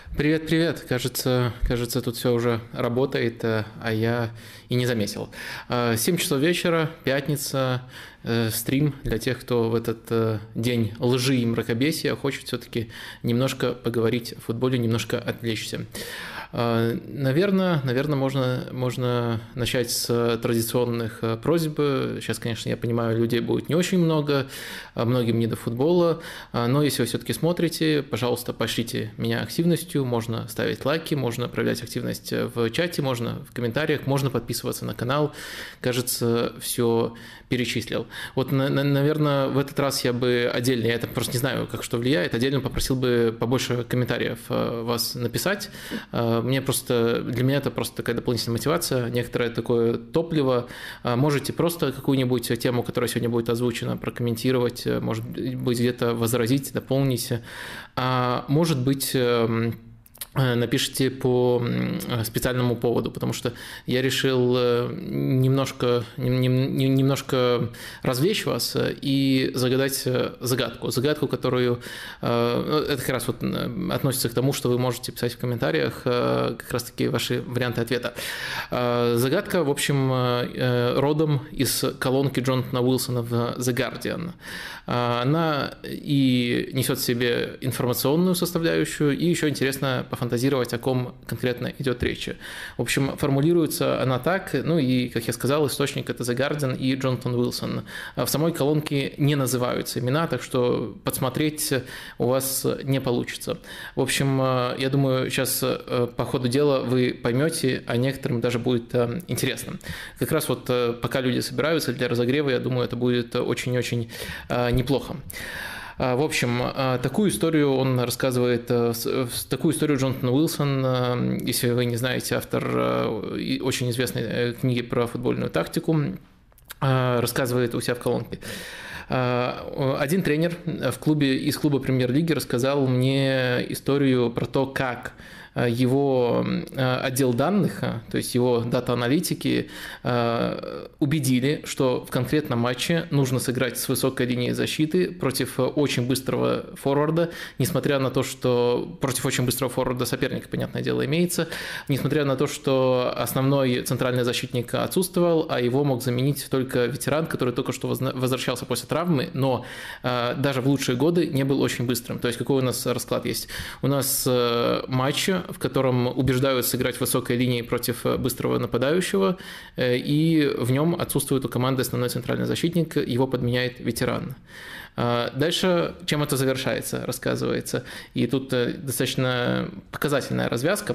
Привет, привет. Кажется, тут все уже работает, а я и не заметил. 7 часов вечера, пятница, стрим для тех, кто в этот день лжи и мракобесия хочет все-таки немножко поговорить о футболе, немножко отвлечься. Наверное, можно начать с традиционных просьб. Сейчас, конечно, я понимаю, людей будет не очень много, многим не до футбола, но если вы все-таки смотрите, пожалуйста, пошлите меня активностью, можно ставить лайки, можно проявлять активность в чате, можно в комментариях, можно подписываться на канал. Кажется, все перечислил. Вот, наверное, в этот раз я бы отдельно, я это просто не знаю, как что влияет, отдельно попросил бы побольше комментариев вас написать. Для меня это просто такая дополнительная мотивация, некоторое такое топливо. Можете просто какую-нибудь тему, которая сегодня будет озвучена, прокомментировать, может быть, где-то возразить, дополнить. А может быть, напишите по специальному поводу, потому что я решил немножко развлечь вас и загадать загадку, которую это как раз вот относится к тому, что вы можете писать в комментариях, как раз таки ваши варианты ответа. Загадка, в общем, родом из колонки Джонатана Уилсона в The Guardian. Она и несет в себе информационную составляющую, и еще интересно пофантазировать, о ком конкретно идет речь. В общем, формулируется она так, и, как я сказал, источник – это The Guardian и Джонатан Уилсон. В самой колонке не называются имена, так что подсмотреть у вас не получится. В общем, я думаю, сейчас по ходу дела вы поймете, а некоторым даже будет интересно. Как раз вот пока люди собираются для разогрева, я думаю, это будет очень-очень неплохо. В общем, такую историю он рассказывает, такую историю Джонатан Уилсон, если вы не знаете, автор очень известной книги про футбольную тактику, рассказывает у себя в колонке. Один тренер из клуба премьер-лиги рассказал мне историю про то, как его отдел данных, то есть его дата-аналитики, убедили, что в конкретном матче нужно сыграть с высокой линией защиты против очень быстрого форварда, несмотря на то, что против очень быстрого форварда соперника, понятное дело, имеется, несмотря на то, что основной центральный защитник отсутствовал, а его мог заменить только ветеран, который только что возвращался после травмы, но даже в лучшие годы не был очень быстрым. То есть какой у нас расклад есть? У нас матч, в котором убеждают сыграть высокой линией против быстрого нападающего, и в нем отсутствует у команды основной центральный защитник, его подменяет ветеран. Дальше, чем это завершается, рассказывается, и тут достаточно показательная развязка.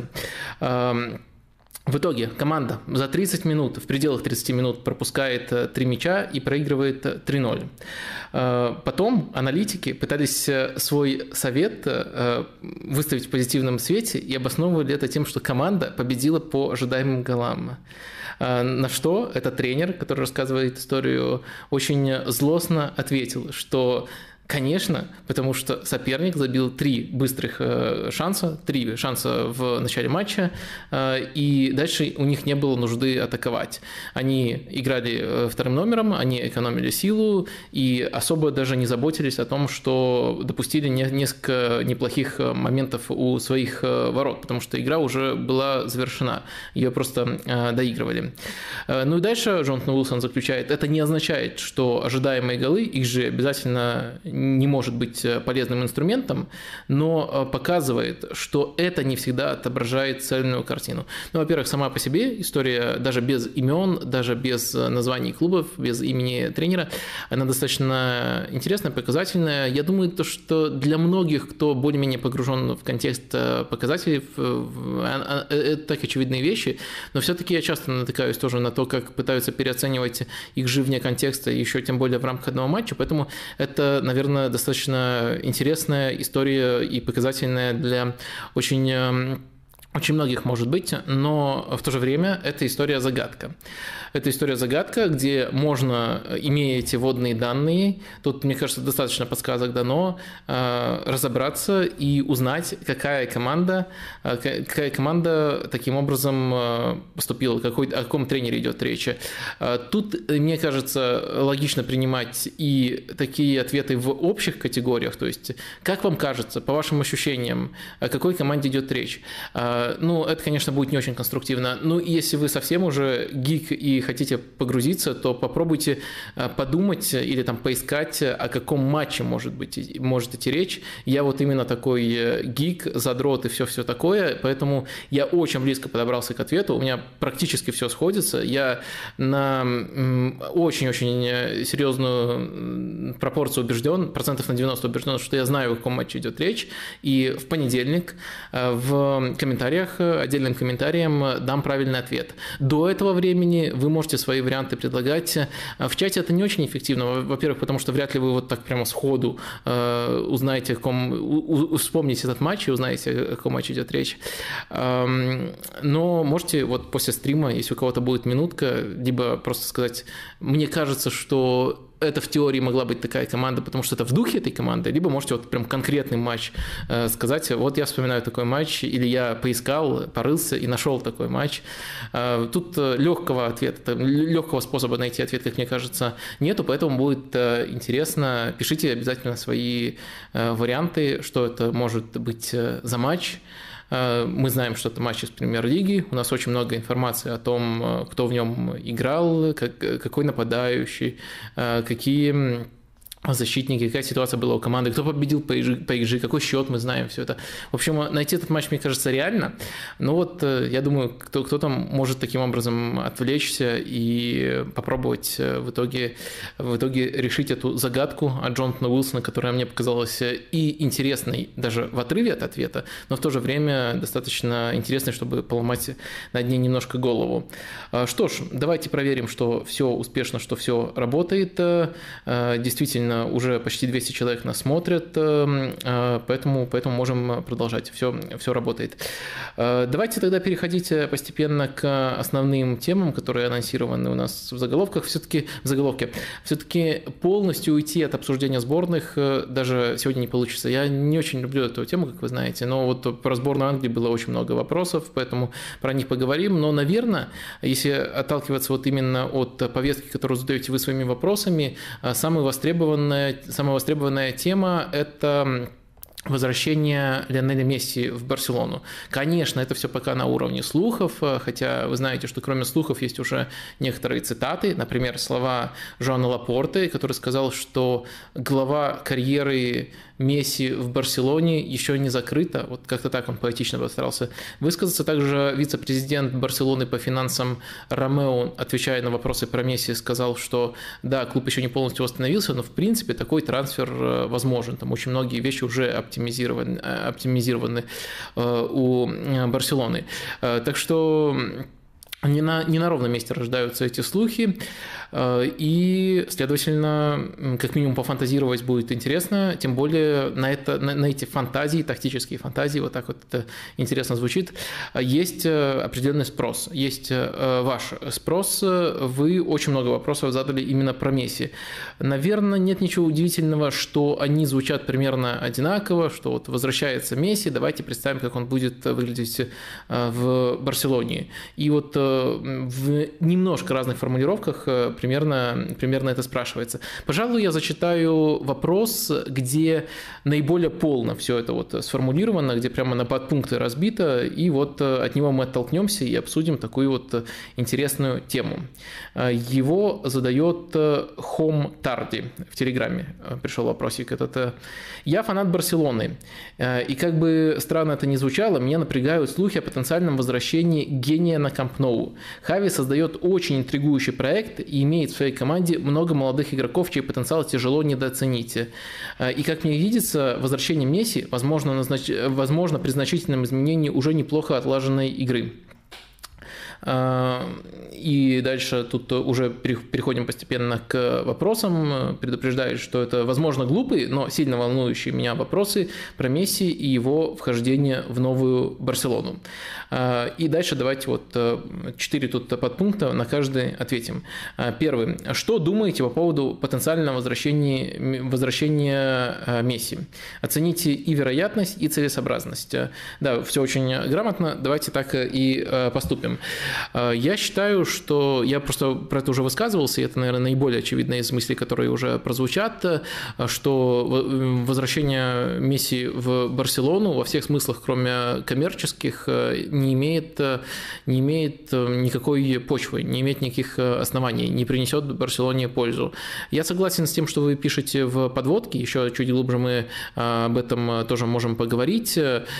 В итоге команда за 30 минут, в пределах 30 минут пропускает 3 мяча и проигрывает 3-0. Потом аналитики пытались свой совет выставить в позитивном свете и обосновывали это тем, что команда победила по ожидаемым голам. На что этот тренер, который рассказывает историю, очень злостно ответил, что конечно, потому что соперник забил 3 быстрых шанса, 3 шанса в начале матча, и дальше у них не было нужды атаковать. Они играли вторым номером, они экономили силу и особо даже не заботились о том, что допустили несколько неплохих моментов у своих ворот, потому что игра уже была завершена, ее просто доигрывали. Ну и дальше Джонатан Уилсон заключает, это не означает, что ожидаемые голы, их же обязательно не может быть полезным инструментом, но показывает, что это не всегда отображает цельную картину. Ну, во-первых, сама по себе история, даже без имен, даже без названий клубов, без имени тренера, она достаточно интересная, показательная. Я думаю, что для многих, кто более-менее погружен в контекст показателей, это так очевидные вещи, но все-таки я часто натыкаюсь тоже на то, как пытаются переоценивать их же вне контекста, еще тем более в рамках одного матча, поэтому это, наверное, достаточно интересная история и показательная для очень очень многих может быть, но в то же время это история-загадка. Это история-загадка, где можно, имея эти вводные данные, тут, мне кажется, достаточно подсказок дано, разобраться и узнать, какая команда таким образом поступила, о каком тренере идет речь. Тут, мне кажется, логично принимать и такие ответы в общих категориях, то есть, как вам кажется, по вашим ощущениям, о какой команде идет речь? Ну, это, конечно, будет не очень конструктивно. Ну, если вы совсем уже гик и хотите погрузиться, то попробуйте подумать или там поискать, о каком матче может идти речь. Я вот именно такой гик, задрот и все такое, поэтому я очень близко подобрался к ответу. У меня практически все сходится. Я на очень-очень серьезную пропорцию убежден, процентов на 90 убежден, что я знаю, о каком матче идет речь. И в понедельник в комментариях, отдельным комментариям дам правильный ответ. До этого времени вы можете свои варианты предлагать. В чате это не очень эффективно. Во-первых, потому что вряд ли вы вот так прямо сходу узнаете, вспомните этот матч и узнаете, о каком матче идет речь. Но можете вот после стрима, если у кого-то будет минутка, либо просто сказать, мне кажется, что это в теории могла быть такая команда, потому что это в духе этой команды, либо можете вот прям конкретный матч сказать, вот я вспоминаю такой матч, или я поискал, порылся и нашел такой матч. Тут легкого способа найти ответ, как мне кажется, нету, поэтому будет интересно. Пишите обязательно свои варианты, что это может быть за матч. Мы знаем, что это матч из премьер-лиги, у нас очень много информации о том, кто в нем играл, какой нападающий, какие защитники, какая ситуация была у команды, кто победил по XG, какой счет, мы знаем все это. В общем, найти этот матч, мне кажется, реально. Но вот я думаю, кто-то может таким образом отвлечься и попробовать в итоге решить эту загадку от Джонатана Уилсона, которая мне показалась и интересной даже в отрыве от ответа, но в то же время достаточно интересной, чтобы поломать над ней немножко голову. Что ж, давайте проверим, что все успешно, что все работает. Действительно, уже почти 200 человек нас смотрят, поэтому можем продолжать. Все работает. Давайте тогда переходить постепенно к основным темам, которые анонсированы у нас в заголовках. Все-таки полностью уйти от обсуждения сборных даже сегодня не получится. Я не очень люблю эту тему, как вы знаете, но вот про сборную Англии было очень много вопросов, поэтому про них поговорим. Но, наверное, если отталкиваться вот именно от повестки, которую задаете вы своими вопросами, самая востребованная тема – это возвращение Лионеля Месси в Барселону. Конечно, это все пока на уровне слухов, хотя вы знаете, что кроме слухов есть уже некоторые цитаты, например, слова Жоана Лапорты, который сказал, что глава карьеры Месси в Барселоне еще не закрыта. Вот как-то так он поэтично постарался высказаться. Также вице-президент Барселоны по финансам Ромео, отвечая на вопросы про Месси, сказал, что да, клуб еще не полностью восстановился, но в принципе такой трансфер возможен. Там очень многие вещи уже оптимизированы у Барселоны. Так что не на ровном месте рождаются эти слухи, и, следовательно, как минимум пофантазировать будет интересно, тем более на эти фантазии, тактические фантазии, вот так вот это интересно звучит, есть определенный спрос, есть ваш спрос, вы очень много вопросов задали именно про Месси. Наверное, нет ничего удивительного, что они звучат примерно одинаково, что вот возвращается Месси, давайте представим, как он будет выглядеть в Барселоне. И вот в немножко разных формулировках примерно это спрашивается. Пожалуй, я зачитаю вопрос, где наиболее полно все это вот сформулировано, где прямо на подпункты разбито, и вот от него мы оттолкнемся и обсудим такую вот интересную тему. Его задает Хом Тарди в Телеграме. Пришел вопросик этот. Я фанат Барселоны, и как бы странно это ни звучало, меня напрягают слухи о потенциальном возвращении гения на Камп Ноу. Хави создает очень интригующий проект и имеет в своей команде много молодых игроков, чей потенциал тяжело недооценить. И, как мне видится, возвращение Месси возможно при значительном изменении уже неплохо отлаженной игры. И дальше тут уже переходим постепенно к вопросам. Предупреждаю, что это, возможно, глупые, но сильно волнующие меня вопросы про Месси и его вхождение в новую Барселону. И дальше давайте вот 4 тут подпункта, на каждый ответим. Первый. Что думаете по поводу потенциального возвращения Месси? Оцените и вероятность, и целесообразность. Да, все очень грамотно, давайте так и поступим. Я считаю, что я просто про это уже высказывался, и это, наверное, наиболее очевидные из мыслей, которые уже прозвучат, что возвращение Месси в Барселону во всех смыслах, кроме коммерческих, не имеет никакой почвы, не имеет никаких оснований, не принесет Барселоне пользу. Я согласен с тем, что вы пишете в подводке, еще чуть глубже мы об этом тоже можем поговорить,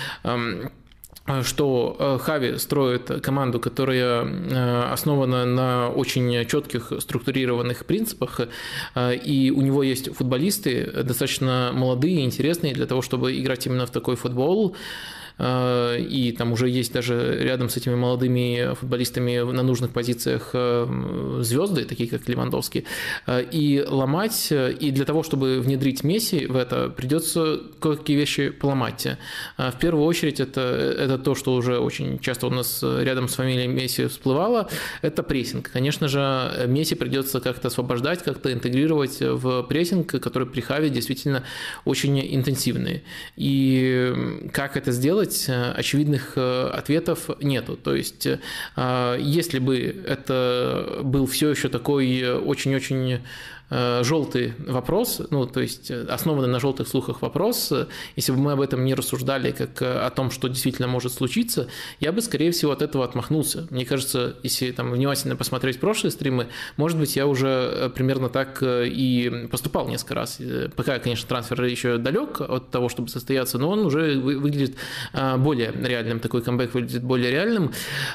что Хави строит команду, которая основана на очень четких структурированных принципах, и у него есть футболисты достаточно молодые и интересные для того, чтобы играть именно в такой футбол. И там уже есть даже рядом с этими молодыми футболистами на нужных позициях звезды, такие как Левандовский, и ломать, и для того, чтобы внедрить Месси в это, придется кое-какие вещи поломать. В первую очередь это то, что уже очень часто у нас рядом с фамилией Месси всплывало, это прессинг. Конечно же, Месси придется как-то освобождать, как-то интегрировать в прессинг, который при Хави действительно очень интенсивный. И как это сделать, очевидных ответов нету. То есть, если бы это был все еще такой очень-очень желтый вопрос, ну, то есть основанный на желтых слухах вопрос, если бы мы об этом не рассуждали как о том, что действительно может случиться, я бы, скорее всего, от этого отмахнулся. Мне кажется, если там внимательно посмотреть прошлые стримы, может быть, я уже примерно так и поступал несколько раз. Пока, конечно, трансфер еще далек от того, чтобы состояться, но он уже выглядит более реальным, такой камбэк выглядит более реальным.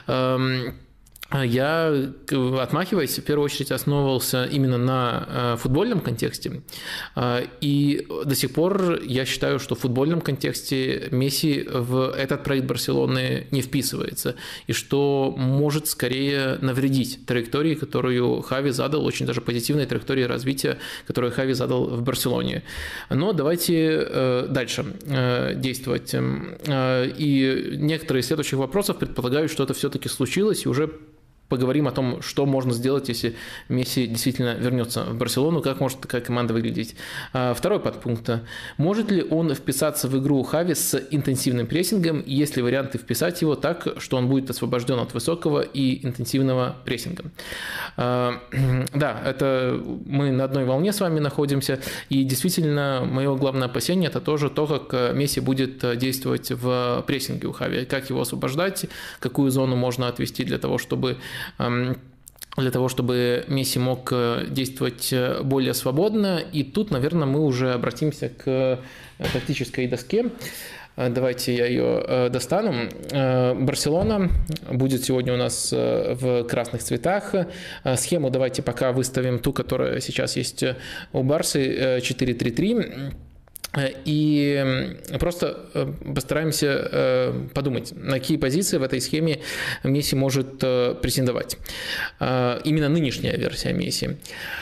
Я, отмахиваясь, в первую очередь основывался именно на футбольном контексте, и до сих пор я считаю, что в футбольном контексте Месси в этот проект Барселоны не вписывается, и что может скорее навредить траектории, которую Хави задал, очень даже позитивной траектории развития, которую Хави задал в Барселоне. Но давайте дальше действовать. И некоторые из следующих вопросов предполагают, что это все-таки случилось, и уже поговорим о том, что можно сделать, если Месси действительно вернется в Барселону, как может такая команда выглядеть. Второй подпункт. Может ли он вписаться в игру Хави с интенсивным прессингом, есть ли варианты вписать его так, что он будет освобожден от высокого и интенсивного прессинга? Да, это мы на одной волне с вами находимся, и действительно мое главное опасение – это тоже то, как Месси будет действовать в прессинге у Хави, как его освобождать, какую зону можно отвести для того, чтобы Месси мог действовать более свободно. И тут, наверное, мы уже обратимся к тактической доске. Давайте я ее достану. Барселона будет сегодня у нас в красных цветах. Схему давайте пока выставим ту, которая сейчас есть у Барсы, 4-3-3. И просто постараемся подумать, на какие позиции в этой схеме Месси может претендовать. Именно нынешняя версия Месси.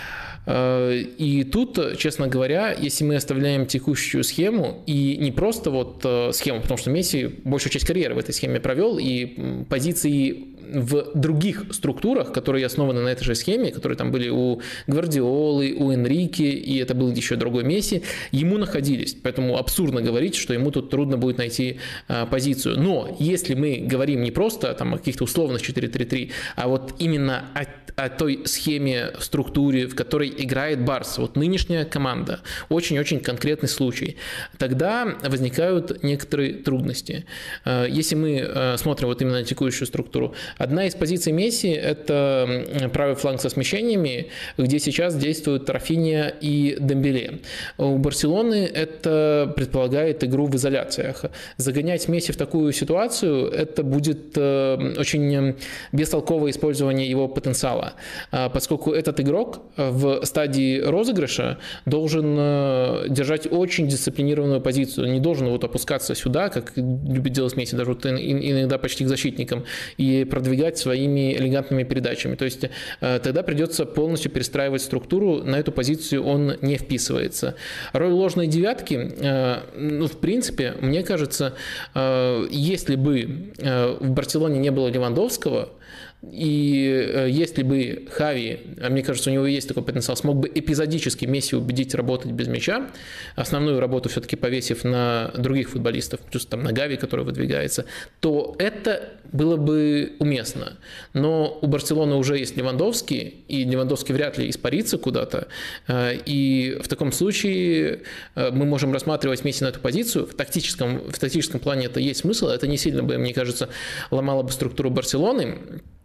И тут, честно говоря, если мы оставляем текущую схему, и не просто вот схему, потому что Месси большую часть карьеры в этой схеме провел, и позиции в других структурах, которые основаны на этой же схеме, которые там были у Гвардиолы, у Энрике, и это был еще другой Месси, ему находились. Поэтому абсурдно говорить, что ему тут трудно будет найти позицию. Но если мы говорим не просто там, о каких-то условных 4-3-3, а вот именно о той схеме, структуре, в которой играет Барс, вот нынешняя команда, очень-очень конкретный случай, тогда возникают некоторые трудности. Если мы смотрим вот именно на текущую структуру, одна из позиций Месси – это правый фланг со смещениями, где сейчас действуют Рафинья и Дембеле. У Барселоны это предполагает игру в изоляциях. Загонять Месси в такую ситуацию – это будет очень бестолковое использование его потенциала, поскольку этот игрок в стадии розыгрыша должен держать очень дисциплинированную позицию, не должен вот опускаться сюда, как любит делать Месси, даже вот иногда почти к защитникам, и продвигаться продвигать своими элегантными передачами. То есть тогда придется полностью перестраивать структуру, на эту позицию он не вписывается. Роль ложной девятки, в принципе, мне кажется, если бы в Барселоне не было Левандовского, и если бы Хави, мне кажется, у него есть такой потенциал, смог бы эпизодически Месси убедить работать без мяча, основную работу все-таки повесив на других футболистов, плюс там на Гави, который выдвигается, то это было бы уместно. Но у Барселоны уже есть Левандовский, и Левандовский вряд ли испарится куда-то, и в таком случае мы можем рассматривать Месси на эту позицию. В тактическом плане это есть смысл, это не сильно бы, мне кажется, ломало бы структуру Барселоны.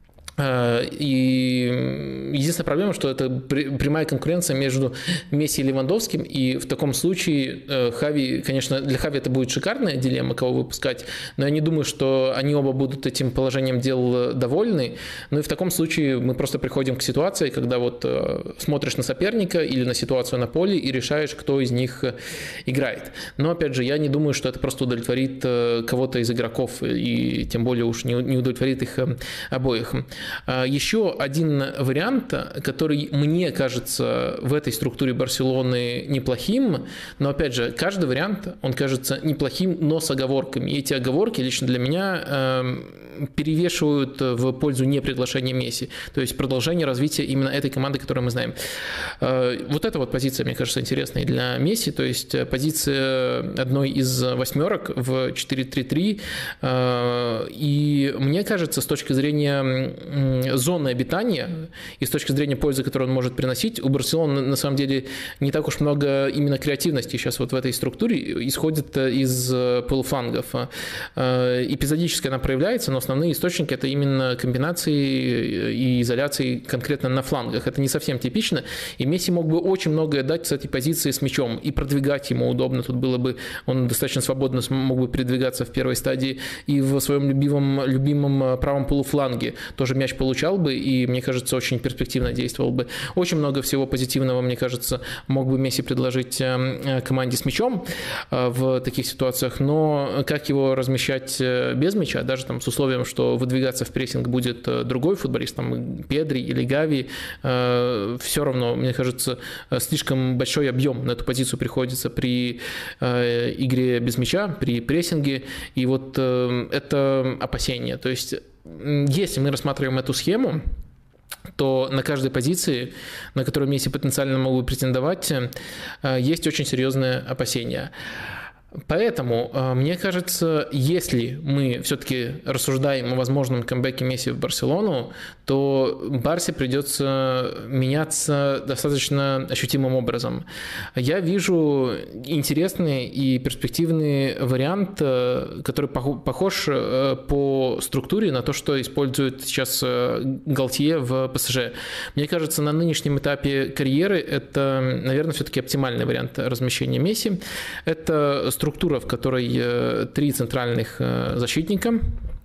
И единственная проблема, что это прямая конкуренция между Месси и Левандовским, и в таком случае Хави, конечно, для Хави это будет шикарная дилемма, кого выпускать, но я не думаю, что они оба будут этим положением дел довольны. Ну и в таком случае мы просто приходим к ситуации, когда вот смотришь на соперника или на ситуацию на поле и решаешь, кто из них играет. Но опять же, я не думаю, что это просто удовлетворит кого-то из игроков, и тем более уж не удовлетворит их обоих. Еще один вариант, который мне кажется в этой структуре Барселоны неплохим, но опять же, каждый вариант, он кажется неплохим, но с оговорками. И эти оговорки лично для меня перевешивают в пользу неприглашения Месси, то есть продолжение развития именно этой команды, которую мы знаем. Вот эта вот позиция, мне кажется, интересной для Месси, то есть позиция одной из восьмерок в 4-3-3, и мне кажется, с точки зрения зоны обитания и с точки зрения пользы, которую он может приносить, у Барселоны на самом деле не так уж много именно креативности сейчас вот в этой структуре исходит из полуфлангов. Эпизодически она проявляется, но основные источники – это именно комбинации и изоляции конкретно на флангах. Это не совсем типично, и Месси мог бы очень многое дать с этой позиции с мячом, и продвигать ему удобно. Тут было бы, он достаточно свободно мог бы передвигаться в первой стадии и в своем любимом правом полуфланге. Тоже мяч получал бы, и, мне кажется, очень перспективно действовал бы. Очень много всего позитивного, мне кажется, мог бы Месси предложить команде с мячом в таких ситуациях, но как его размещать без мяча, даже там с условием, что выдвигаться в прессинг будет другой футболист, там Педри или Гави, все равно, мне кажется, слишком большой объем на эту позицию приходится при игре без мяча, при прессинге, и вот это опасение. То есть, если мы рассматриваем эту схему, то на каждой позиции, на которую Месси потенциально мог бы претендовать, есть очень серьезные опасения. Поэтому, мне кажется, если мы все-таки рассуждаем о возможном камбэке Месси в Барселону, то Барсе придется меняться достаточно ощутимым образом. Я вижу интересный и перспективный вариант, который похож по структуре на то, что использует сейчас Галтье в ПСЖ. Мне кажется, на нынешнем этапе карьеры это, наверное, все-таки оптимальный вариант размещения Месси. Это структура, в которой три центральных защитника,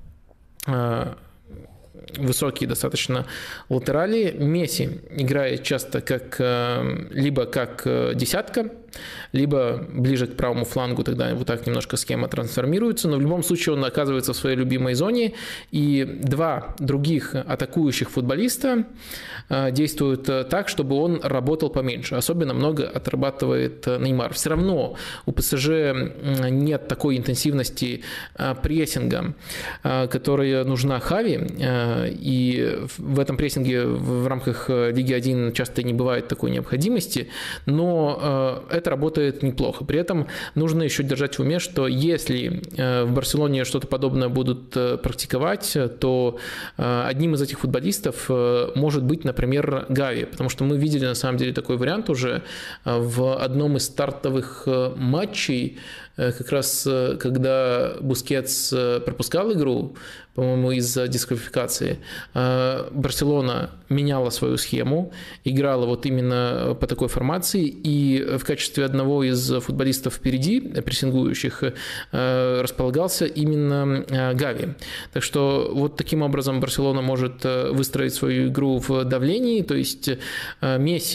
высокие достаточно латерали. Месси играет часто либо как десятка, либо ближе к правому флангу, тогда вот так немножко схема трансформируется, но в любом случае он оказывается в своей любимой зоне, и два других атакующих футболиста действуют так, чтобы он работал поменьше. Особенно много отрабатывает Неймар. Все равно у ПСЖ нет такой интенсивности прессинга, которая нужна Хави, и в этом прессинге в рамках Лиги 1 часто не бывает такой необходимости, но это работает неплохо. При этом нужно еще держать в уме, что если в Барселоне что-то подобное будут практиковать, то одним из этих футболистов может быть, например, Гави, потому что мы видели на самом деле такой вариант уже в одном из стартовых матчей, как раз когда Бускетс пропускал игру, по-моему, из-за дисквалификации, Барселона меняла свою схему, играла вот именно по такой формации, и в качестве одного из футболистов впереди, прессингующих, располагался именно Гави. Так что вот таким образом Барселона может выстроить свою игру в давлении, то есть Месси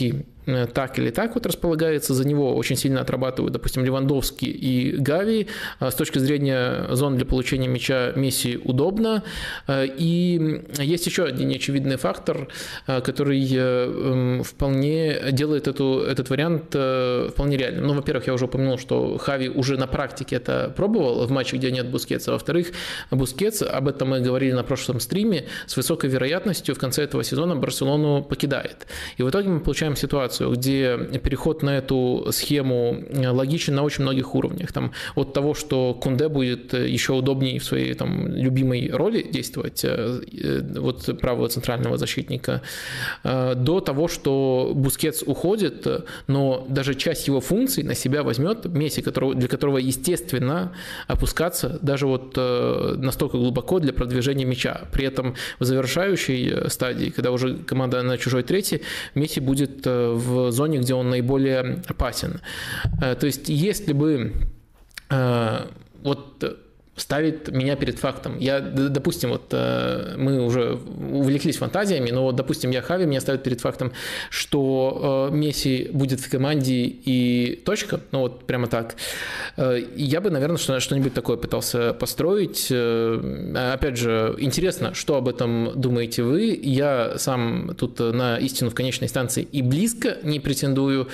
так или так вот располагается, за него очень сильно отрабатывают, допустим, Левандовский и Гави. С точки зрения зон для получения мяча Месси удобно. И есть еще один неочевидный фактор, который вполне делает этот вариант вполне реальным. Ну, во-первых, я уже упомянул, что Хави уже на практике это пробовал в матче, где нет Бускетса. Во-вторых, Бускетс, об этом мы говорили на прошлом стриме, с высокой вероятностью в конце этого сезона Барселону покидает. И в итоге мы получаем ситуацию, где переход на эту схему логичен на очень многих уровнях. Там, от того, что Кунде будет еще удобнее в своей там, любимой роли действовать, вот правого центрального защитника, до того, что Бускетс уходит, но даже часть его функций на себя возьмет Месси, для которого естественно опускаться даже вот настолько глубоко для продвижения мяча. При этом в завершающей стадии, когда уже команда на чужой трети, Месси будет в зоне, где он наиболее опасен. То есть, если бы вот ставит меня перед фактом. Я, допустим, вот мы уже увлеклись фантазиями, но, допустим, Хави меня ставит перед фактом, что Месси будет в команде и точка, ну вот прямо так. Я бы, наверное, что-нибудь такое пытался построить. Опять же, интересно, что об этом думаете вы. Я сам тут на истину в конечной инстанции и близко не претендую,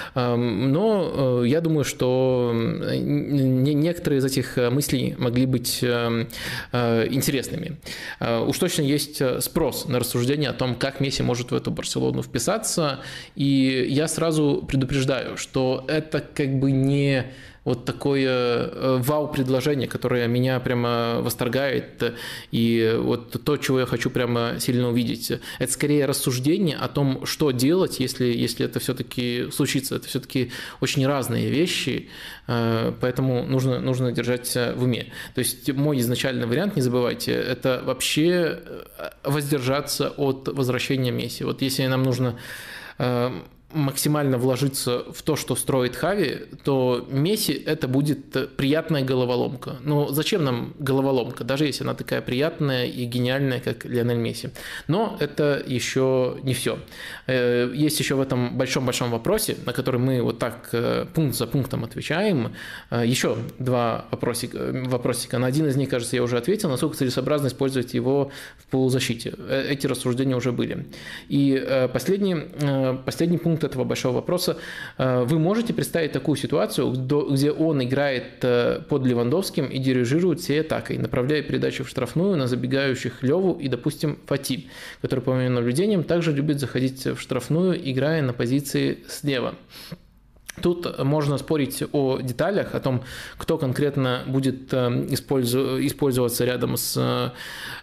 но я думаю, что некоторые из этих мыслей могли быть интересными. Уж точно есть спрос на рассуждение о том, как Месси может в эту Барселону вписаться, и я сразу предупреждаю, что это как бы не вот такое вау-предложение, которое меня прямо восторгает, и вот то, чего я хочу прямо сильно увидеть. Это скорее рассуждение о том, что делать, если это все-таки случится. Это все-таки очень разные вещи, поэтому нужно держать в уме. То есть мой изначальный вариант, не забывайте, это вообще воздержаться от возвращения Месси. Вот если нам нужно максимально вложиться в то, что строит Хави, то Месси это будет приятная головоломка. Но зачем нам головоломка, даже если она такая приятная и гениальная, как Лионель Месси? Но это еще не все. Есть еще в этом большом-большом вопросе, на который мы вот так пункт за пунктом отвечаем, еще два вопросика. На один из них, кажется, я уже ответил, насколько целесообразно использовать его в полузащите. Эти рассуждения уже были. И последний пункт этого большого вопроса. Вы можете представить такую ситуацию, где он играет под Левандовским и дирижирует всей атакой, направляя передачу в штрафную на забегающих Леву и, допустим, Фати, который, по моим наблюдениям, также любит заходить в штрафную, играя на позиции слева. Тут можно спорить о деталях, о том, кто конкретно будет использоваться рядом с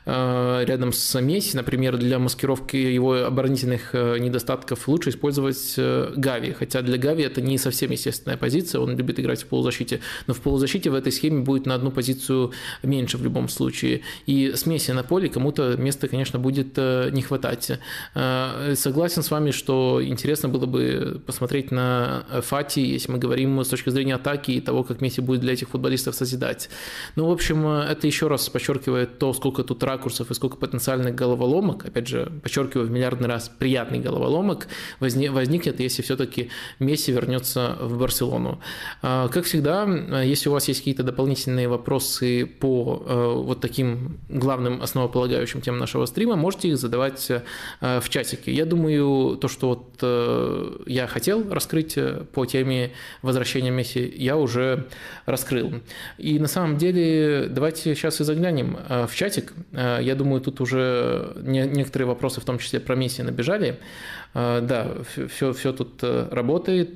Месси. Например, для маскировки его оборонительных недостатков лучше использовать Гави. Хотя для Гави это не совсем естественная позиция, он любит играть в полузащите. Но в полузащите в этой схеме будет на одну позицию меньше в любом случае. И с Месси на поле кому-то места, конечно, будет не хватать. Согласен с вами, что интересно было бы посмотреть на Фати, если мы говорим с точки зрения атаки и того, как Месси будет для этих футболистов созидать. Ну, в общем, это еще раз подчеркивает то, сколько тут ракурсов и сколько потенциальных головоломок, опять же, подчеркиваю в миллиардный раз, приятный головоломок возникнет, если все-таки Месси вернется в Барселону. Как всегда, если у вас есть какие-то дополнительные вопросы по вот таким главным основополагающим темам нашего стрима, можете их задавать в чатике. Я думаю, то, что вот я хотел раскрыть по теме возвращения Месси, я уже раскрыл. И на самом деле давайте сейчас и заглянем в чатик. Я думаю, тут уже некоторые вопросы, в том числе про Месси, набежали. Да, все тут работает.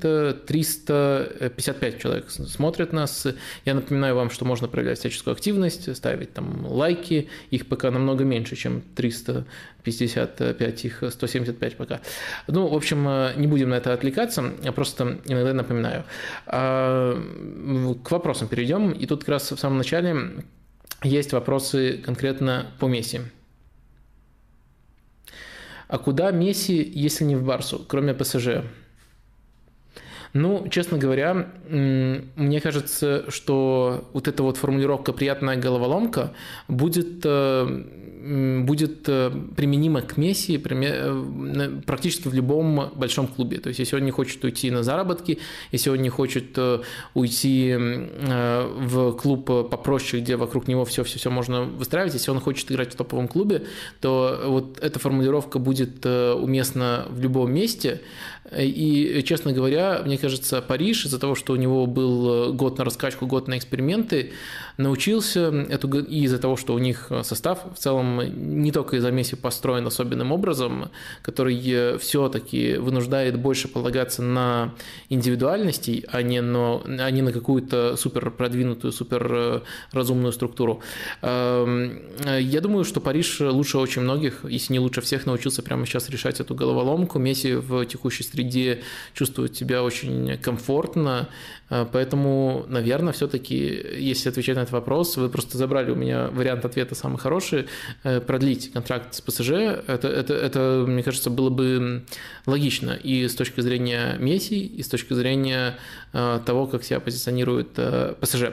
355 человек смотрят нас. Я напоминаю вам, что можно проявлять всяческую активность, ставить там лайки. Их пока намного меньше, чем 355, их 175 пока. Ну, в общем, не будем на это отвлекаться, я просто иногда напоминаю. К вопросам перейдем. И тут как раз в самом начале есть вопросы конкретно по Месси. А куда Месси, если не в Барсу, кроме ПСЖ? Ну, честно говоря, мне кажется, что вот эта вот формулировка «приятная головоломка» будет применима к Месси практически в любом большом клубе. То есть, если он не хочет уйти на заработки, если он не хочет уйти в клуб попроще, где вокруг него все можно выстраивать, если он хочет играть в топовом клубе, то вот эта формулировка будет уместна в любом месте. И, честно говоря, мне кажется, Париж из-за того, что у него был год на раскачку, год на эксперименты, научился, и из-за того, что у них состав в целом не только из-за Месси построен особенным образом, который все-таки вынуждает больше полагаться на индивидуальности, а не на какую-то супер продвинутую, супер разумную структуру. Я думаю, что Париж лучше очень многих, если не лучше всех, научился прямо сейчас решать эту головоломку. Месси в текущей среде чувствует себя очень комфортно, поэтому, наверное, все-таки, если отвечать на этот вопрос, вы просто забрали у меня вариант ответа самый хороший, продлить контракт с ПСЖ, это, мне кажется, было бы логично и с точки зрения Месси, и с точки зрения того, как себя позиционирует ПСЖ.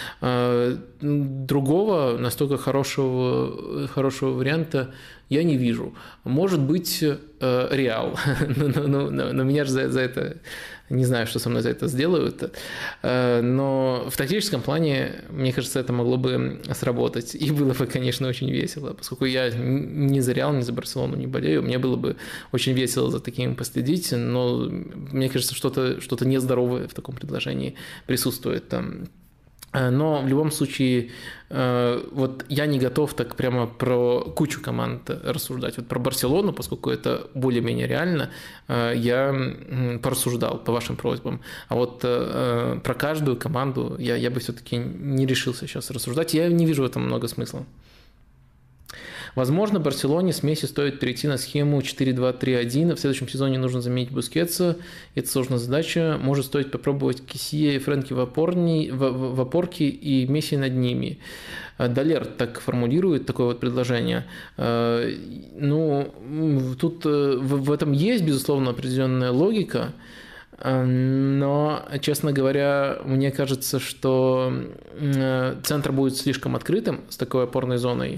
Другого настолько хорошего варианта я не вижу. Может быть, Реал, но меня же за это, не знаю, что со мной за это сделают, но в тактическом плане, мне кажется, это могло бы сработать, и было бы, конечно, очень весело, поскольку я ни за Реал, ни за Барселону не болею, мне было бы очень весело за таким последить, но мне кажется, что-то нездоровое в таком предложении присутствует там. Но в любом случае, вот я не готов так прямо про кучу команд рассуждать. Вот про Барселону, поскольку это более-менее реально, я порассуждал по вашим просьбам. А вот про каждую команду я бы все-таки не решился сейчас рассуждать. Я не вижу в этом много смысла. Возможно, Барселоне с Месси стоит перейти на схему 4-2-3-1. В следующем сезоне нужно заменить Бускетса. Это сложная задача. Может стоит попробовать Кессия и Фрэнки в опорке и Месси над ними. Далер так формулирует такое вот предложение. Ну, тут в этом есть, безусловно, определенная логика. Но, честно говоря, мне кажется, что центр будет слишком открытым с такой опорной зоной.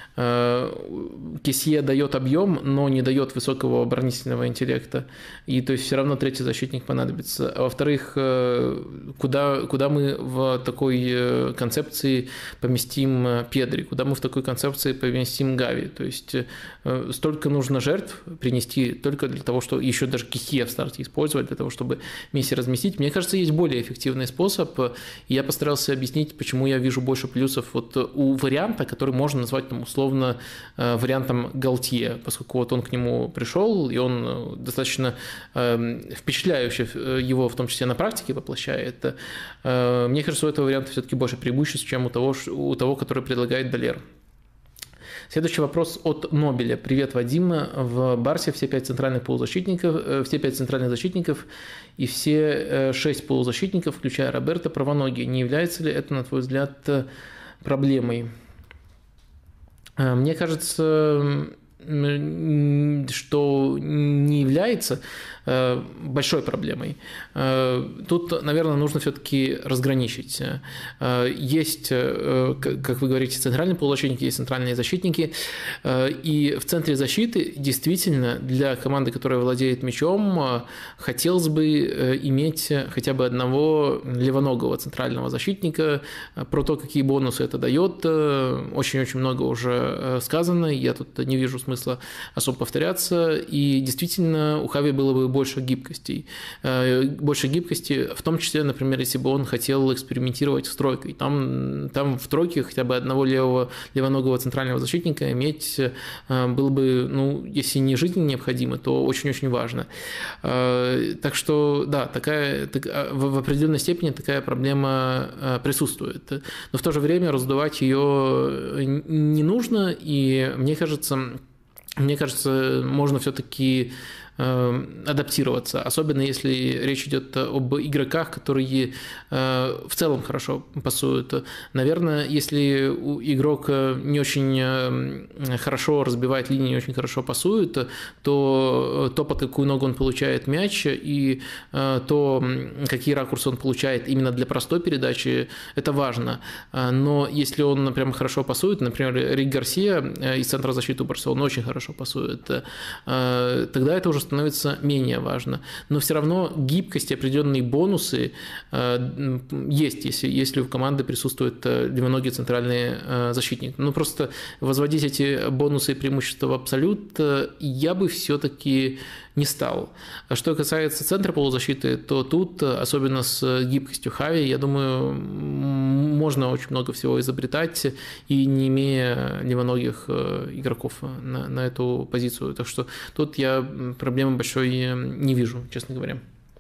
Кессия дает объем, но не дает высокого оборонительного интеллекта. И то есть все равно третий защитник понадобится. А во-вторых, куда мы в такой концепции поместим Педри? Куда мы в такой концепции поместим Гави? То есть столько нужно жертв принести только для того, чтобы еще даже Кессия в старте использовать, для того, чтобы Месси разместить. Мне кажется, есть более эффективный способ. И я постарался объяснить, почему я вижу больше плюсов вот у варианта, который можно назвать там, условно вариантом Галтье, поскольку вот он к нему пришел, и он достаточно впечатляюще его, в том числе на практике, воплощает. Мне кажется, у этого варианта все-таки больше преимуществ, чем у того, который предлагает Далер. Следующий вопрос от Нобеля. Привет, Вадим. В Барсе все 5 центральных защитников и все 6 полузащитников, включая Роберто, правоногие. Не является ли это, на твой взгляд, проблемой? Мне кажется, что не является большой проблемой. Тут, наверное, нужно все-таки разграничить. Есть, как вы говорите, центральные полузащитники, есть центральные защитники, и в центре защиты действительно для команды, которая владеет мячом, хотелось бы иметь хотя бы одного левоногого центрального защитника. Про то, какие бонусы это дает, очень-очень много уже сказано, я тут не вижу смысла особо повторяться, и действительно у Хави было бы больше гибкости, в том числе, например, если бы он хотел экспериментировать с тройкой. Там в тройке хотя бы одного левоногого центрального защитника иметь было бы, ну, если не жизненно необходимо, то очень-очень важно. Так что, да, в определенной степени такая проблема присутствует. Но в то же время раздувать ее не нужно, и мне кажется, можно все-таки адаптироваться, особенно если речь идет об игроках, которые в целом хорошо пасуют. Наверное, если игрок не очень хорошо разбивает линии, не очень хорошо пасует, то под какую ногу он получает мяч и то, какие ракурсы он получает именно для простой передачи, это важно. Но если он прямо хорошо пасует, например, Рик Гарсия из центра защиты у Барселоны очень хорошо пасует, тогда это уже становится менее важно. Но все равно гибкость и определенные бонусы есть, если у команды присутствует длинноногий центральный защитник. Ну, просто возводить эти бонусы и преимущества в абсолют я бы все-таки не стал. А что касается центра полузащиты, то тут, особенно с гибкостью Хави, я думаю, можно очень много всего изобретать, и не имея левоногих игроков на эту позицию. Так что тут я проблемы большой не вижу, честно говоря.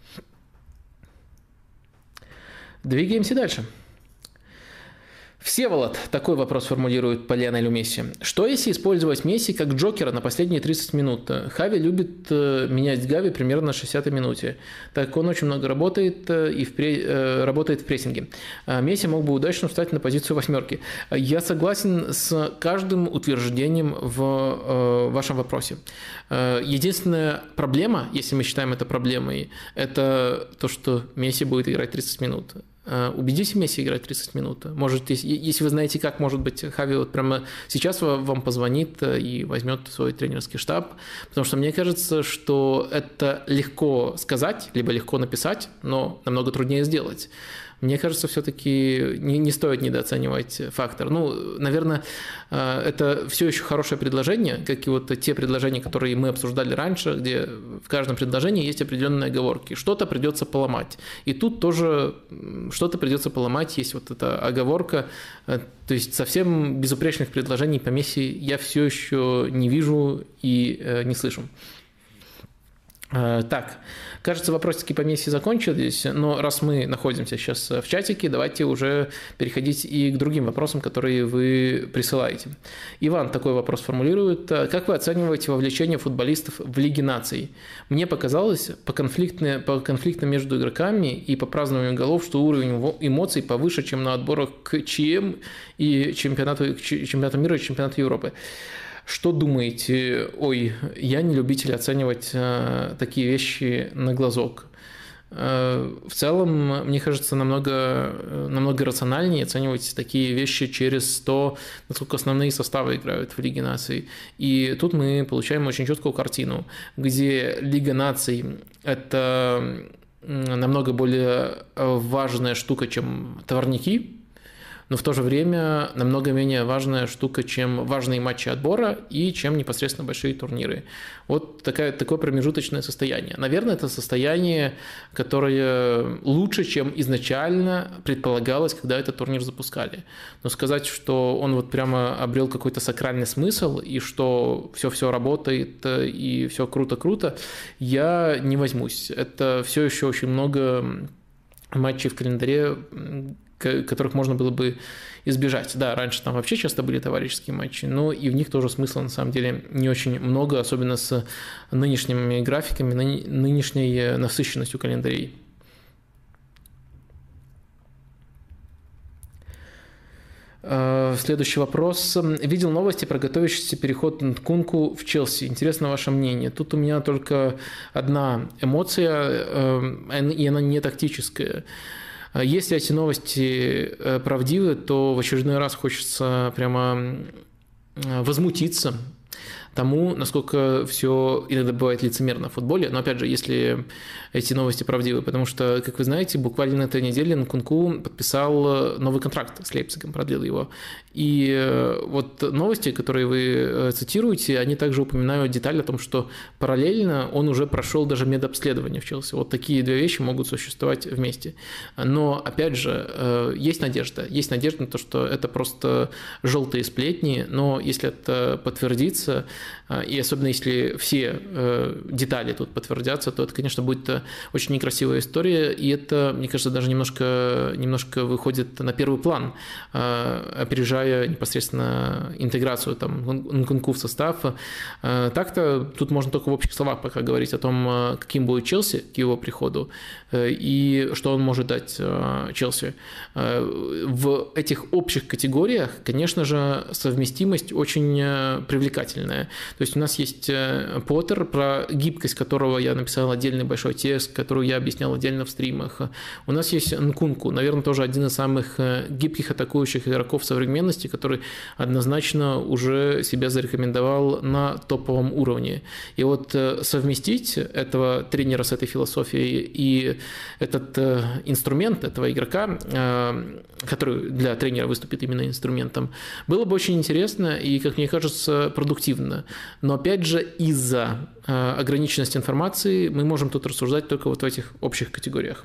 Двигаемся дальше. Всеволод такой вопрос формулирует по Лионелю Месси. Что если использовать Месси как джокера на последние 30 минут? Хави любит менять Гави примерно на 60-й минуте, так как он очень много работает и работает в прессинге. Месси мог бы удачно встать на позицию восьмерки. Я согласен с каждым утверждением в вашем вопросе. Единственная проблема, если мы считаем это проблемой, это то, что Месси будет играть 30 минут. Убедите Месси играть 30 минут. Может, если вы знаете, как, может быть, Хави вот прямо сейчас вам позвонит и возьмет свой тренерский штаб, потому что мне кажется, что это легко сказать, либо легко написать, но намного труднее сделать. Мне кажется, все-таки не стоит недооценивать фактор. Ну, наверное, это все еще хорошее предложение, как и вот те предложения, которые мы обсуждали раньше, где в каждом предложении есть определенные оговорки. Что-то придется поломать. И тут тоже что-то придется поломать. Есть вот эта оговорка. То есть совсем безупречных предложений по Месси я все еще не вижу и не слышу. Так, кажется, вопросики по Месси закончились, но раз мы находимся сейчас в чатике, давайте уже переходить и к другим вопросам, которые вы присылаете. Иван такой вопрос формулирует. Как вы оцениваете вовлечение футболистов в Лиге наций? Мне показалось по конфликтам между игроками и по празднованию голов, что уровень эмоций повыше, чем на отборах к ЧМ и чемпионату мира и чемпионату Европы. Что думаете? Ой, я не любитель оценивать такие вещи на глазок. В целом, мне кажется, намного рациональнее оценивать такие вещи через то, насколько основные составы играют в Лиге наций. И тут мы получаем очень четкую картину, где Лига наций – это намного более важная штука, чем товарники, но в то же время намного менее важная штука, чем важные матчи отбора и чем непосредственно большие турниры. Вот такое промежуточное состояние. Наверное, это состояние, которое лучше, чем изначально предполагалось, когда этот турнир запускали. Но сказать, что он вот прямо обрел какой-то сакральный смысл и что все работает и все круто-круто, я не возьмусь. Это все еще очень много матчей в календаре, которых можно было бы избежать. Да, раньше там вообще часто были товарищеские матчи, но и в них тоже смысла на самом деле не очень много, особенно с нынешними графиками, нынешней насыщенностью календарей. Следующий вопрос. Видел новости про готовящийся переход Нкунку в Челси. Интересно ваше мнение. Тут у меня только одна эмоция, и она не тактическая. Если эти новости правдивы, то в очередной раз хочется прямо возмутиться тому, насколько все иногда бывает лицемерно в футболе. Но опять же, если эти новости правдивы, потому что, как вы знаете, буквально на этой неделе Нкунку подписал новый контракт с Лейпцигом, продлил его. И вот новости, которые вы цитируете, они также упоминают деталь о том, что параллельно он уже прошел даже медобследование в Челси. Вот такие две вещи могут существовать вместе. Но, опять же, есть надежда. Есть надежда на то, что это просто желтые сплетни, но если это подтвердится, и особенно если все детали тут подтвердятся, то это, конечно, будет очень некрасивая история, и это, мне кажется, даже немножко выходит на первый план, опережая непосредственно интеграцию Нкунку в состав. Так-то тут можно только в общих словах пока говорить о том, каким будет Челси к его приходу и что он может дать Челси. В этих общих категориях, конечно же, совместимость очень привлекательная. То есть у нас есть Поттер, про гибкость которого я написал отдельный большой текст, которую я объяснял отдельно в стримах. У нас есть Нкунку, наверное, тоже один из самых гибких атакующих игроков современности, который однозначно уже себя зарекомендовал на топовом уровне. И вот совместить этого тренера с этой философией и этот инструмент этого игрока, который для тренера выступит именно инструментом, было бы очень интересно и, как мне кажется, продуктивно. Но опять же, из-за ограниченности информации мы можем тут рассуждать только вот в этих общих категориях.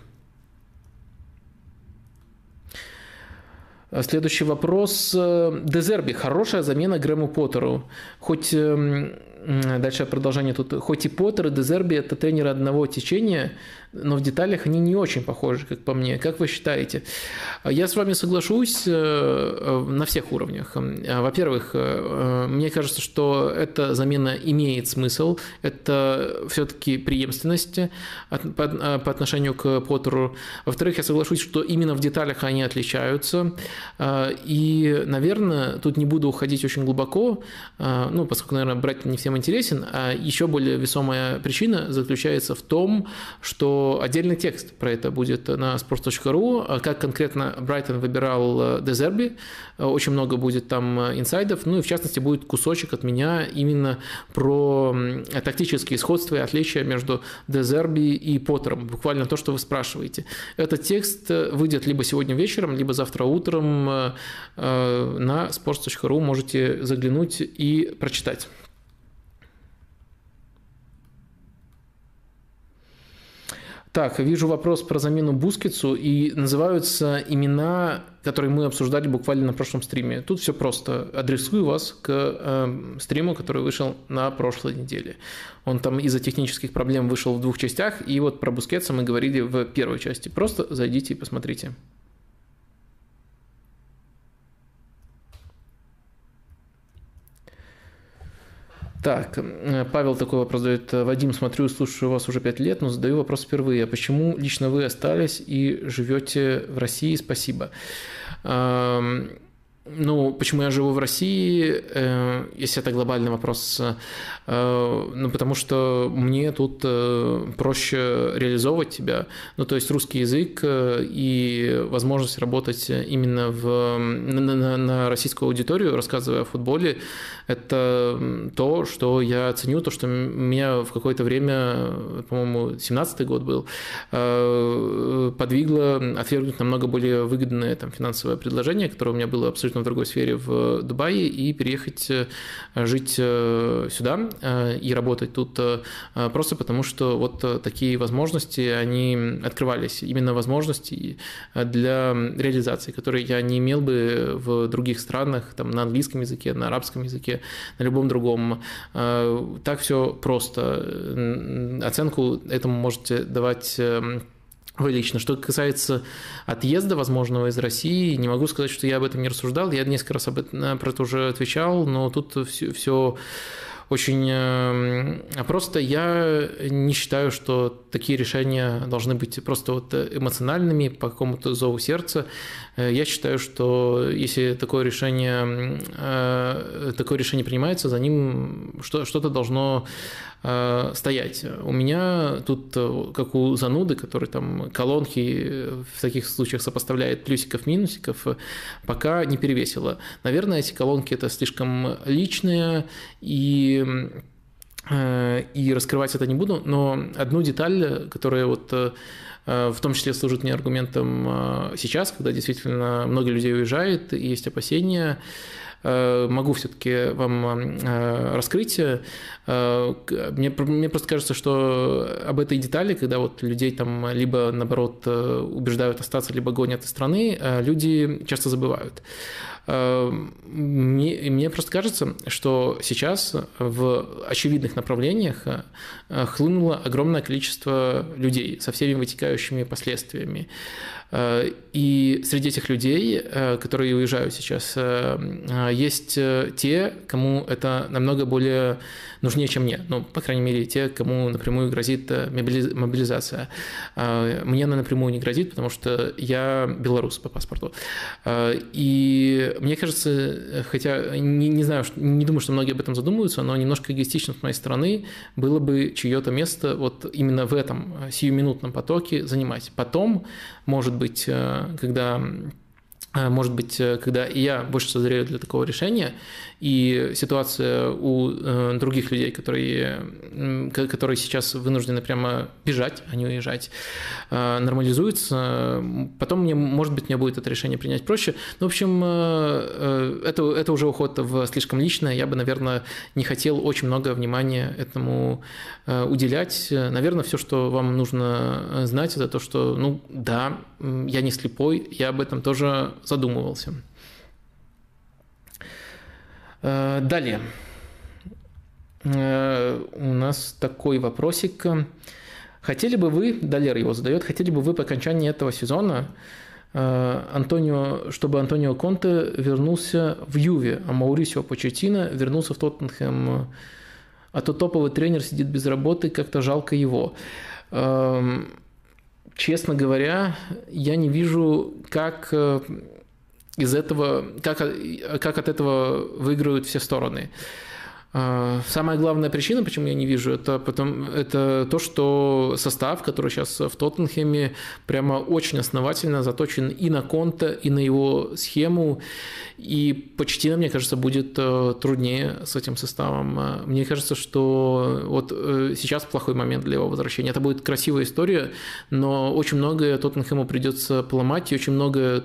Следующий вопрос. Де Зерби. Хорошая замена Грэму Поттеру. Дальше продолжение тут. Хоть и Поттер, и Де Зерби – это тренеры одного течения, но в деталях они не очень похожи, как по мне. Как вы считаете? Я с вами соглашусь на всех уровнях. Во-первых, мне кажется, что эта замена имеет смысл. Это все-таки преемственность по отношению к Поттеру. Во-вторых, я соглашусь, что именно в деталях они отличаются. И, наверное, тут не буду уходить очень глубоко, поскольку, наверное, Брайтон не всем интересен, а еще более весомая причина заключается в том, что отдельный текст про это будет на sports.ru, как конкретно Брайтон выбирал Де Зерби, очень много будет там инсайдов, и в частности будет кусочек от меня именно про тактические сходства и отличия между Де Зерби и Поттером, буквально то, что вы спрашиваете. Этот текст выйдет либо сегодня вечером, либо завтра утром на sports.ru, можете заглянуть и прочитать. Так, вижу вопрос про замену Бускетсу, и называются имена, которые мы обсуждали буквально на прошлом стриме. Тут все просто. Адресую вас к стриму, который вышел на прошлой неделе. Он там из-за технических проблем вышел в 2 частях, и вот про Бускетса мы говорили в первой части. Просто зайдите и посмотрите. Так, Павел такой вопрос задает. Вадим, смотрю, слушаю вас уже 5 лет, но задаю вопрос впервые. А почему лично вы остались и живете в России? Спасибо. Почему я живу в России, если это глобальный вопрос, потому что мне тут проще реализовывать себя, то есть русский язык и возможность работать именно на российскую аудиторию, рассказывая о футболе, это то, что я ценю, то, что меня в какое-то время, по-моему, 17-й год был, подвигло отвергнуть намного более выгодное финансовое предложение, которое у меня было абсолютно в другой сфере в Дубае, и переехать жить сюда и работать тут просто потому, что вот такие возможности, они открывались, именно возможности для реализации, которые я не имел бы в других странах, на английском языке, на арабском языке, на любом другом. Так все просто. Оценку этому можете давать вы лично. Что касается отъезда возможного из России, не могу сказать, что я об этом не рассуждал. Я несколько раз про это уже отвечал, но тут все очень просто. Я не считаю, что такие решения должны быть просто эмоциональными, по какому-то зову сердца. Я считаю, что если такое решение принимается, за ним что-то должно стоять. У меня тут, как у зануды, который колонки в таких случаях сопоставляет плюсиков-минусиков, пока не перевесило. Наверное, эти колонки – это слишком личные, и раскрывать это не буду, но одну деталь, которая в том числе служит мне аргументом сейчас, когда действительно много людей уезжает и есть опасения, могу все-таки вам раскрыть. Мне просто кажется, что об этой детали, когда вот людей там либо, наоборот, убеждают остаться, либо гонят из страны, люди часто забывают. Мне просто кажется, что сейчас в очевидных направлениях хлынуло огромное количество людей со всеми вытекающими последствиями. И среди этих людей, которые уезжают сейчас, есть те, кому это намного более нужнее, чем мне. Ну, по крайней мере, те, кому напрямую грозит мобилизация. Мне она напрямую не грозит, потому что я белорус по паспорту. И мне кажется, хотя не знаю, не думаю, что многие об этом задумываются, но немножко эгоистично с моей стороны было бы чье-то место вот именно в этом сиюминутном потоке занимать. Потом, может быть, когда и я больше созрею для такого решения, и ситуация у других людей, которые сейчас вынуждены прямо бежать, а не уезжать, нормализуется, потом может быть, мне будет это решение принять проще. Ну, в общем, это уже уход в слишком личное. Я бы, наверное, не хотел очень много внимания этому уделять. Наверное, все, что вам нужно знать, это то, что, ну, да, я не слепой, я об этом тоже задумывался. Далее. У нас такой вопросик. Хотели бы вы, Далер его задает, хотели бы вы по окончании этого сезона, чтобы Антонио Конте вернулся в Юве, а Маурисио Почеттино вернулся в Тоттенхэм, а то топовый тренер сидит без работы, как-то жалко его. Честно говоря, я не вижу, как из этого, как от этого выиграют все стороны. Самая главная причина, почему я не вижу, это то, что состав, который сейчас в Тоттенхэме, прямо очень основательно заточен и на Конте, и на его схему, и Почеттино, мне кажется, будет труднее с этим составом. Мне кажется, что вот сейчас плохой момент для его возвращения. Это будет красивая история, но очень многое Тоттенхэму придется поломать, и очень много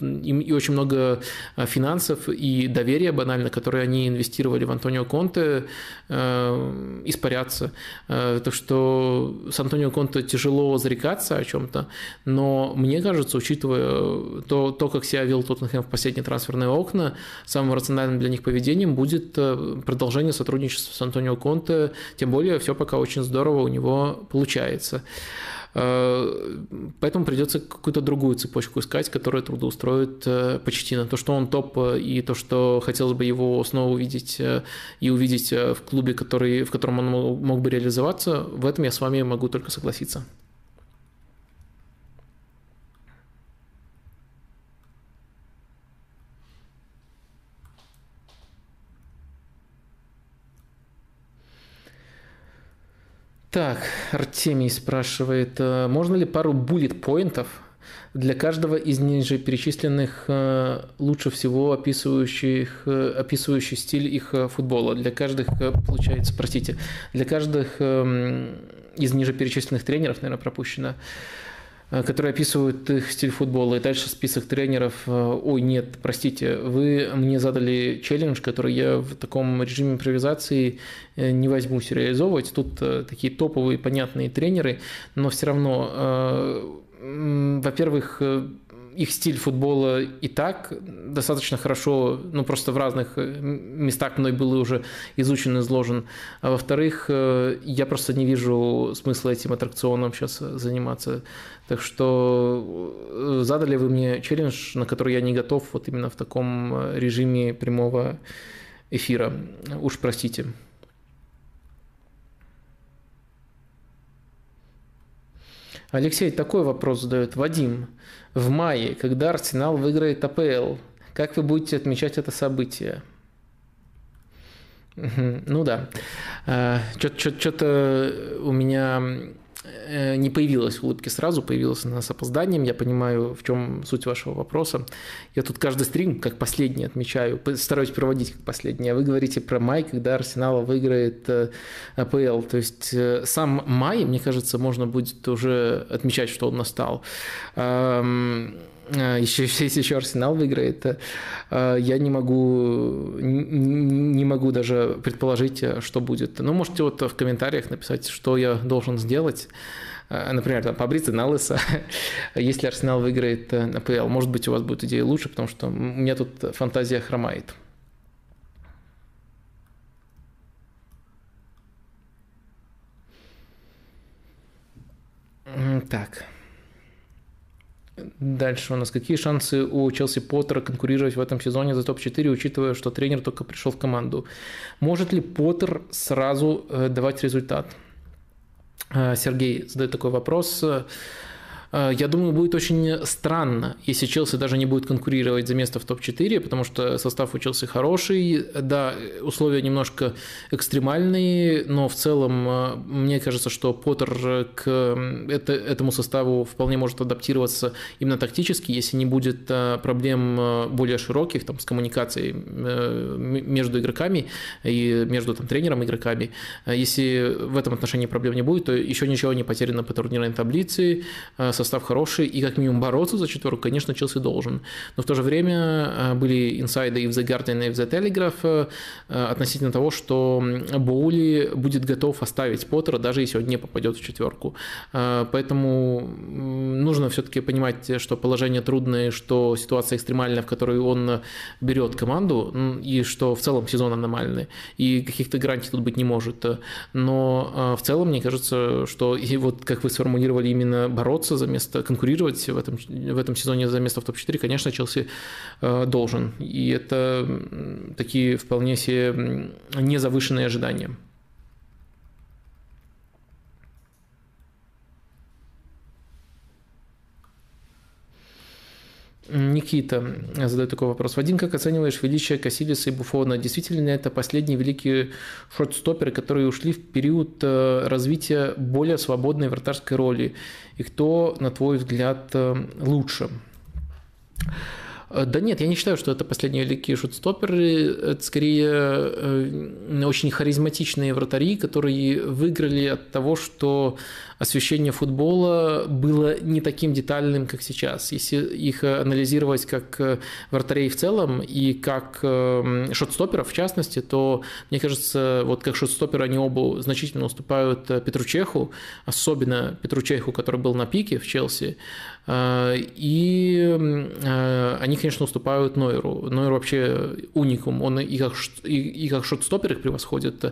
финансов и доверия банально, которые они инвестировали в Антонио Конте, испаряться. Так что с Антонио Конте тяжело зарекаться о чем-то, но мне кажется, учитывая то, как себя вел Тоттенхэм в последние трансферные окна, самым рациональным для них поведением будет продолжение сотрудничества с Антонио Конте, тем более все пока очень здорово у него получается. Поэтому придется какую-то другую цепочку искать, которая трудоустроит Почеттино. То, что он топ, и то, что хотелось бы его снова увидеть и увидеть в клубе, в котором он мог бы реализоваться, в этом я с вами могу только согласиться. Так, Артемий спрашивает, можно ли пару буллет-поинтов для каждого из ниже перечисленных, лучше всего описывающих стиль их футбола? Для каждых, получается, простите, для каждых из ниже перечисленных тренеров, наверное, пропущено, которые описывают их стиль футбола, и дальше список тренеров. Ой, нет, простите, вы мне задали челлендж, который я в таком режиме импровизации не возьмусь реализовывать. Тут такие топовые, понятные тренеры, но все равно, во-первых, их стиль футбола и так достаточно хорошо, ну просто в разных местах мной был уже изучен, изложен. А во-вторых, я просто не вижу смысла этим аттракционом сейчас заниматься. Так что задали вы мне челлендж, на который я не готов вот именно в таком режиме прямого эфира. Уж простите. Алексей такой вопрос задает. Вадим, в мае, когда Арсенал выиграет АПЛ, как вы будете отмечать это событие? Ну да, что-то у меня не появилась улыбки сразу, появилась она с опозданием. Я понимаю, в чем суть вашего вопроса. Я тут каждый стрим как последний отмечаю, стараюсь проводить как последний. А вы говорите про май, когда Арсенал выиграет АПЛ. То есть сам май, мне кажется, можно будет уже отмечать, что он настал. если еще Арсенал выиграет, я не могу даже предположить, что будет. Ну, можете вот в комментариях написать, что я должен сделать. Например, там, побриться на лысо, если Арсенал выиграет АПЛ. Может быть, у вас будет идея лучше, потому что у меня тут фантазия хромает. Так. Дальше у нас. Какие шансы у Челси Поттера конкурировать в этом сезоне за топ-4, учитывая, что тренер только пришел в команду? Может ли Поттер сразу давать результат? Сергей задает такой вопрос. Я думаю, будет очень странно, если Челси даже не будет конкурировать за место в топ-4, потому что состав у Челси хороший, да, условия немножко экстремальные, но в целом мне кажется, что Поттер к этому составу вполне может адаптироваться именно тактически, если не будет проблем более широких там, с коммуникацией между игроками и между там, тренером и игроками. Если в этом отношении проблем не будет, то еще ничего не потеряно по турнирной таблице, состав хороший, и как минимум бороться за четверку, конечно, Челси должен. Но в то же время были инсайды и в The Guardian, и в The Telegraph относительно того, что Боули будет готов оставить Поттера, даже если он не попадет в четверку. Поэтому нужно все-таки понимать, что положение трудное, что ситуация экстремальная, в которой он берет команду, и что в целом сезон аномальный, и каких-то гарантий тут быть не может. Но в целом, мне кажется, что, и вот как вы сформулировали, именно бороться за место, конкурировать в этом сезоне за место в топ-4, конечно, Челси должен. И это такие вполне себе незавышенные ожидания. Никита задает такой вопрос. Вадим, как оцениваешь величие Касилиса и Буфона? Действительно ли это последние великие шортстоперы, которые ушли в период развития более свободной вратарской роли? И кто, на твой взгляд, лучше? Да нет, я не считаю, что это последние великие шутстоперы. Это скорее очень харизматичные вратари, которые выиграли от того, что освещение футбола было не таким детальным, как сейчас. Если их анализировать как вратарей в целом и как шотстоперов в частности, то, мне кажется, вот как шотстоперы они оба значительно уступают Петру Чеху, особенно Петру Чеху, который был на пике в Челси. И они, конечно, уступают Нойеру. Нойер вообще уникум. Он и как шотстопер их превосходит,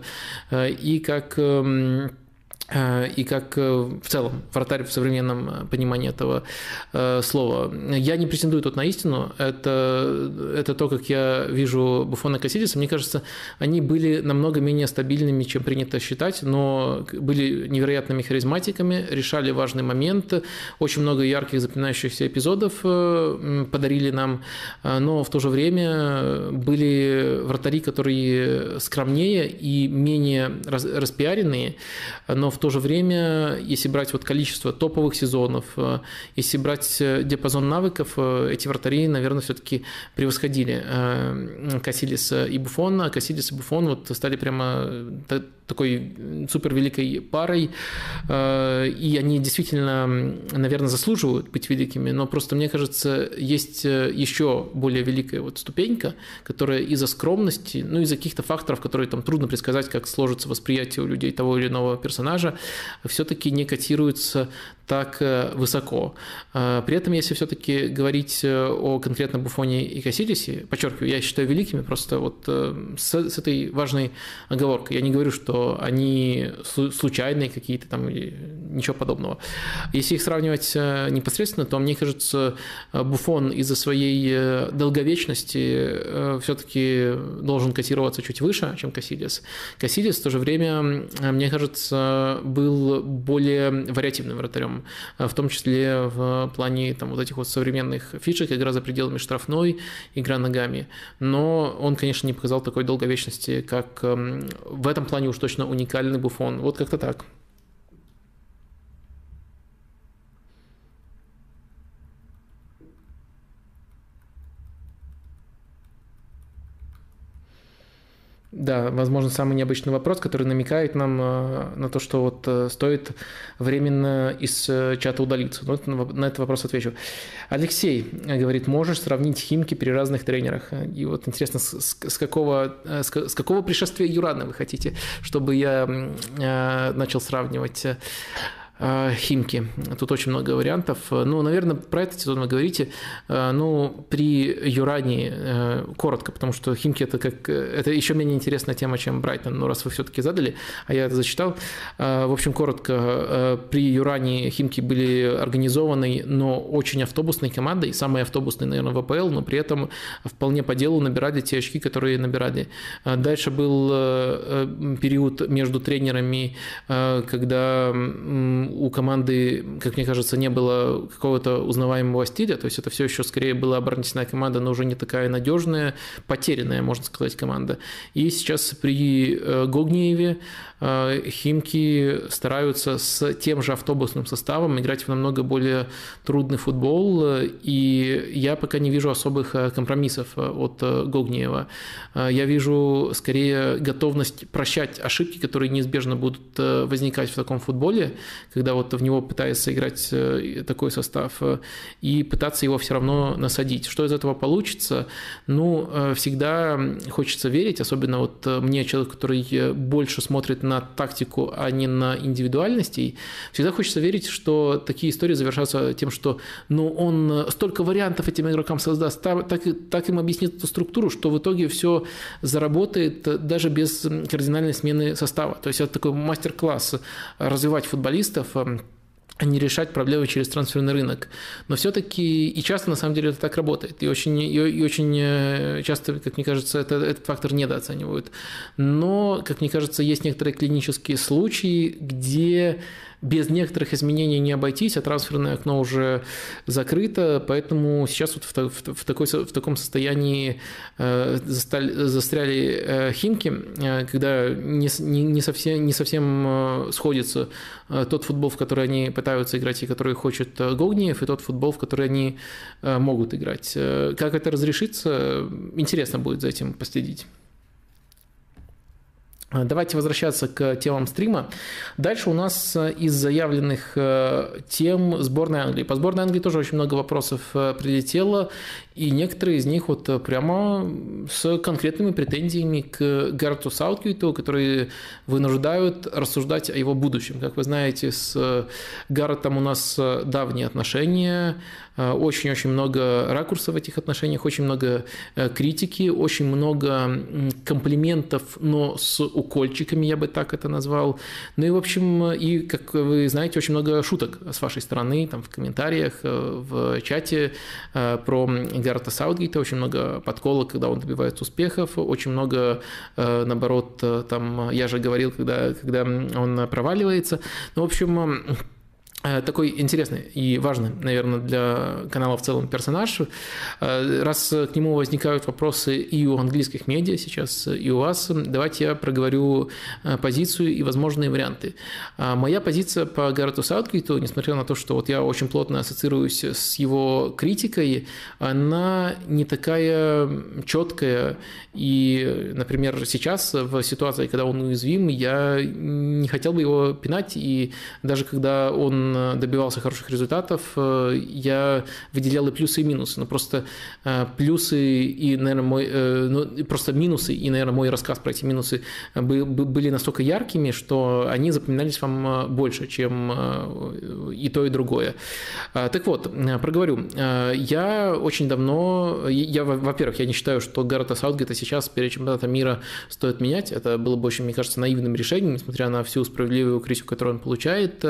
и как в целом вратарь в современном понимании этого слова. Я не претендую тут на истину, это то, как я вижу Буфона и Касилиса. Мне кажется, они были намного менее стабильными, чем принято считать, но были невероятными харизматиками, решали важный момент, очень много ярких запоминающихся эпизодов подарили нам, но в то же время были вратари, которые скромнее и менее распиаренные, но в то же время, если брать вот количество топовых сезонов, если брать диапазон навыков, эти вратари, наверное, все-таки превосходили Касилиса и Буфона. Касилис и Буфон вот стали прямо такой супервеликой парой, и они действительно, наверное, заслуживают быть великими, но просто, мне кажется, есть еще более великая вот ступенька, которая из-за скромности, ну, из-за каких-то факторов, которые там трудно предсказать, как сложится восприятие у людей того или иного персонажа, все-таки не котируется так высоко. При этом, если все-таки говорить о конкретно Буфоне и Касилисе, подчеркиваю, я считаю великими, просто вот с этой важной оговоркой. Я не говорю, что они случайные какие-то там, или ничего подобного. Если их сравнивать непосредственно, то, мне кажется, Буфон из-за своей долговечности все-таки должен котироваться чуть выше, чем Касилис. Касилис в то же время, мне кажется, был более вариативным вратарем, в том числе в плане там, вот этих вот современных фишек, игра за пределами штрафной, игра ногами. Но он, конечно, не показал такой долговечности, как в этом плане уж точно уникальный Буфон. Вот как-то так. Да, возможно, самый необычный вопрос, который намекает нам на то, что вот стоит временно из чата удалиться. Вот на этот вопрос отвечу. Алексей говорит, можешь сравнить Химки при разных тренерах? И вот интересно, с какого пришествия Юрана вы хотите, чтобы я начал сравнивать Химки. Тут очень много вариантов. Ну, наверное, про этот сезон вы говорите. Ну, при Юране коротко, потому что Химки это еще менее интересная тема, чем Брайтон. Но раз вы все-таки задали, а я это зачитал. В общем, коротко. При Юране Химки были организованной, но очень автобусной командой, самой автобусной, наверное, в АПЛ, но при этом вполне по делу набирали те очки, которые набирали. Дальше был период между тренерами, когда у команды, как мне кажется, не было какого-то узнаваемого стиля, то есть это все еще скорее была оборонительная команда, но уже не такая надежная, потерянная, можно сказать, команда. И сейчас при Гогниеве Химки стараются с тем же автобусным составом играть в намного более трудный футбол, и я пока не вижу особых компромиссов от Гогниева. Я вижу скорее готовность прощать ошибки, которые неизбежно будут возникать в таком футболе, когда вот в него пытается играть такой состав, и пытаться его все равно насадить. Что из этого получится? Ну, всегда хочется верить, особенно вот мне, человек, который больше смотрит на тактику, а не на индивидуальностей, всегда хочется верить, что такие истории завершатся тем, что ну, он столько вариантов этим игрокам создаст, так им объяснит эту структуру, что в итоге все заработает даже без кардинальной смены состава. То есть это такой мастер-класс развивать футболистов, а не решать проблемы через трансферный рынок. Но все-таки и часто, на самом деле, это так работает. И очень часто, как мне кажется, этот фактор недооценивают. Но, как мне кажется, есть некоторые клинические случаи, где без некоторых изменений не обойтись, а трансферное окно уже закрыто, поэтому сейчас вот в таком состоянии застряли Химки, когда не совсем сходится тот футбол, в который они пытаются играть и который хочет Гогниев, и тот футбол, в который они могут играть. Как это разрешится, интересно будет за этим последить. Давайте возвращаться к темам стрима. Дальше у нас из заявленных тем сборной Англии. По сборной Англии тоже очень много вопросов прилетело, и некоторые из них вот прямо с конкретными претензиями к Гаррету Саутгейту, которые вынуждают рассуждать о его будущем. Как вы знаете, с Гарретом у нас давние отношения, очень-очень много ракурсов в этих отношениях, очень много критики, очень много комплиментов, но с укольчиками, я бы так это назвал. Ну и, в общем, и, как вы знаете, очень много шуток с вашей стороны, там, в комментариях, в чате про Гаррета Саутгейта, очень много подколок, когда он добивается успехов, очень много, наоборот, там, я же говорил, когда он проваливается. Ну, в общем, такой интересный и важный, наверное, для канала в целом персонаж. Раз к нему возникают вопросы и у английских медиа сейчас, и у вас, давайте я проговорю позицию и возможные варианты. Моя позиция по Гаррету Саутгейту, несмотря на то, что вот я очень плотно ассоциируюсь с его критикой, она не такая четкая. И, например, сейчас в ситуации, когда он уязвим, я не хотел бы его пинать, и даже когда он добивался хороших результатов, я выделял и плюсы, и минусы. Но просто плюсы и, наверное, просто минусы, и, наверное, мой рассказ про эти минусы были настолько яркими, что они запоминались вам больше, чем и то, и другое. Так вот, проговорю. Я очень давно, во-первых, я не считаю, что Гаррета Саутгейта сейчас перед чемпионатом мира стоит менять. Это было бы очень, мне кажется, наивным решением, несмотря на всю справедливую критику, которую он получает.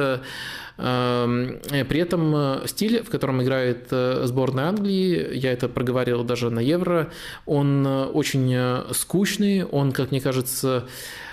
При этом стиль, в котором играет сборная Англии, я это проговаривал даже на Евро, он очень скучный, он, как мне кажется,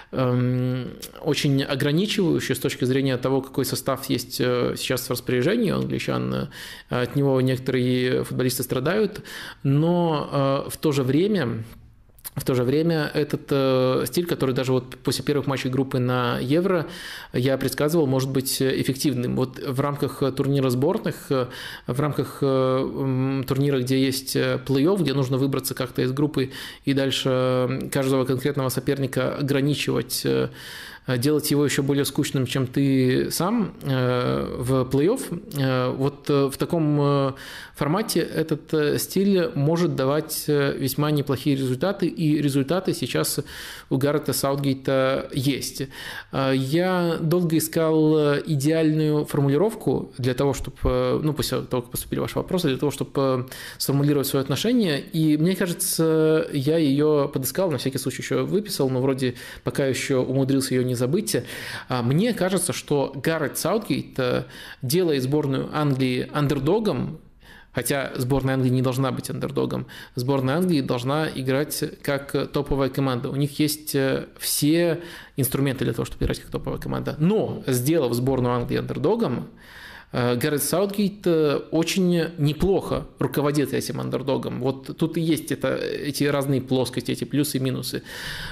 очень ограничивающий с точки зрения того, какой состав есть сейчас в распоряжении у англичан. От него некоторые футболисты страдают, но в то же время В то же время этот стиль, который даже вот после первых матчей группы на Евро я предсказывал, может быть эффективным. Вот в рамках турнира сборных, в рамках турнира, где есть плей-офф, где нужно выбраться как-то из группы и дальше каждого конкретного соперника ограничивать, делать его еще более скучным, чем ты сам в плей-офф, вот в таком формате этот стиль может давать весьма неплохие результаты, и результаты сейчас у Гаррета Саутгейта есть. Я долго искал идеальную формулировку для того, чтобы, ну, после того, как поступили ваши вопросы, для того, чтобы сформулировать свое отношение, и мне кажется, я ее подыскал, на всякий случай еще выписал, но вроде пока еще умудрился ее не забыть. Мне кажется, что Гаррет Саутгейт, делая сборную Англии андердогом, хотя сборная Англии не должна быть андердогом, сборная Англии должна играть как топовая команда. У них есть все инструменты для того, чтобы играть как топовая команда. Но, сделав сборную Англии андердогом, Гаррет Саутгейт очень неплохо руководит этим андердогом. Вот тут и есть эти разные плоскости, эти плюсы и минусы.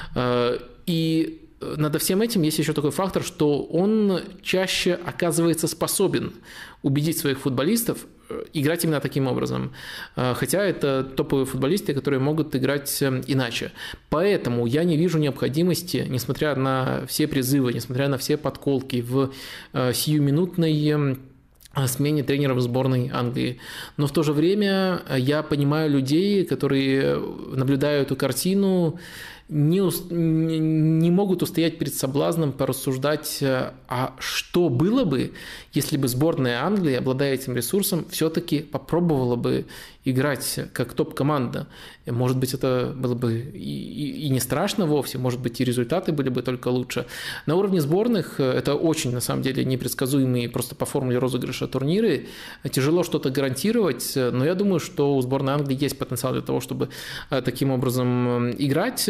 И над всем этим есть еще такой фактор, что он чаще оказывается способен убедить своих футболистов играть именно таким образом. Хотя это топовые футболисты, которые могут играть иначе. Поэтому я не вижу необходимости, несмотря на все призывы, несмотря на все подколки, в сиюминутной смене тренером сборной Англии. Но в то же время я понимаю людей, которые, наблюдая эту картину, не могут устоять перед соблазном порассуждать, а что было бы, если бы сборная Англии, обладая этим ресурсом, все-таки попробовала бы играть как топ-команда. Может быть, это было бы и не страшно вовсе, может быть, и результаты были бы только лучше. На уровне сборных это очень, на самом деле, непредсказуемые просто по формуле розыгрыша турниры. Тяжело что-то гарантировать, но я думаю, что у сборной Англии есть потенциал для того, чтобы таким образом играть.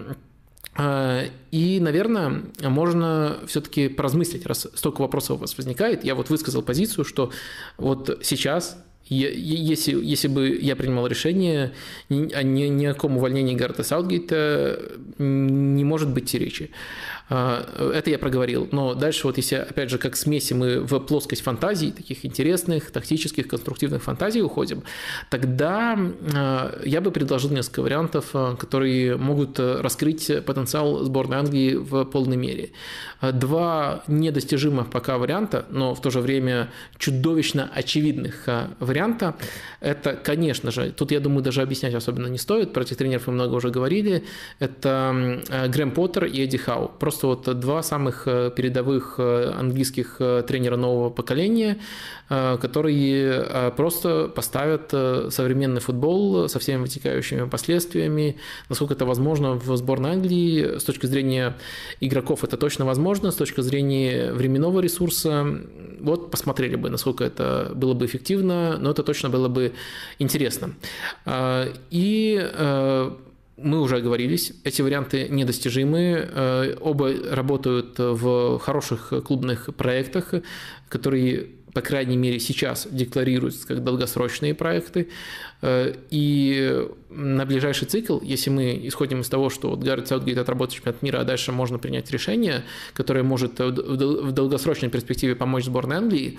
И, наверное, можно все-таки поразмыслить, раз столько вопросов у вас возникает. Я вот высказал позицию, что вот сейчас, если бы я принимал решение, ни о каком увольнении Гаррета Саутгейта не может быть речи. Это я проговорил. Но дальше вот если, опять же, как смеси мы в плоскость фантазий, таких интересных, тактических, конструктивных фантазий уходим, тогда я бы предложил несколько вариантов, которые могут раскрыть потенциал сборной Англии в полной мере. Два недостижимых пока варианта, но в то же время чудовищно очевидных варианта. Это, конечно же, тут, я думаю, даже объяснять особенно не стоит, про этих тренеров мы много уже говорили, это Грэм Поттер и Эдди Хау. Просто вот два самых передовых английских тренера нового поколения, которые просто поставят современный футбол со всеми вытекающими последствиями. Насколько это возможно в сборной Англии, с точки зрения игроков это точно возможно, с точки зрения временного ресурса, вот посмотрели бы, насколько это было бы эффективно, но это точно было бы интересно. И мы уже оговорились, эти варианты недостижимы, оба работают в хороших клубных проектах, которые, по крайней мере, сейчас декларируются как долгосрочные проекты. И на ближайший цикл, если мы исходим из того, что вот Гаррет Саутгейт отработает чемпионат мира, а дальше можно принять решение, которое может в долгосрочной перспективе помочь сборной Англии,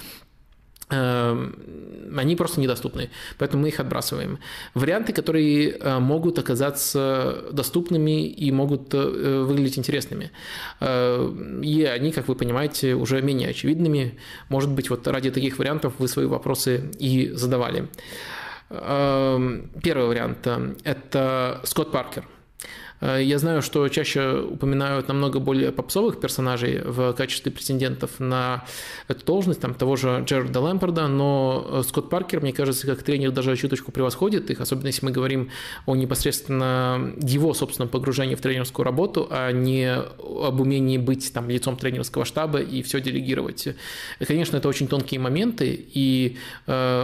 они просто недоступны, поэтому мы их отбрасываем. Варианты, которые могут оказаться доступными и могут выглядеть интересными, и они, как вы понимаете, уже менее очевидными. Может быть, вот ради таких вариантов вы свои вопросы и задавали. Первый вариант – это Скотт Паркер. Я знаю, что чаще упоминают намного более попсовых персонажей в качестве претендентов на эту должность, там, того же Джерарда Лэмпарда, но Скотт Паркер, мне кажется, как тренер даже чуточку превосходит их, особенно если мы говорим о непосредственно его собственном погружении в тренерскую работу, а не об умении быть там лицом тренерского штаба и все делегировать. И, конечно, это очень тонкие моменты, и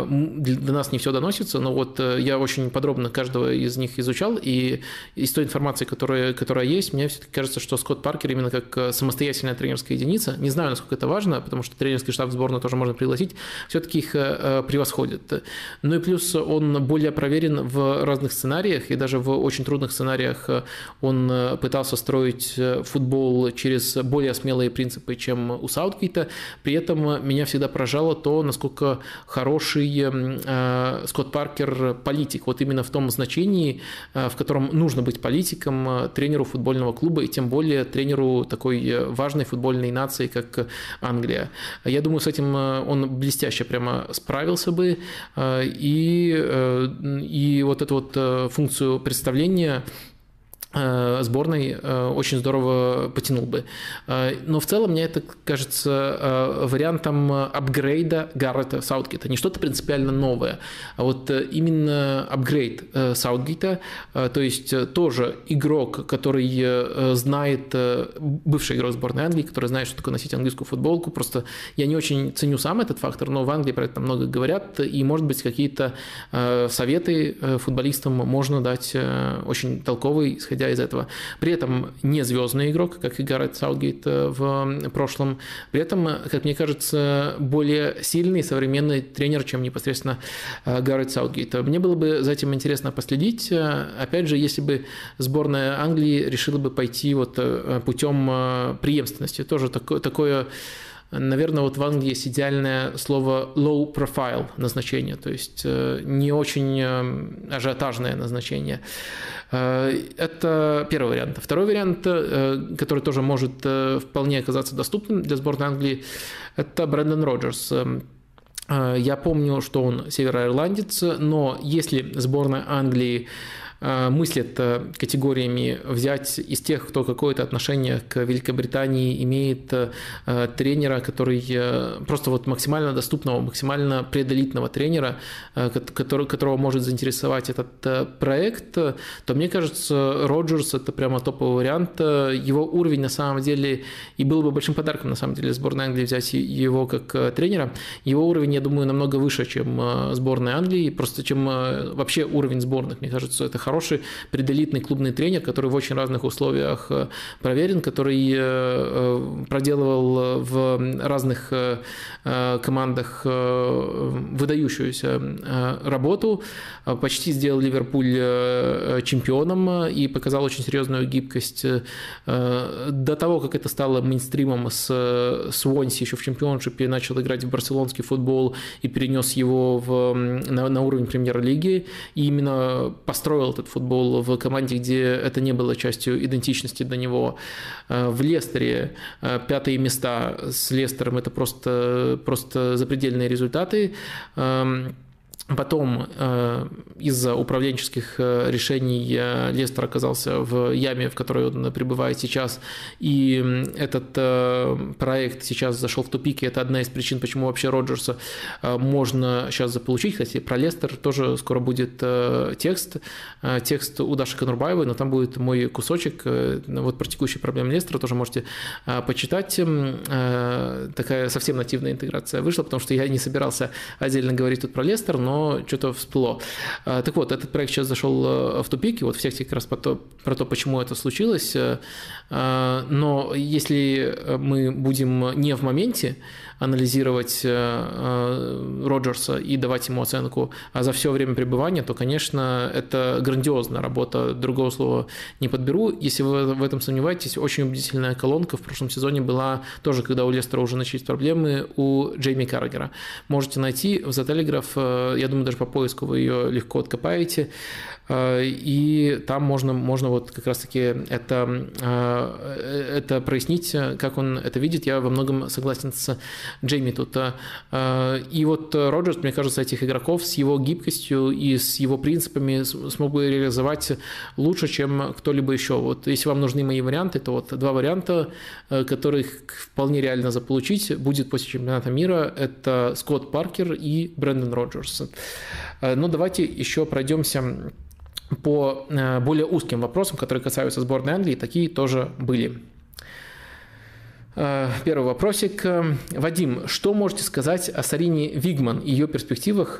до нас не все доносится, но вот я очень подробно каждого из них изучал, и из той информации, информации, которая есть, мне все-таки кажется, что Скотт Паркер именно как самостоятельная тренерская единица, не знаю, насколько это важно, потому что тренерский штаб сборной тоже можно пригласить, все-таки их превосходит. Ну и плюс он более проверен в разных сценариях, и даже в очень трудных сценариях он пытался строить футбол через более смелые принципы, чем у Саутгейта. При этом меня всегда поражало то, насколько хороший Скотт Паркер политик. Вот именно в том значении, в котором нужно быть политиком тренеру футбольного клуба, и тем более тренеру такой важной футбольной нации, как Англия. Я думаю, с этим он блестяще прямо справился бы, и вот эту вот функцию представления сборной очень здорово потянул бы. Но в целом мне это кажется вариантом апгрейда Гаррета Саутгейта. Не что-то принципиально новое, а вот именно апгрейд Саутгейта, то есть тоже игрок, который знает, бывший игрок сборной Англии, который знает, что такое носить английскую футболку. Просто я не очень ценю сам этот фактор, но в Англии про это много говорят, и, может быть, какие-то советы футболистам можно дать очень толковые, исходя из этого. При этом не звездный игрок, как и Гаррет Саутгейт в прошлом. При этом, как мне кажется, более сильный современный тренер, чем непосредственно Гаррет Саутгейт. Мне было бы за этим интересно последить. Опять же, если бы сборная Англии решила бы пойти вот путем преемственности. Тоже такое. Наверное, вот в Англии есть идеальное слово low profile назначение, то есть не очень ажиотажное назначение. Это первый вариант. Второй вариант, который тоже может вполне оказаться доступным для сборной Англии, это Брендан Роджерс. Я помню, что он североирландец, но если сборная Англии мыслят категориями взять из тех, кто какое-то отношение к Великобритании имеет, тренера, который просто вот максимально доступного, максимально преэлитного тренера, которого может заинтересовать этот проект, то мне кажется, Роджерс – это прямо топовый вариант. Его уровень на самом деле, и был бы большим подарком на самом деле сборной Англии взять его как тренера, его уровень, я думаю, намного выше, чем сборная Англии, просто чем вообще уровень сборных. Мне кажется, это хороший пределитный клубный тренер, который в очень разных условиях проверен, который проделывал в разных командах выдающуюся работу, почти сделал Ливерпуль чемпионом и показал очень серьезную гибкость. До того, как это стало мейнстримом с Суонси еще в чемпионшипе, начал играть в барселонский футбол и перенес его на уровень премьер-лиги, и именно построил этот футбол в команде, где это не было частью идентичности до него. В Лестере 5-е места с Лестером – это просто запредельные результаты. Потом из-за управленческих решений Лестер оказался в яме, в которой он пребывает сейчас, и этот проект сейчас зашел в тупик, и это одна из причин, почему вообще Роджерса можно сейчас заполучить. Кстати, про Лестер тоже скоро будет текст у Даши Конурбаевой, но там будет мой кусочек вот про текущие проблемы Лестера, тоже можете почитать. Такая совсем нативная интеграция вышла, потому что я не собирался отдельно говорить тут про Лестер, но что-то всплыло. Так вот, этот проект сейчас зашел в тупик, и вот в тексте как раз про то, почему это случилось. Но если мы будем не в моменте анализировать Роджерса и давать ему оценку, а за все время пребывания, то, конечно, это грандиозная работа, другого слова не подберу. Если вы в этом сомневаетесь, очень убедительная колонка в прошлом сезоне была тоже, когда у Лестера уже начались проблемы, у Джейми Каррагера. Можете найти в The Telegraph, я думаю, даже по поиску вы ее легко откопаете, и там можно вот как раз-таки это прояснить, как он это видит. Я во многом согласен с Джейми тут. И вот Роджерс, мне кажется, этих игроков с его гибкостью и с его принципами смог бы реализовать лучше, чем кто-либо еще. Вот если вам нужны мои варианты, то вот два варианта, которых вполне реально заполучить будет после чемпионата мира. Это Скотт Паркер и Брендан Роджерс. Но давайте еще пройдемся по более узким вопросам, которые касаются сборной Англии. Такие тоже были. Первый вопросик. Вадим, что можете сказать о Сарине Вигман и ее перспективах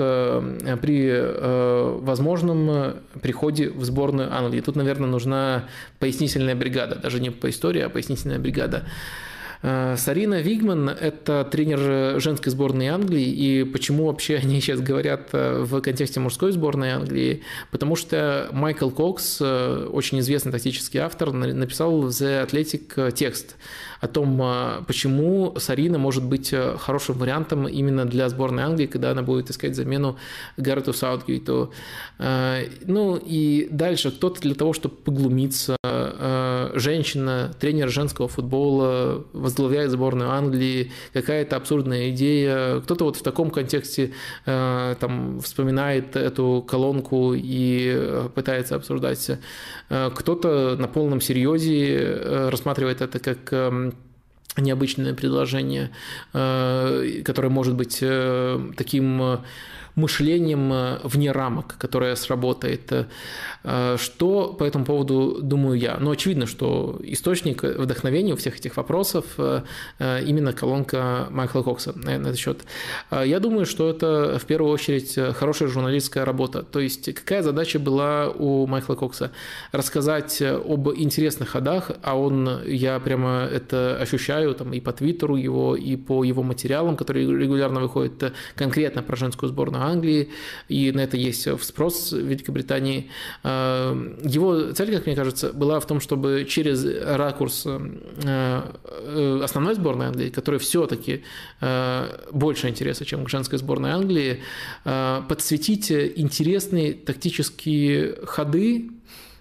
при возможном приходе в сборную Англии? Тут, наверное, нужна пояснительная бригада, даже не по истории, а пояснительная бригада. Сарина Вигман – это тренер женской сборной Англии, и почему вообще они сейчас говорят в контексте мужской сборной Англии? Потому что Майкл Кокс, очень известный тактический автор, написал в The Athletic текст о том, почему Сарина может быть хорошим вариантом именно для сборной Англии, когда она будет искать замену Гаррету Саутгейту. Ну и дальше кто-то для того, чтобы поглумиться, женщина, тренер женского футбола, возглавляет сборную Англии, какая-то абсурдная идея. Кто-то вот в таком контексте там вспоминает эту колонку и пытается обсуждать. Кто-то на полном серьезе рассматривает это как необычное предложение, которое может быть таким мышлением вне рамок, которое сработает. Что по этому поводу думаю я? Ну, очевидно, что источник вдохновения у всех этих вопросов именно колонка Майкла Кокса на этот счет. Я думаю, что это в первую очередь хорошая журналистская работа. То есть какая задача была у Майкла Кокса? Рассказать об интересных ходах, а я прямо это ощущаю там, и по твиттеру его, и по его материалам, которые регулярно выходят конкретно про женскую сборную Англии, и на это есть спрос в Великобритании. Его цель, как мне кажется, была в том, чтобы через ракурс основной сборной Англии, которая все-таки больше интереса, чем к женской сборной Англии, подсветить интересные тактические ходы,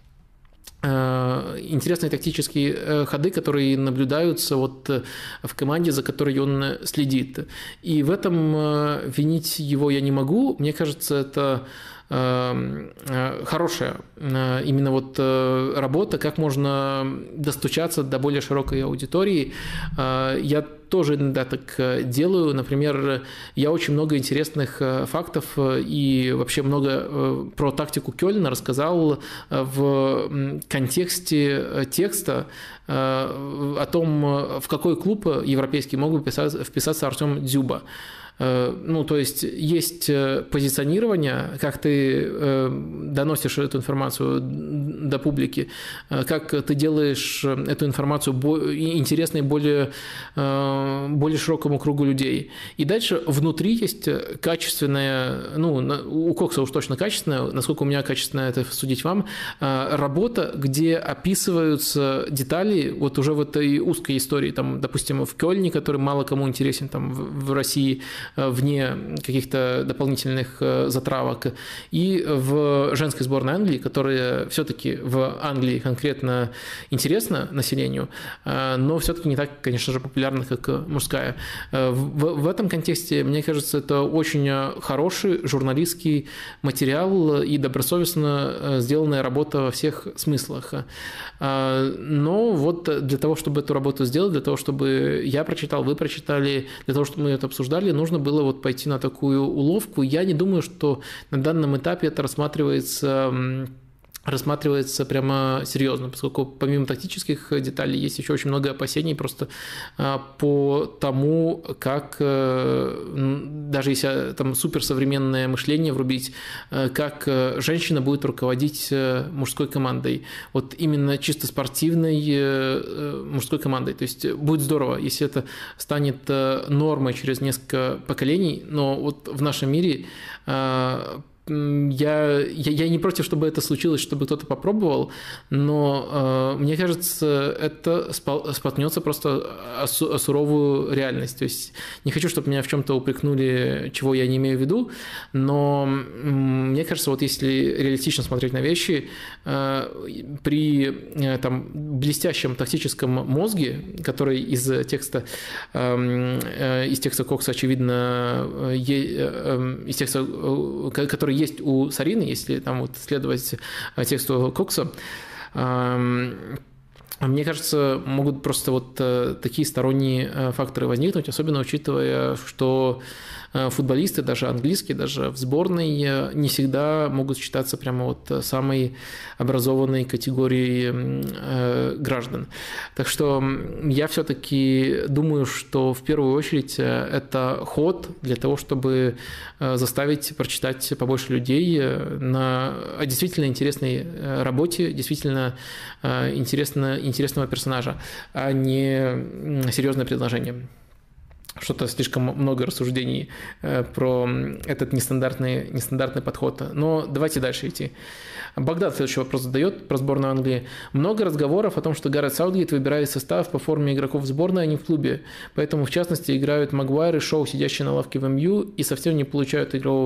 которые наблюдаются вот в команде, за которой он следит. И в этом винить его я не могу. Мне кажется, это хорошая именно вот работа, как можно достучаться до более широкой аудитории. Я тоже иногда так делаю. Например, я очень много интересных фактов и вообще много про тактику Кёльна рассказал в контексте текста о том, в какой клуб европейский мог бы вписаться Артем Дзюба. Ну, то есть позиционирование, как ты доносишь эту информацию до публики, как ты делаешь эту информацию интересной более широкому кругу людей. И дальше внутри есть качественная, ну, у Кокса уж точно качественная, насколько у меня качественная, это судить вам, работа, где описываются детали вот уже в этой узкой истории, там, допустим, в Кёльне, который мало кому интересен там в России, вне каких-то дополнительных затравок, и в женской сборной Англии, которая все-таки в Англии конкретно интересна населению, но все-таки не так, конечно же, популярна, как мужская. В этом контексте, мне кажется, это очень хороший журналистский материал и добросовестно сделанная работа во всех смыслах. Но вот для того, чтобы эту работу сделать, для того, чтобы я прочитал, вы прочитали, для того, чтобы мы это обсуждали, нужно было вот пойти на такую уловку. Я не думаю, что на данном этапе это рассматривается прямо серьезно, поскольку помимо тактических деталей есть еще очень много опасений просто по тому, как, даже если там суперсовременное мышление врубить, как женщина будет руководить мужской командой, вот именно чисто спортивной мужской командой. То есть будет здорово, если это станет нормой через несколько поколений, но вот в нашем мире я не против, чтобы это случилось, чтобы кто-то попробовал, но мне кажется, это споткнется просто о суровую реальность. То есть не хочу, чтобы меня в чем-то упрекнули, чего я не имею в виду, но мне кажется, вот если реалистично смотреть на вещи, при там, блестящем тактическом мозге, который из текста Кокса, очевидно, из текста, который есть у Сарины, если там вот следовать тексту Кокса, Мне кажется, могут просто вот такие сторонние факторы возникнуть, особенно учитывая, что футболисты, даже английские, даже в сборной, не всегда могут считаться прямо вот самой образованной категорией граждан. Так что я все-таки думаю, что в первую очередь это ход для того, чтобы заставить прочитать побольше людей о действительно интересной работе, действительно интересного персонажа, а не серьезное предложение. Что-то слишком много рассуждений про этот нестандартный подход. Но давайте дальше идти. Богдан следующий вопрос задает про сборную Англии. Много разговоров о том, что Гарет Саутгейт выбирает состав по форме игроков в сборной, а не в клубе. Поэтому, в частности, играют Магуайр и Шоу, сидящие на лавке в МЮ, и совсем не получает игрового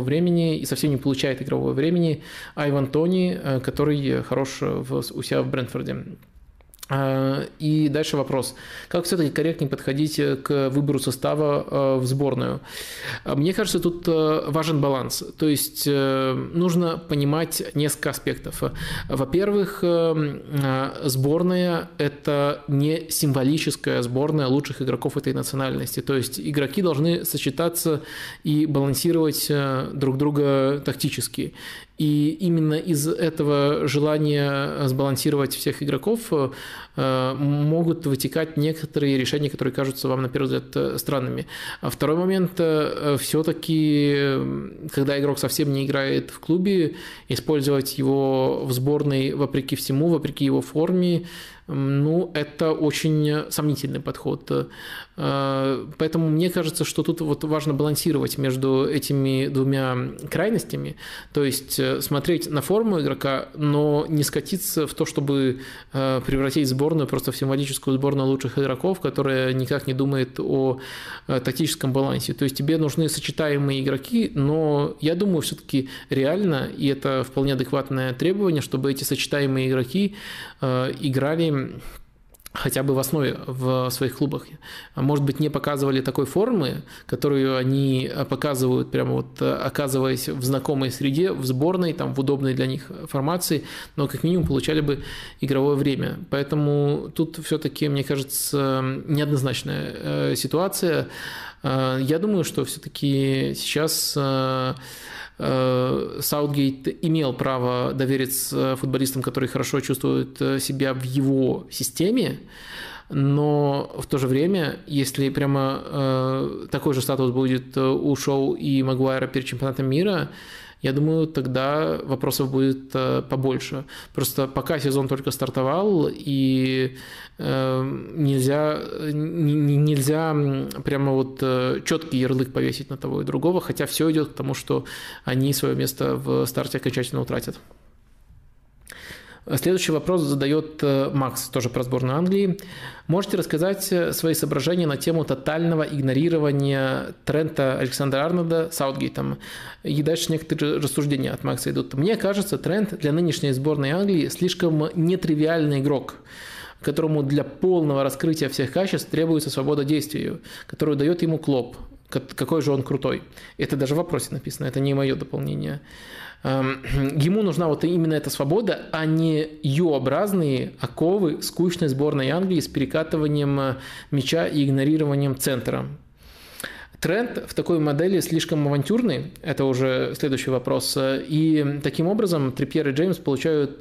времени Айван Тони, который хорош у себя в Брентфорде. И дальше вопрос. Как все-таки корректнее подходить к выбору состава в сборную? Мне кажется, тут важен баланс. То есть нужно понимать несколько аспектов. Во-первых, сборная – это не символическая сборная лучших игроков этой национальности. То есть игроки должны сочетаться и балансировать друг друга тактически. И именно из этого желания сбалансировать всех игроков могут вытекать некоторые решения, которые кажутся вам на первый взгляд странными. А второй момент, все-таки, когда игрок совсем не играет в клубе, использовать его в сборной вопреки всему, вопреки его форме, это очень сомнительный подход. Поэтому мне кажется, что тут вот важно балансировать между этими двумя крайностями, то есть смотреть на форму игрока, но не скатиться в то, чтобы превратить сборную просто в символическую сборную лучших игроков, которая никак не думает о тактическом балансе. То есть тебе нужны сочетаемые игроки, но я думаю, все-таки реально, и это вполне адекватное требование, чтобы эти сочетаемые игроки играли хотя бы в основе в своих клубах. Может быть, не показывали такой формы, которую они показывают, прямо вот оказываясь в знакомой среде, в сборной, там, в удобной для них формации, но как минимум получали бы игровое время. Поэтому тут все-таки, мне кажется, неоднозначная ситуация. Я думаю, что все-таки сейчас Саутгейт имел право довериться футболистам, которые хорошо чувствуют себя в его системе, но в то же время, если прямо такой же статус будет у Шоу и Магуайра перед чемпионатом мира, я думаю, тогда вопросов будет побольше. Просто пока сезон только стартовал, и нельзя прямо вот четкий ярлык повесить на того и другого, хотя все идет к тому, что они свое место в старте окончательно утратят. Следующий вопрос задает Макс, тоже про сборную Англии. Можете рассказать свои соображения на тему тотального игнорирования Трента Александра-Арнольда Саутгейтом? И дальше некоторые рассуждения от Макса идут. Мне кажется, Трент для нынешней сборной Англии слишком нетривиальный игрок, которому для полного раскрытия всех качеств требуется свобода действий, которую дает ему Клопп. Какой же он крутой. Это даже в вопросе написано, это не мое дополнение. Ему нужна вот именно эта свобода, а не Ю-образные оковы скучной сборной Англии с перекатыванием мяча и игнорированием центра. Тренд в такой модели слишком авантюрный, это уже следующий вопрос, и таким образом Трипьер и Джеймс получают,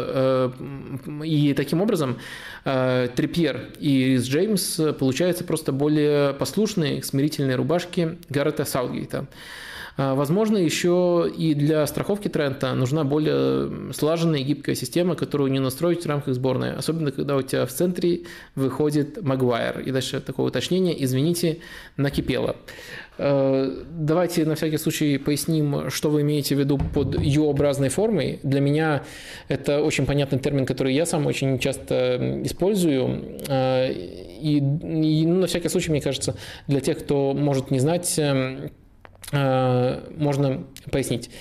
и таким образом Трипьер и Рис Джеймс получаются просто более послушные, смирительные рубашки Гарета Саутгейта. Возможно, еще и для страховки Трента нужна более слаженная и гибкая система, которую не настроить в рамках сборной, особенно когда у тебя в центре выходит Магуайр. И дальше такое уточнение, извините, накипело. Давайте на всякий случай поясним, что вы имеете в виду под Ю-образной формой. Для меня это очень понятный термин, который я сам очень часто использую. И на всякий случай, мне кажется, для тех, кто может не знать, можно пояснить.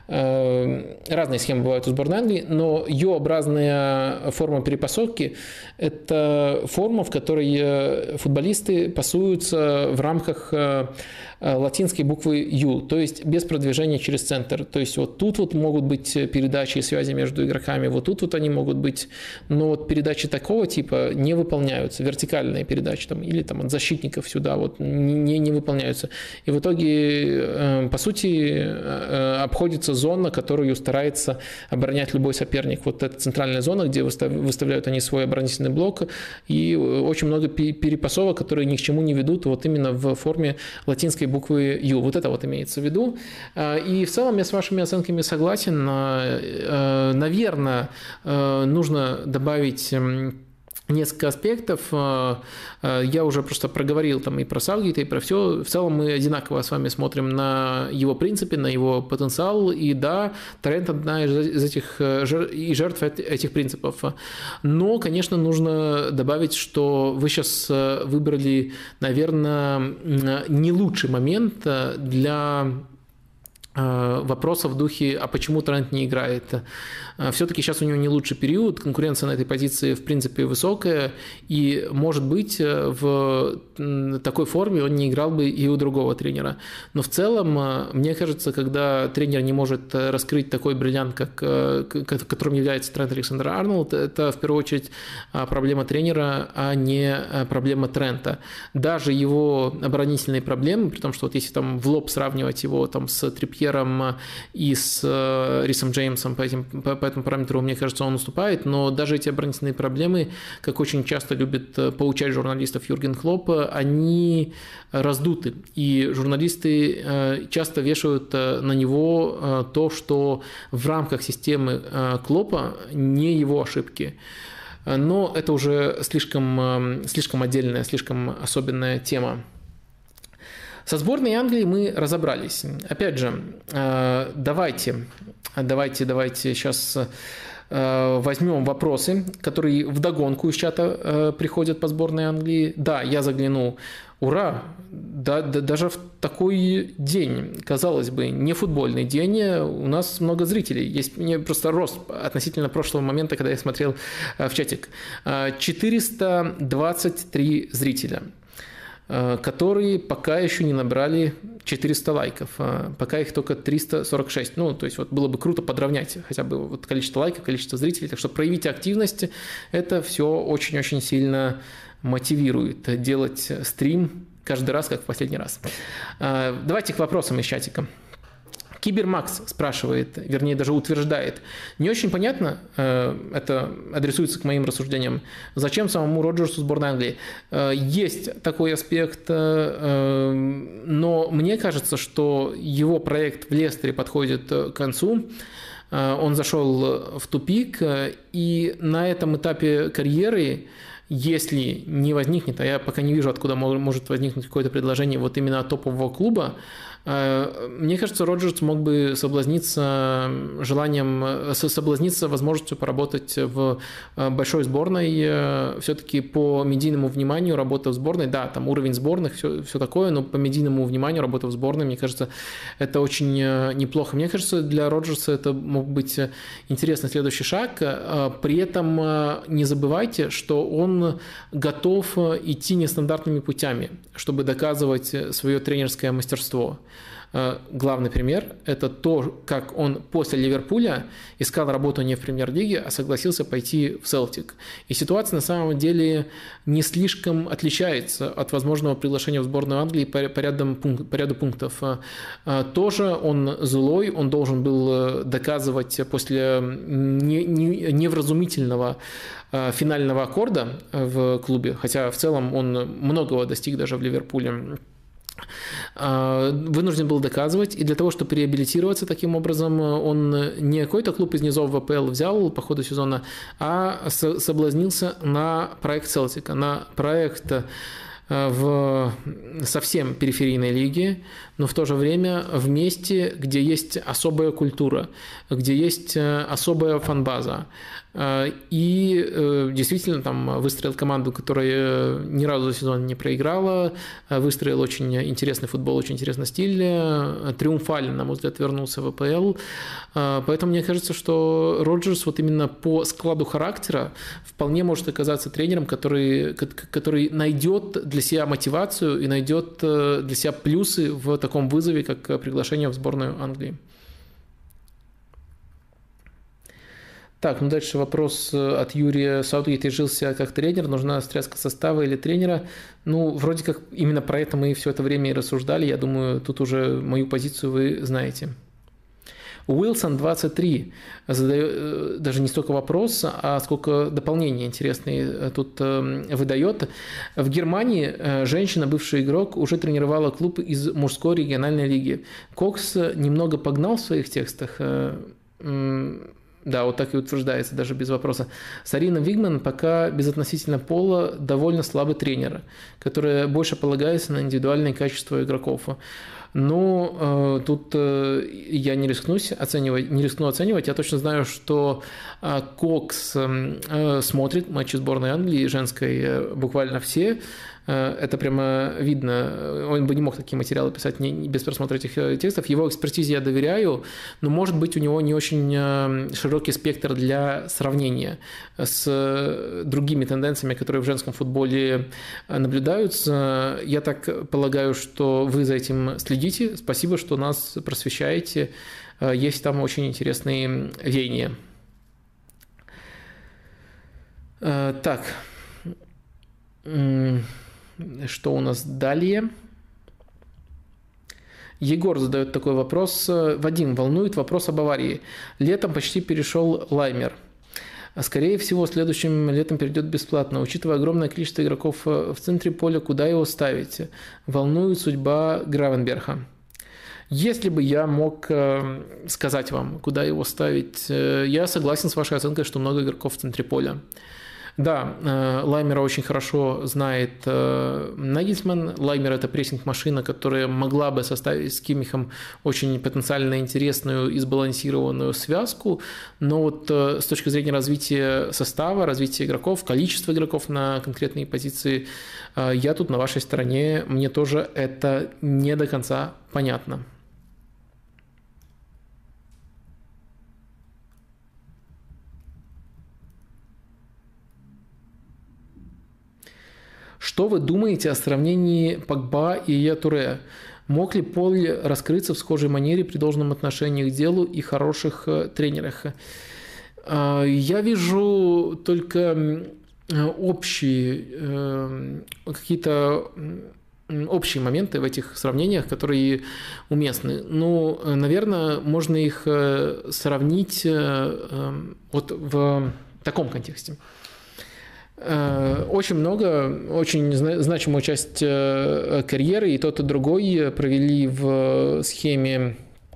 Разные схемы бывают у сборной Англии, но U-образная форма перепасовки – это форма, в которой футболисты пасуются в рамках латинской буквы U, то есть без продвижения через центр. То есть вот тут вот могут быть передачи и связи между игроками, вот тут вот они могут быть, но вот передачи такого типа не выполняются, вертикальные передачи там, или там от защитников сюда вот не выполняются. И в итоге, по сути, обходится зона, которую старается оборонять любой соперник. Вот это центральная зона, где выставляют они свой оборонительный блок, и очень много перепасовок, которые ни к чему не ведут, вот именно в форме латинской буквы U. Вот это вот имеется в виду. И в целом я с вашими оценками согласен. Наверное, нужно добавить несколько аспектов. Я уже просто проговорил там и про Саутгейта, и про все. В целом мы одинаково с вами смотрим на его принципы, на его потенциал. И да, Трент одна из этих и жертв этих принципов. Но, конечно, нужно добавить, что вы сейчас выбрали, наверное, не лучший момент для вопроса в духе, а почему Трент не играет? Все-таки сейчас у него не лучший период, конкуренция на этой позиции в принципе высокая, и, может быть, в такой форме он не играл бы и у другого тренера. Но в целом, мне кажется, когда тренер не может раскрыть такой бриллиант, которым является Трент Александр-Арнольд, это в первую очередь проблема тренера, а не проблема Трента. Даже его оборонительные проблемы, при том, что вот если там в лоб сравнивать его там с Трипьером и с Рисом Джеймсом по этому параметру, мне кажется, он уступает, но даже эти оборонительные проблемы, как очень часто любит поучать журналистов Юрген Клопп, они раздуты, и журналисты часто вешают на него то, что в рамках системы Клоппа не его ошибки. Но это уже слишком отдельная, слишком особенная тема. Со сборной Англии мы разобрались. Опять же, давайте сейчас возьмем вопросы, которые вдогонку из чата приходят по сборной Англии. Да, я загляну. Ура! Да, даже в такой день, казалось бы, не футбольный день, у нас много зрителей. Есть мне просто рост относительно прошлого момента, когда я смотрел в чатик. 423 зрителя, которые пока еще не набрали 400 лайков, пока их только 346. Ну, то есть вот было бы круто подровнять хотя бы вот количество лайков, количество зрителей. Так что проявите активность, это все очень-очень сильно мотивирует делать стрим каждый раз, как в последний раз. Давайте к вопросам из чатика. Кибермакс спрашивает, вернее даже утверждает, не очень понятно, это адресуется к моим рассуждениям, зачем самому Роджерсу сборной Англии. Есть такой аспект, но мне кажется, что его проект в Лестере подходит к концу. Он зашел в тупик, и на этом этапе карьеры, если не возникнет, а я пока не вижу, откуда может возникнуть какое-то предложение вот именно от топового клуба, мне кажется, Роджерс мог бы соблазниться возможностью поработать в большой сборной. Все-таки по медийному вниманию работа в сборной, да, там уровень сборных, все такое, но по медийному вниманию работа в сборной, мне кажется, это очень неплохо. Мне кажется, для Роджерса это мог быть интересный следующий шаг. При этом не забывайте, что он готов идти нестандартными путями, чтобы доказывать свое тренерское мастерство. Главный пример – это то, как он после Ливерпуля искал работу не в Премьер-лиге, а согласился пойти в Селтик. И ситуация на самом деле не слишком отличается от возможного приглашения в сборную Англии по ряду пунктов. Тоже он злой, он должен был доказывать после невразумительного финального аккорда в клубе, хотя в целом он многого достиг даже в Ливерпуле, вынужден был доказывать, и для того, чтобы реабилитироваться таким образом, он не какой-то клуб из низов в АПЛ взял по ходу сезона, а соблазнился на проект Селтика, на проект в совсем периферийной лиге, но в то же время в месте, где есть особая культура, где есть особая фан-база, И действительно там выстроил команду, которая ни разу за сезон не проиграла, выстроил очень интересный футбол, очень интересный стиль, триумфально, на мой взгляд, вернулся в АПЛ. Поэтому мне кажется, что Роджерс вот именно по складу характера вполне может оказаться тренером, который найдет для себя мотивацию и найдет для себя плюсы в таком вызове, как приглашение в сборную Англии. Так, ну дальше вопрос от Юрия. Саутгейт изжился как тренер, нужна стряска состава или тренера? Ну, вроде как именно про это мы все это время и рассуждали. Я думаю, тут уже мою позицию вы знаете. Уилсон 23 задает даже не столько вопрос, а сколько дополнений интересные тут выдает. В Германии женщина, бывший игрок, уже тренировала клуб из мужской региональной лиги. Кокс немного погнал в своих текстах. Да, вот так и утверждается, даже без вопроса. Сарина Вигман пока безотносительно пола довольно слабый тренер, который больше полагается на индивидуальные качества игроков. Но тут я не рискну оценивать. Я точно знаю, что Кокс смотрит матчи сборной Англии женской буквально все. Это прямо видно. Он бы не мог такие материалы писать без просмотра этих текстов. Его экспертизе я доверяю, но, может быть, у него не очень широкий спектр для сравнения с другими тенденциями, которые в женском футболе наблюдаются. Я так полагаю, что вы за этим следите. Спасибо, что нас просвещаете. Есть там очень интересные веяния. Так. Что у нас далее? Егор задает такой вопрос. Вадим, волнует вопрос об аварии. Летом почти перешел Лаймер. Скорее всего, следующим летом перейдет бесплатно. Учитывая огромное количество игроков в центре поля, куда его ставить? Волнует судьба Гравенберха. Если бы я мог сказать вам, куда его ставить, я согласен с вашей оценкой, что много игроков в центре поля. Да, Лаймера очень хорошо знает Нагельсман. Лаймер – это прессинг-машина, которая могла бы составить с Киммихом очень потенциально интересную и сбалансированную связку, но вот с точки зрения развития состава, развития игроков, количества игроков на конкретные позиции, я тут на вашей стороне, мне тоже это не до конца понятно. Что вы думаете о сравнении Погба и Яя Туре? Мог ли Поль раскрыться в схожей манере при должном отношении к делу и хороших тренерах? Я вижу только какие-то общие моменты в этих сравнениях, которые уместны. Ну, наверное, можно их сравнить вот в таком контексте. Очень много, очень значимую часть карьеры и тот, и другой провели в схеме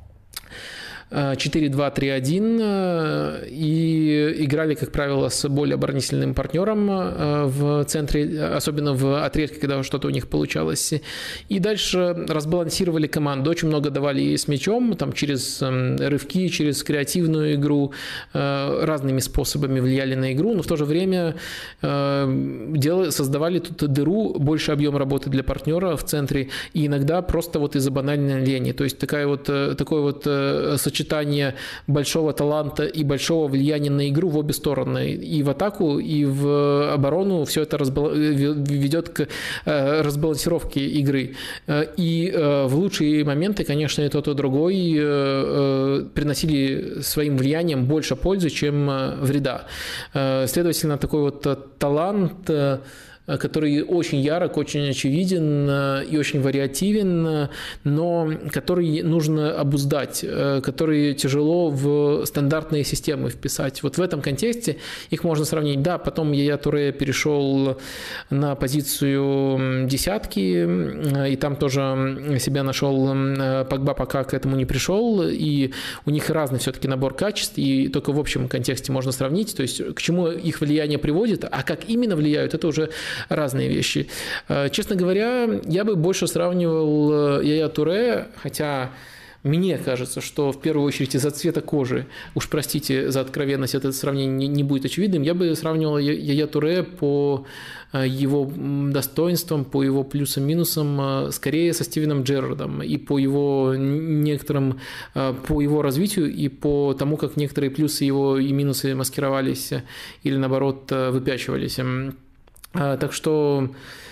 4-2-3-1 и играли, как правило, с более оборонительным партнером в центре, особенно в отрезке, когда что-то у них получалось. И дальше разбалансировали команду. Очень много давали ей с мячом, там, через рывки, через креативную игру, разными способами влияли на игру, но в то же время создавали тут дыру, больше объем работы для партнера в центре, и иногда просто вот из-за банальной лени. То есть такое вот сочетание большого таланта и большого влияния на игру в обе стороны. И в атаку, и в оборону все это ведет к разбалансировке игры. И в лучшие моменты, конечно, и тот, и другой приносили своим влиянием больше пользы, чем вреда. Следовательно, такой вот талант, который очень ярок, очень очевиден и очень вариативен, но который нужно обуздать, который тяжело в стандартные системы вписать. Вот в этом контексте их можно сравнить. Да, потом Яя Туре перешел на позицию десятки, и там тоже себя нашел. Погба пока к этому не пришел, и у них разный все-таки набор качеств, и только в общем контексте можно сравнить, то есть к чему их влияние приводит, а как именно влияют, это уже разные вещи. Честно говоря, я бы больше сравнивал Яя Туре, хотя Мне кажется, что в первую очередь из-за цвета кожи, уж простите за откровенность, это сравнение не будет очевидным, я бы сравнивал Яя Туре по его достоинствам, по его плюсам-минусам, скорее со Стивеном Джеррардом и по его некоторым, по его развитию и по тому, как некоторые плюсы его и минусы маскировались или наоборот выпячивались. Так что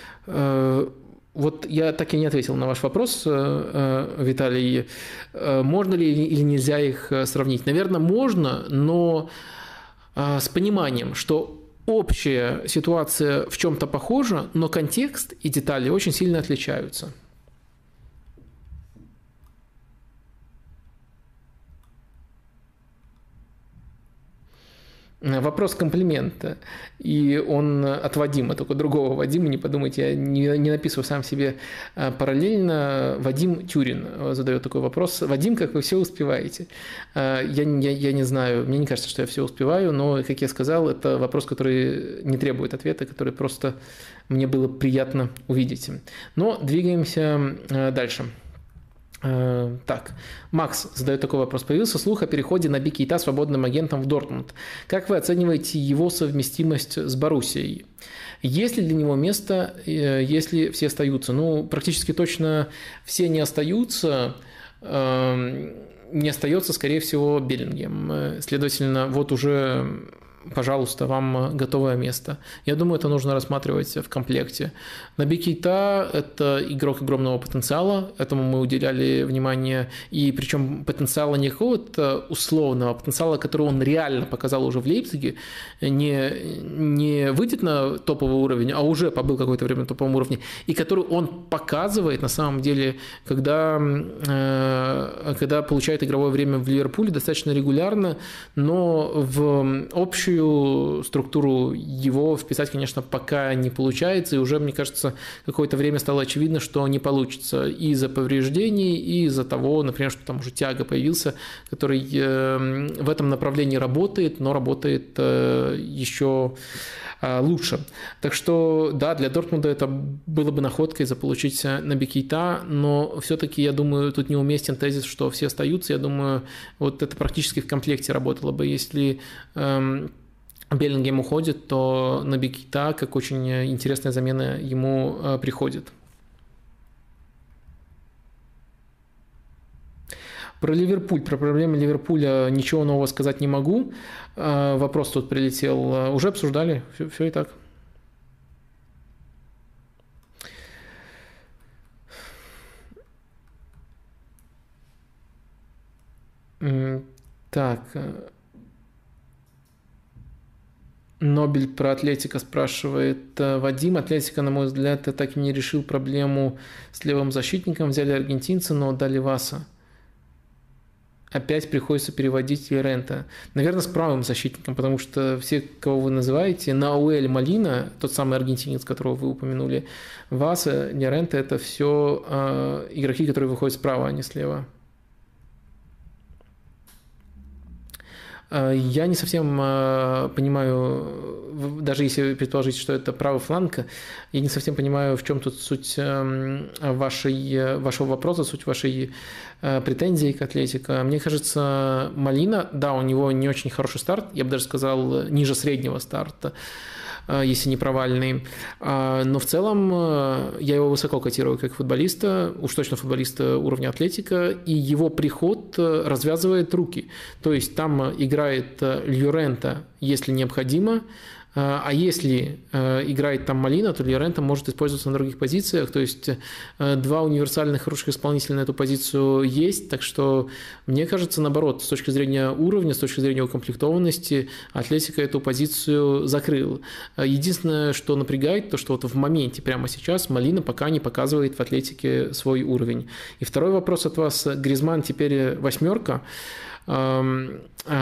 вот я так и не ответил на ваш вопрос, Виталий. Можно ли или нельзя их сравнить? Наверное, можно, но с пониманием, что общая ситуация в чем-то похожа, но контекст и детали очень сильно отличаются. Вопрос комплимента, и он от Вадима, только другого Вадима, не подумайте, я не написываю сам себе параллельно. Вадим Тюрин задает такой вопрос. Вадим, как вы все успеваете? Я не знаю, мне не кажется, что я все успеваю, но, как я сказал, это вопрос, который не требует ответа, который просто мне было приятно увидеть. Но двигаемся дальше. Так, Макс задает такой вопрос. Появился слух о переходе Наби Кейта свободным агентом в Дортмунд. Как вы оцениваете его совместимость с Боруссией? Есть ли для него место, если все остаются? Ну, практически точно все не остаются. Не остается, скорее всего, Беллингем. Следовательно, вот уже... пожалуйста, вам готовое место. Я думаю, это нужно рассматривать в комплекте. Наби Кейта – это игрок огромного потенциала, этому мы уделяли внимание, и причем потенциала не какого-то условного, потенциала, который он реально показал уже в Лейпциге, не выйдет на топовый уровень, а уже побыл какое-то время на топовом уровне, и который он показывает на самом деле, когда получает игровое время в Ливерпуле достаточно регулярно, но в общую структуру его вписать, конечно, пока не получается, и уже, мне кажется, какое-то время стало очевидно, что не получится и из-за повреждений, и из-за того, например, что там уже Тиаго появился, который в этом направлении работает, но работает еще лучше. Так что, да, для Дортмунда это было бы находкой заполучить Наби Кейта, но все-таки, я думаю, тут неуместен тезис, что все остаются. Я думаю, вот это практически в комплекте работало бы. Если Беллингем уходит, то Наби Кейта, как очень интересная замена, ему приходит. Про Ливерпуль, про проблемы Ливерпуля ничего нового сказать не могу. Вопрос тут прилетел. Уже обсуждали, все и так. Так. Нобель про Атлетико спрашивает Вадим. Атлетико, на мой взгляд, так и не решил проблему с левым защитником. Взяли аргентинца, но отдали Васа. Опять приходится переводить Llorente. Наверное, с правым защитником, потому что все, кого вы называете, Науэль Молина, тот самый аргентинец, которого вы упомянули, Васа, Llorente – это все игроки, которые выходят справа, а не слева. Я не совсем понимаю, даже если предположить, что это правый фланг, я не совсем понимаю, в чем тут суть вашего вопроса, суть вашей претензии к Атлетико. Мне кажется, Молина, да, у него не очень хороший старт, я бы даже сказал, ниже среднего старта, если не провальный. Но в целом я его высоко котирую как футболиста, уж точно футболиста уровня Атлетико, и его приход развязывает руки. То есть там играет Llorente, если необходимо, а если играет там Молина, то Llorente может использоваться на других позициях. То есть два универсальных хороших исполнителя на эту позицию есть. Так что, мне кажется, наоборот, с точки зрения уровня, с точки зрения укомплектованности, Атлетико эту позицию закрыл. Единственное, что напрягает, то что вот в моменте прямо сейчас Молина пока не показывает в Атлетике свой уровень. И второй вопрос от вас. Гризман теперь восьмерка. Он,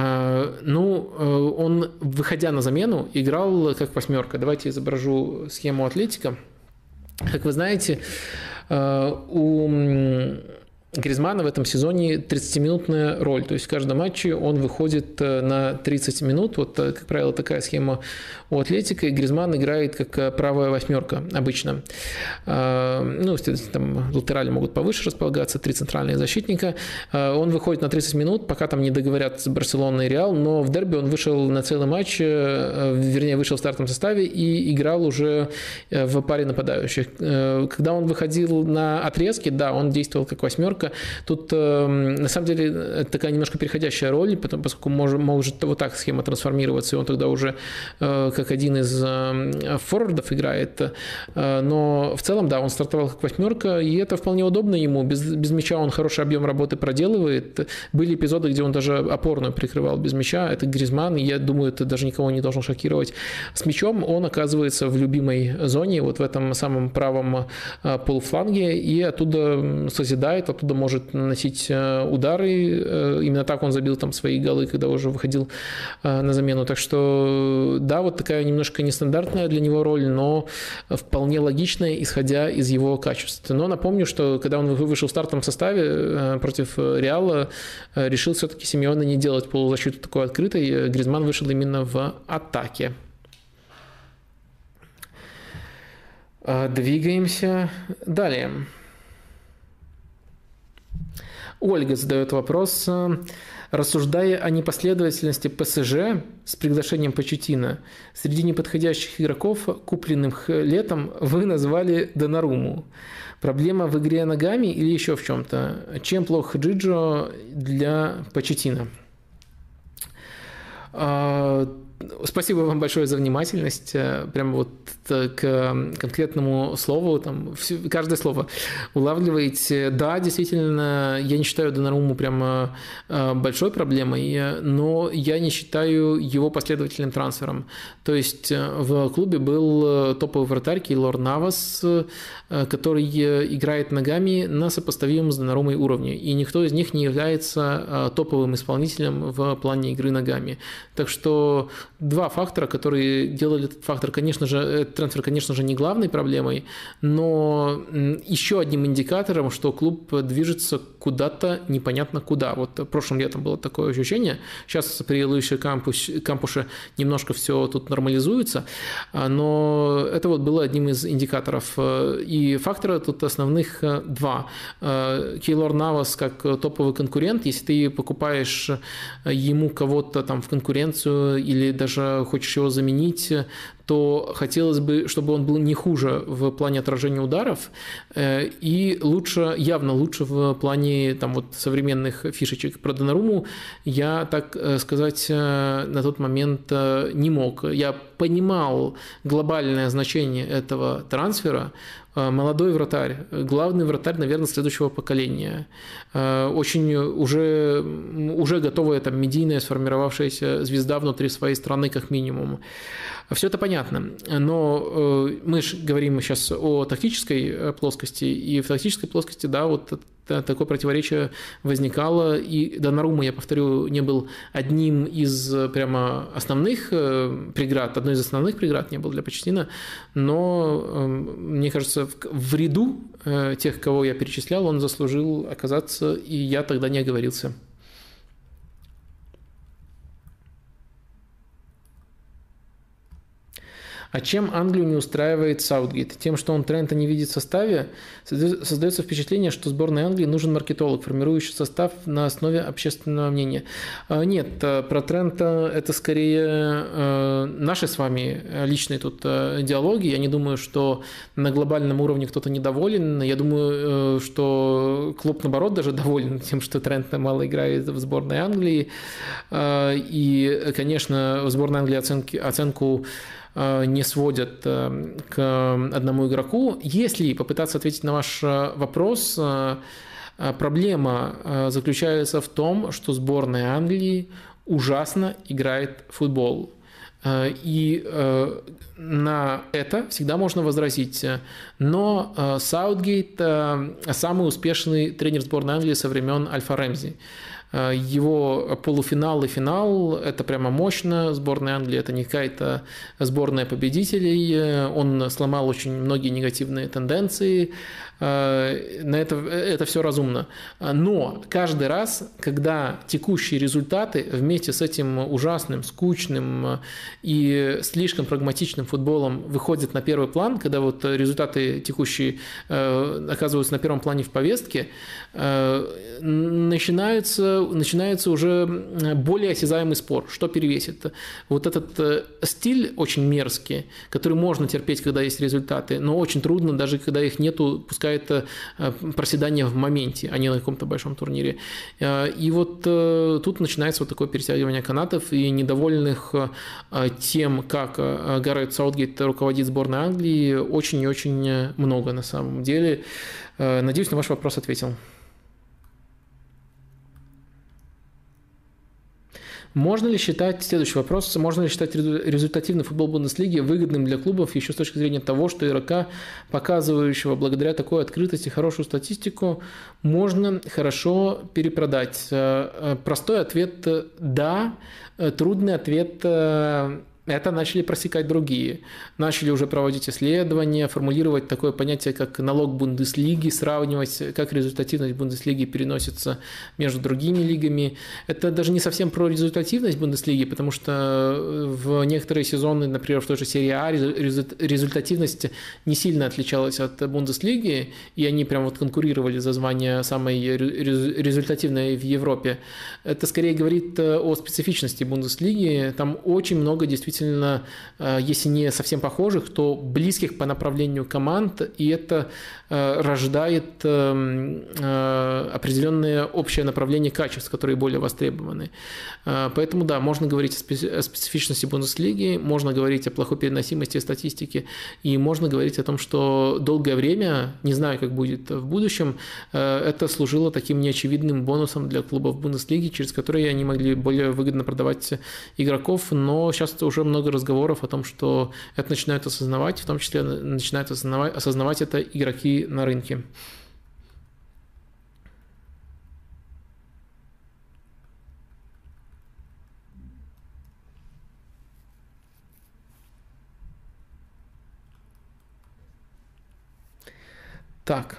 выходя на замену, играл как восьмерка. Давайте изображу схему Атлетико. Как вы знаете, у Гризманна в этом сезоне 30-минутная роль. То есть в каждом матче он выходит на 30 минут. Вот, как правило, такая схема у Атлетико. И Гризманн играет как правая восьмерка обычно. Ну, там латерали могут повыше располагаться, 3 центральные защитника. Он выходит на 30 минут, пока там не договорят с Барселоной и Реал. Но в дерби он вышел на целый матч, вернее, вышел в стартовом составе и играл уже в паре нападающих. Когда он выходил на отрезки, да, он действовал как восьмерка. Тут, на самом деле, такая немножко переходящая роль, поскольку может вот так схема трансформироваться, и он тогда уже как один из форвардов играет. Но в целом, да, он стартовал как восьмерка, и это вполне удобно ему. Без мяча он хороший объем работы проделывает. Были эпизоды, где он даже опорную прикрывал без мяча. Это Гризманн, и я думаю, это даже никого не должно шокировать. С мячом он оказывается в любимой зоне, вот в этом самом правом полуфланге, и оттуда созидает, оттуда может наносить удары. Именно так он забил там свои голы, когда уже выходил на замену. Так что, да, вот такая немножко нестандартная для него роль, но вполне логичная, исходя из его качеств. Но напомню, что когда он вышел в стартовом составе против Реала, решил все-таки Симеоне не делать полузащиту такой открытой. Гризманн вышел именно в атаке. Двигаемся далее. Ольга задает вопрос. Рассуждая о непоследовательности ПСЖ с приглашением Почеттино, среди неподходящих игроков, купленных летом, вы назвали Доннарумму. Проблема в игре ногами или еще в чем-то? Чем плох Джиджо для Почеттино? Спасибо вам большое за внимательность. Прямо вот к конкретному слову, там, каждое слово улавливаете. Да, действительно, я не считаю Доннарумму прямо большой проблемой, но я не считаю его последовательным трансфером. То есть в клубе был топовый вратарь Кейлор Навас, который играет ногами на сопоставимом с Доннаруммой уровне, и никто из них не является топовым исполнителем в плане игры ногами. Так что два фактора, которые делали этот трансфер, конечно же, не главной проблемой, но еще одним индикатором, что клуб движется куда-то непонятно куда. Вот прошлым летом было такое ощущение. Сейчас при Луисе Кампуше немножко все тут нормализуется, но это вот было одним из индикаторов. И фактора тут основных два. Кейлор Навас как топовый конкурент, если ты покупаешь ему кого-то там в конкуренцию или даже хочешь его заменить, то хотелось бы, чтобы он был не хуже в плане отражения ударов и явно лучше в плане там, вот, современных фишечек. Про Доннарумму я, так сказать, на тот момент не мог. Я понимал глобальное значение этого трансфера. Молодой вратарь, главный вратарь, наверное, следующего поколения. Очень уже готовая там медийная сформировавшаяся звезда внутри своей страны, как минимум. Все это понятно, но мы же говорим сейчас о тактической плоскости, и в тактической плоскости, да, вот такое противоречие возникало, и Доннарумма, я повторю, не был одним из прямо основных преград, одной из основных преград не был для Почеттино, но, мне кажется, в ряду тех, кого я перечислял, он заслужил оказаться, и я тогда не оговорился. А чем Англию не устраивает Саутгейт? Тем, что он Трента не видит в составе, создается впечатление, что сборной Англии нужен маркетолог, формирующий состав на основе общественного мнения. Нет, про Трента это скорее наши с вами личные тут диалоги. Я не думаю, что на глобальном уровне кто-то недоволен. Я думаю, что клуб, наоборот, даже доволен тем, что Трент мало играет в сборной Англии. И, конечно, в сборной Англии оценку не сводят к одному игроку. Если попытаться ответить на ваш вопрос, проблема заключается в том, что сборная Англии ужасно играет в футбол. И на это всегда можно возразить. Но Саутгейт – самый успешный тренер сборной Англии со времен Альфа Рэмзи. Его полуфинал и финал – это прямо мощно. Сборная Англии – это не какая-то сборная победителей. Он сломал очень многие негативные тенденции. Это все разумно. Но каждый раз, когда текущие результаты вместе с этим ужасным, скучным и слишком прагматичным футболом выходят на первый план, когда вот результаты текущие оказываются на первом плане в повестке, начинается уже более осязаемый спор, что перевесит. Вот этот стиль очень мерзкий, который можно терпеть, когда есть результаты, но очень трудно, даже когда их нету, пускай это проседание в моменте, а не на каком-то большом турнире. И вот тут начинается вот такое перетягивание канатов, и недовольных тем, как Гарет Саутгейт руководит сборной Англии, очень и очень много на самом деле. Надеюсь, на ваш вопрос ответил. Следующий вопрос, можно ли считать результативный футбол Бундеслиги выгодным для клубов еще с точки зрения того, что игрока, показывающего благодаря такой открытости хорошую статистику, можно хорошо перепродать? Простой ответ – да, трудный ответ – это начали просекать другие. Начали уже проводить исследования, формулировать такое понятие, как налог Бундеслиги, сравнивать, как результативность Бундеслиги переносится между другими лигами. Это даже не совсем про результативность Бундеслиги, потому что в некоторые сезоны, например, в той же серии А, результативность не сильно отличалась от Бундеслиги, и они прям вот конкурировали за звание самой результативной в Европе. Это скорее говорит о специфичности Бундеслиги. Там очень много действительно, если не совсем похожих, то близких по направлению команд, и это рождает определенное общее направление качеств, которые более востребованы. Поэтому да, можно говорить о специфичности Бундеслиги, можно говорить о плохой переносимости статистики, и можно говорить о том, что долгое время, не знаю, как будет в будущем, это служило таким неочевидным бонусом для клубов Бундеслиги, через которые они могли более выгодно продавать игроков, но сейчас это уже много разговоров о том, что это начинают осознавать, в том числе начинают осознавать это игроки на рынке. Так.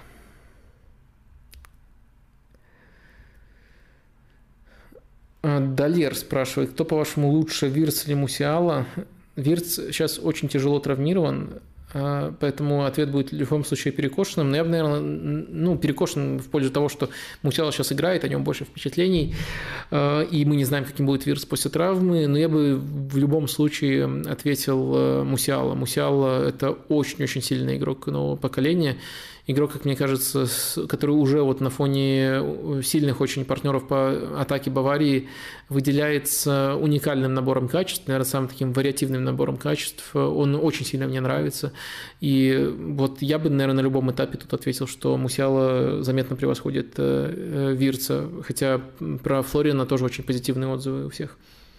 Далер спрашивает, кто, по-вашему, лучше, Вирц или Мусиала? Вирц сейчас очень тяжело травмирован, поэтому ответ будет в любом случае перекошенным. Но я бы, наверное, перекошен в пользу того, что Мусиала сейчас играет, о нем больше впечатлений, и мы не знаем, каким будет Вирц после травмы, но я бы в любом случае ответил Мусиала. Мусиала – это очень-очень сильный игрок нового поколения. Игрок, как мне кажется, который уже вот на фоне сильных очень партнеров по атаке Баварии выделяется уникальным набором качеств, наверное, самым таким вариативным набором качеств. Он очень сильно мне нравится. И вот я бы, наверное, на любом этапе тут ответил, что Мусиала заметно превосходит Вирца, хотя про Флориана тоже очень позитивные отзывы у всех.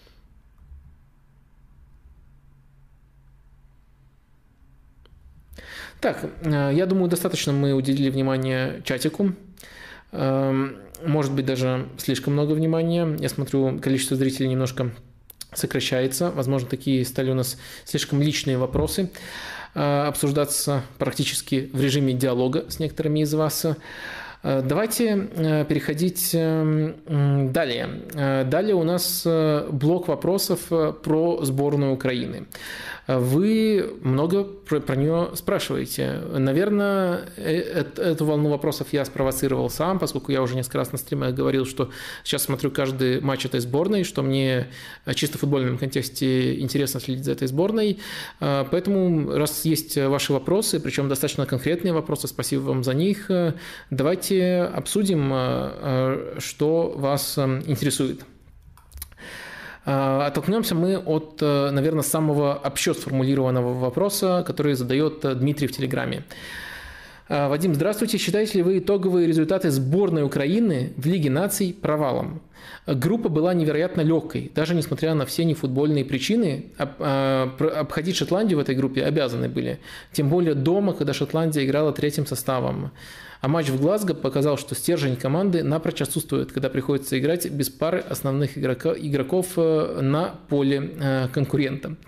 Так, я думаю, достаточно мы уделили внимание чатику. Может быть, даже слишком много внимания. Я смотрю, количество зрителей немножко сокращается. Возможно, такие стали у нас слишком личные вопросы обсуждаться практически в режиме диалога с некоторыми из вас. Давайте переходить далее. Далее у нас блок вопросов про сборную Украины. Вы много про нее спрашиваете. Наверное, эту волну вопросов я спровоцировал сам, поскольку я уже несколько раз на стримах говорил, что сейчас смотрю каждый матч этой сборной, что мне чисто в футбольном контексте интересно следить за этой сборной. Поэтому, раз есть ваши вопросы, причем достаточно конкретные вопросы, спасибо вам за них, давайте обсудим, что вас интересует. Оттолкнемся мы от, наверное, самого общо сформулированного вопроса, который задает Дмитрий в Телеграме. Вадим, здравствуйте. Считаете ли вы итоговые результаты сборной Украины в Лиге наций провалом? Группа была невероятно легкой, даже несмотря на все нефутбольные причины, обходить Шотландию в этой группе обязаны были. Тем более дома, когда Шотландия играла третьим составом. А матч в Глазго показал, что стержень команды напрочь отсутствует, когда приходится играть без пары основных игроков на поле конкурента.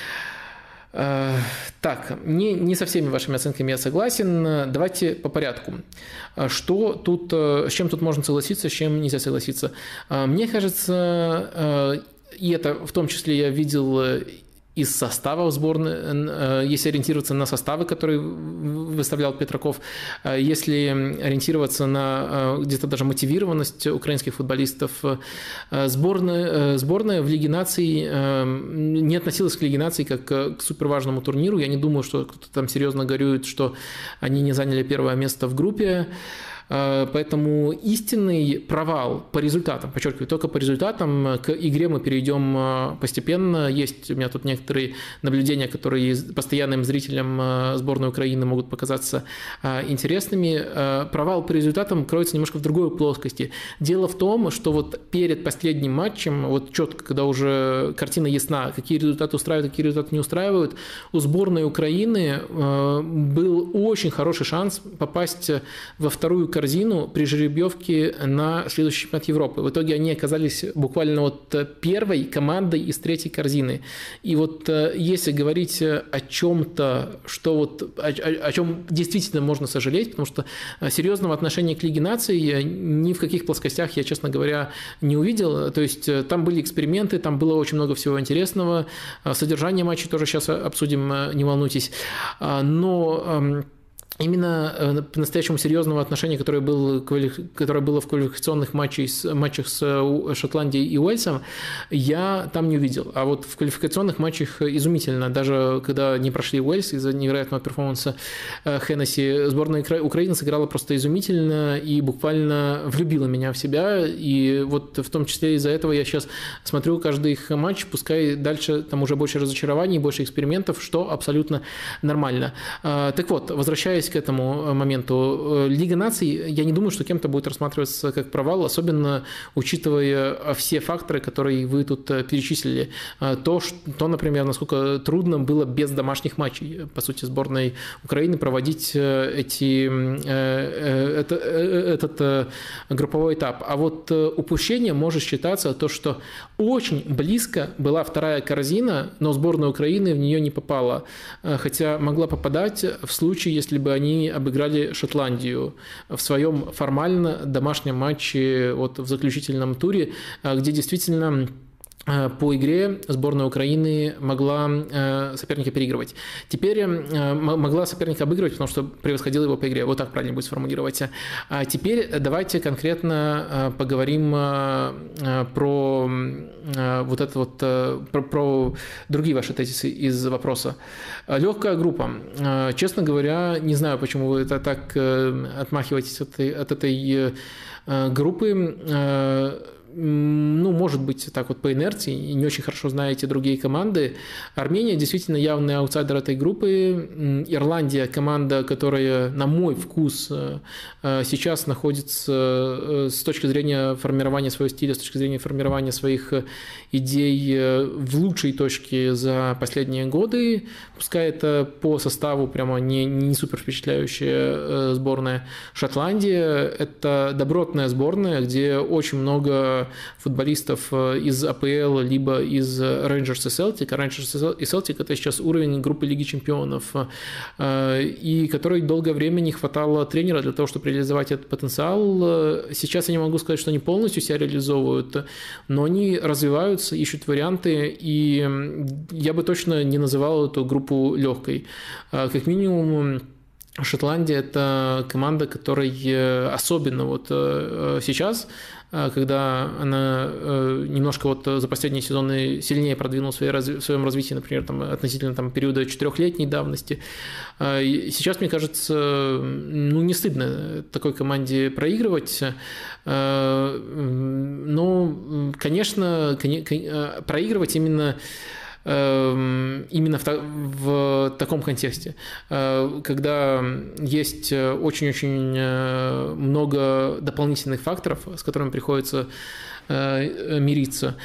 Так, не со всеми вашими оценками я согласен. Давайте по порядку. С чем тут можно согласиться, с чем нельзя согласиться? Мне кажется, и это в том числе я видел из составов сборной, если ориентироваться на составы, которые выставлял Петраков, если ориентироваться на где-то даже мотивированность украинских футболистов, сборная в Лиге наций не относилась к Лиге наций как к суперважному турниру. Я не думаю, что кто-то там серьезно горюет, что они не заняли первое место в группе. Поэтому истинный провал по результатам, подчеркиваю, только по результатам, к игре мы перейдем постепенно. Есть у меня тут некоторые наблюдения, которые постоянным зрителям сборной Украины могут показаться интересными. Провал по результатам кроется немножко в другой плоскости. Дело в том, что вот перед последним матчем, вот четко, когда уже картина ясна, какие результаты устраивают, какие результаты не устраивают, у сборной Украины был очень хороший шанс попасть во вторую корзину при жеребьевке на следующий чемпионат Европы. В итоге они оказались буквально вот первой командой из третьей корзины. И вот если говорить о чем-то, что вот о чем действительно можно сожалеть, потому что серьезного отношения к Лиге наций ни в каких плоскостях я, честно говоря, не увидел. То есть там были эксперименты, там было очень много всего интересного. Содержание матчей тоже сейчас обсудим, не волнуйтесь. Но именно по-настоящему серьезного отношения, которое было в квалификационных матчах с Шотландией и Уэльсом, я там не увидел. А вот в квалификационных матчах изумительно. Даже когда не прошли Уэльс из-за невероятного перформанса Хеннесси, сборная Украины сыграла просто изумительно и буквально влюбила меня в себя. И вот в том числе из-за этого я сейчас смотрю каждый их матч, пускай дальше там уже больше разочарований, больше экспериментов, что абсолютно нормально. Так вот, возвращаясь к этому моменту. Лига наций, я не думаю, что кем-то будет рассматриваться как провал, особенно учитывая все факторы, которые вы тут перечислили. То, например, насколько трудно было без домашних матчей, по сути, сборной Украины проводить этот групповой этап. А вот упущение может считаться то, что очень близко была вторая корзина, но сборная Украины в нее не попала, хотя могла попадать в случае, если бы они обыграли Шотландию в своем формально домашнем матче вот в заключительном туре, где действительно по игре сборная Украины могла соперника переигрывать. Теперь могла соперника обыгрывать, потому что превосходила его по игре. Вот так правильно будет сформулировать. А теперь давайте конкретно поговорим про вот это вот, про другие ваши тезисы из вопроса. Легкая группа. Честно говоря, не знаю, почему вы это так отмахиваетесь от этой группы. Ну, может быть, так вот по инерции, и не очень хорошо знаете другие команды. Армения действительно явный аутсайдер этой группы. Ирландия – команда, которая, на мой вкус, сейчас находится с точки зрения формирования своего стиля, с точки зрения формирования своих идей в лучшей точке за последние годы. Пускай это по составу прямо не супер впечатляющая сборная. Шотландия – это добротная сборная, где очень много футболистов из АПЛ, либо из Рейнджерс и Селтик. А Рейнджерс и Селтик – это сейчас уровень группы Лиги Чемпионов, и которой долгое время не хватало тренера для того, чтобы реализовать этот потенциал. Сейчас я не могу сказать, что они полностью себя реализовывают, но они развиваются, ищут варианты, и я бы точно не называл эту группу легкой. Как минимум, Шотландия – это команда, которая особенно вот сейчас, когда она немножко вот за последние сезоны сильнее продвинулась в своем развитии, например, там, относительно там, периода 4-летней давности. Сейчас, мне кажется, ну, не стыдно такой команде проигрывать. Но, конечно, проигрывать именно именно в таком контексте, когда есть очень-очень много дополнительных факторов, с которыми приходится мириться,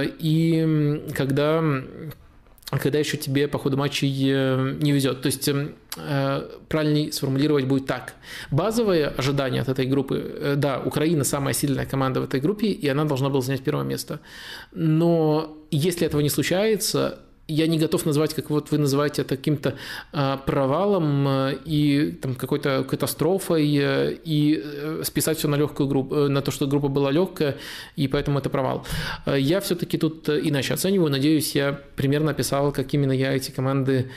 и когда еще тебе по ходу матчей не везет. То есть правильнее сформулировать будет так. Базовое ожидание от этой группы, да, Украина самая сильная команда в этой группе, и она должна была занять первое место. Но если этого не случается, я не готов назвать, как вот вы называете это, каким-то провалом и там, какой-то катастрофой, и списать все на легкую группу, на то, что группа была легкая, и поэтому это провал. Я все-таки тут иначе оцениваю. Надеюсь, я примерно описал, как именно я эти команды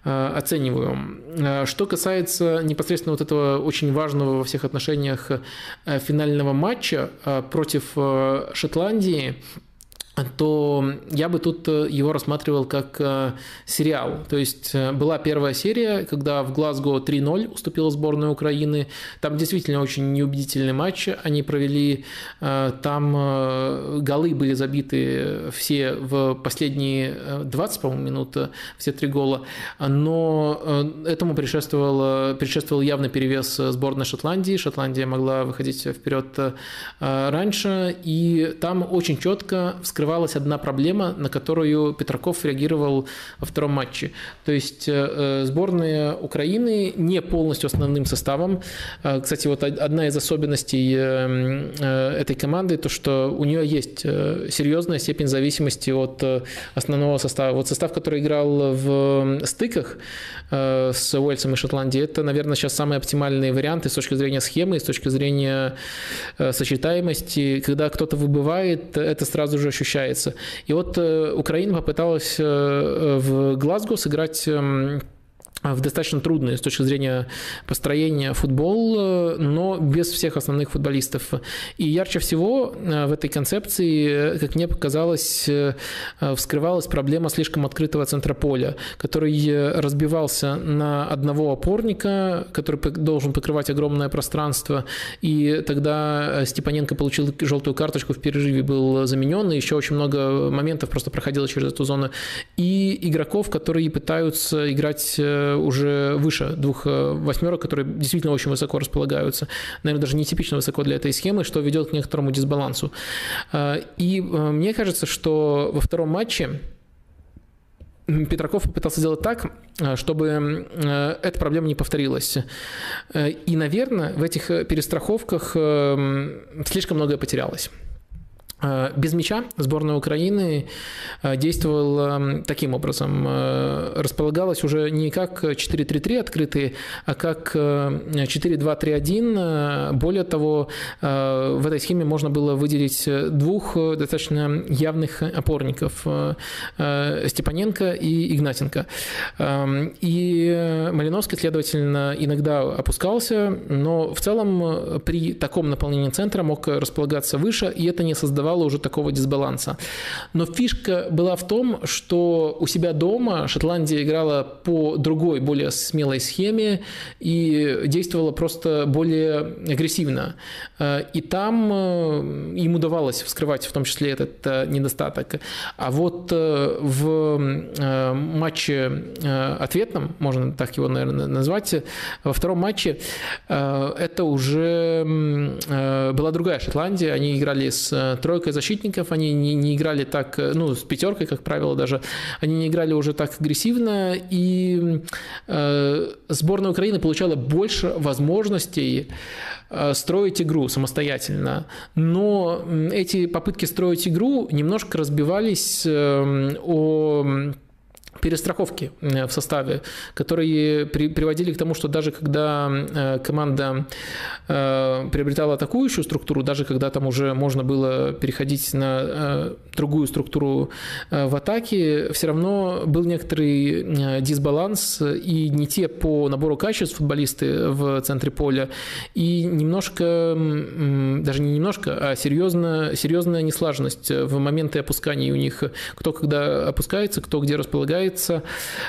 оцениваю. Что касается непосредственно вот этого очень важного во всех отношениях финального матча против Шотландии, то я бы тут его рассматривал как сериал. То есть была первая серия, когда в Глазго 3-0 уступила сборная Украины. Там действительно очень неубедительный матч они провели. Там голы были забиты все в последние 20, по-моему, минут, все 3 гола. Но этому предшествовал явный перевес сборной Шотландии. Шотландия могла выходить вперед раньше. И там очень четко вскрывалась одна проблема, на которую Петраков реагировал во втором матче. То есть сборная Украины не полностью основным составом. Кстати, вот одна из особенностей этой команды, то что у нее есть серьезная степень зависимости от основного состава. Вот состав, который играл в стыках с Уэльсом и Шотландией, это, наверное, сейчас самые оптимальные варианты с точки зрения схемы, с точки зрения сочетаемости. Когда кто-то выбывает, это сразу же ощущается. И вот Украина попыталась в Глазго сыграть в достаточно трудный с точки зрения построения футбол, но без всех основных футболистов. И ярче всего в этой концепции, как мне показалось, вскрывалась проблема слишком открытого центра поля, который разбивался на одного опорника, который должен покрывать огромное пространство, и тогда Степаненко получил желтую карточку в перерыве, был заменен, и еще очень много моментов просто проходило через эту зону. И игроков, которые пытаются играть уже выше 2 восьмерок, которые действительно очень высоко располагаются. Наверное, даже нетипично высоко для этой схемы, что ведет к некоторому дисбалансу. И мне кажется, что во втором матче Петраков попытался сделать так, чтобы эта проблема не повторилась. И, наверное, в этих перестраховках слишком многое потерялось. Без мяча сборная Украины действовала таким образом. Располагалась уже не как 4-3-3 открытые, а как 4-2-3-1. Более того, в этой схеме можно было выделить 2 достаточно явных опорников – Степаненко и Игнатенко. И Малиновский, следовательно, иногда опускался, но в целом при таком наполнении центра мог располагаться выше, и это не создавало уже такого дисбаланса. Но фишка была в том, что у себя дома Шотландия играла по другой, более смелой схеме и действовала просто более агрессивно. И там им удавалось вскрывать в том числе этот недостаток. А вот в матче ответном, можно так его, наверное, назвать, во втором матче это уже была другая Шотландия. Они играли с тройкой защитников, они не играли так, ну, с 5, как правило, даже, они не играли уже так агрессивно, и сборная Украины получала больше возможностей строить игру самостоятельно. Но эти попытки строить игру немножко разбивались о перестраховки в составе, которые приводили к тому, что даже когда команда приобретала атакующую структуру, даже когда там уже можно было переходить на другую структуру в атаке, все равно был некоторый дисбаланс, и не те по набору качеств футболисты в центре поля, и немножко, даже не немножко, а серьезная неслаженность в моменты опускания у них. Кто когда опускается, кто где располагается, наблюдалось.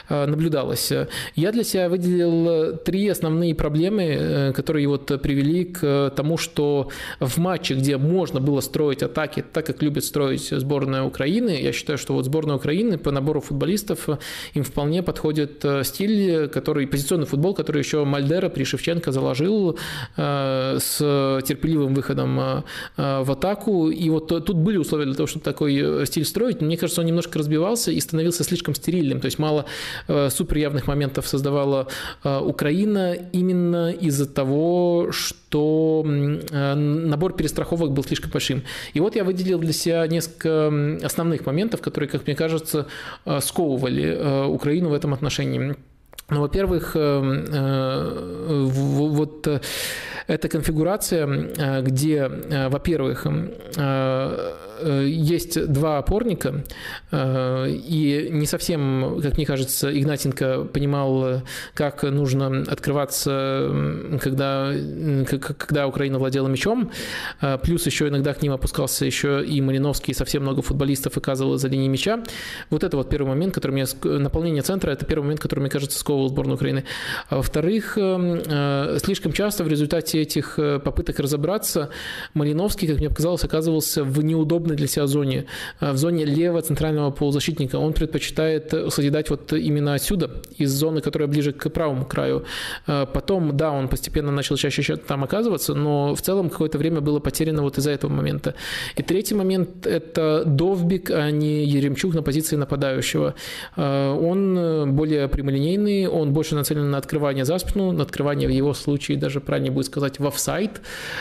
Я для себя выделил 3 основные проблемы, которые вот привели к тому, что в матче, где можно было строить атаки, так как любит строить сборная Украины, я считаю, что вот сборная Украины по набору футболистов им вполне подходит стиль, позиционный футбол, который еще Мальдера при Шевченко заложил с терпеливым выходом в атаку. И вот тут были условия для того, чтобы такой стиль строить. Но мне кажется, он немножко разбивался и становился слишком стерильным. То есть мало супер явных моментов создавала Украина именно из-за того, что набор перестраховок был слишком большим. И вот я выделил для себя несколько основных моментов, которые, как мне кажется, сковывали Украину в этом отношении. Ну, во-первых, вот эта конфигурация, где, во-первых, есть 2 опорника, и не совсем, как мне кажется, Игнатенко понимал, как нужно открываться, когда Украина владела мячом, плюс еще иногда к ним опускался еще и Малиновский, и совсем много футболистов оказывалось за линией мяча. Вот это вот первый момент, который мне... Наполнение центра – это первый момент, который, мне кажется, сковывал сборную Украины. А во-вторых, слишком часто в результате этих попыток разобраться Малиновский, как мне показалось, оказывался в неудобной для себя зоне, в зоне левого центрального полузащитника. Он предпочитает созидать вот именно отсюда, из зоны, которая ближе к правому краю. Потом, да, он постепенно начал чаще там оказываться, но в целом какое-то время было потеряно вот из-за этого момента. И третий момент – это Довбик, а не Еремчук на позиции нападающего. Он более прямолинейный, он больше нацелен на открывание за спину, на открывание в его случае даже правильнее будет сказать в офсайд,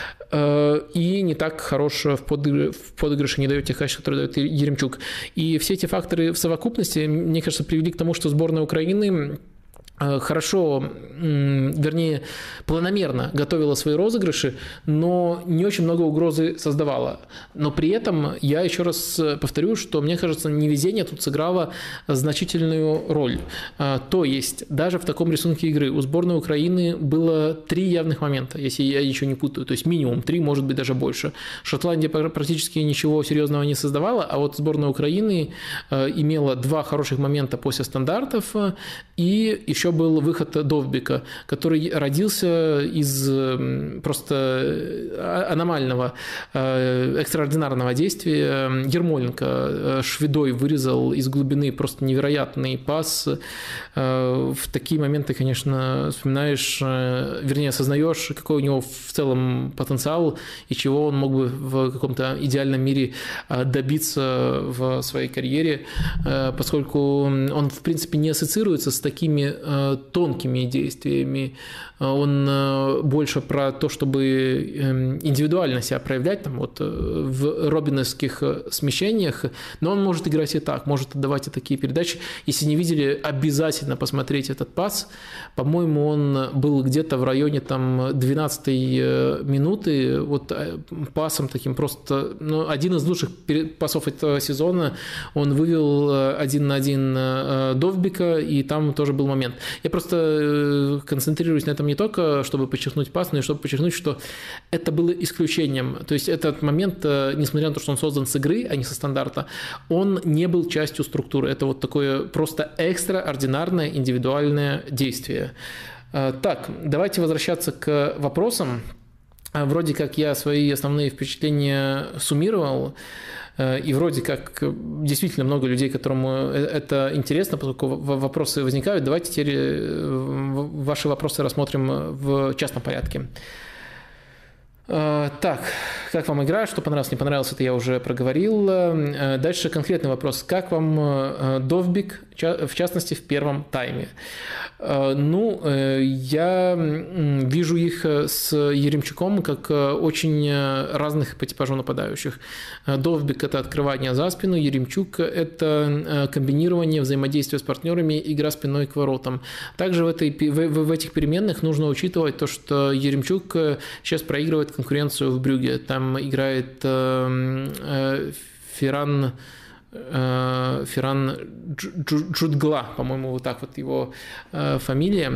и не так хорош в подыгрыше, не дает тех качеств, которые дает Еремчук. И все эти факторы в совокупности, мне кажется, привели к тому, что сборная Украины хорошо, вернее, планомерно готовила свои розыгрыши, но не очень много угрозы создавала. Но при этом я еще раз повторю, что, мне кажется, невезение тут сыграло значительную роль. То есть даже в таком рисунке игры у сборной Украины было 3 явных момента, если я ничего не путаю, то есть минимум 3, может быть, даже больше. Шотландия практически ничего серьезного не создавала, а вот сборная Украины имела 2 хороших момента после стандартов, и еще был выход Довбика, который родился из просто аномального, экстраординарного действия. Ермоленко шведой вырезал из глубины просто невероятный пас. В такие моменты, конечно, вспоминаешь, вернее, осознаешь, какой у него в целом потенциал и чего он мог бы в каком-то идеальном мире добиться в своей карьере, поскольку он, в принципе, не ассоциируется с такими тонкими действиями. Он больше про то, чтобы индивидуально себя проявлять там, вот, в робиновских смещениях, но он может играть и так, может отдавать и такие передачи. Если не видели, обязательно посмотреть этот пас. По-моему, он был где-то в районе там, 12-й минуты, вот пасом таким просто, ну, один из лучших пасов этого сезона. Он вывел 1 на 1 Довбика, и там тоже был момент. Я просто концентрируюсь на этом не только, чтобы подчеркнуть пас, но и чтобы подчеркнуть, что это было исключением. То есть этот момент, несмотря на то, что он создан с игры, а не со стандарта, он не был частью структуры. Это вот такое просто экстраординарное индивидуальное действие. Так, давайте возвращаться к вопросам. Вроде как я свои основные впечатления суммировал, и вроде как действительно много людей, которым это интересно, поскольку вопросы возникают. Давайте теперь ваши вопросы рассмотрим в частном порядке. Так, как вам игра, что понравилось, не понравилось, это я уже проговорил. Дальше конкретный вопрос. Как вам Довбик, в частности, в первом тайме? Ну, я вижу их с Еремчуком как очень разных по типажу нападающих. Довбик – это открывание за спину, Еремчук – это комбинирование, взаимодействие с партнерами, игра спиной к воротам. Также в этих переменных нужно учитывать то, что Еремчук сейчас проигрывает конкуренцию в Брюгге. Там играет Ферран Джудгла, по-моему, вот так вот его фамилия.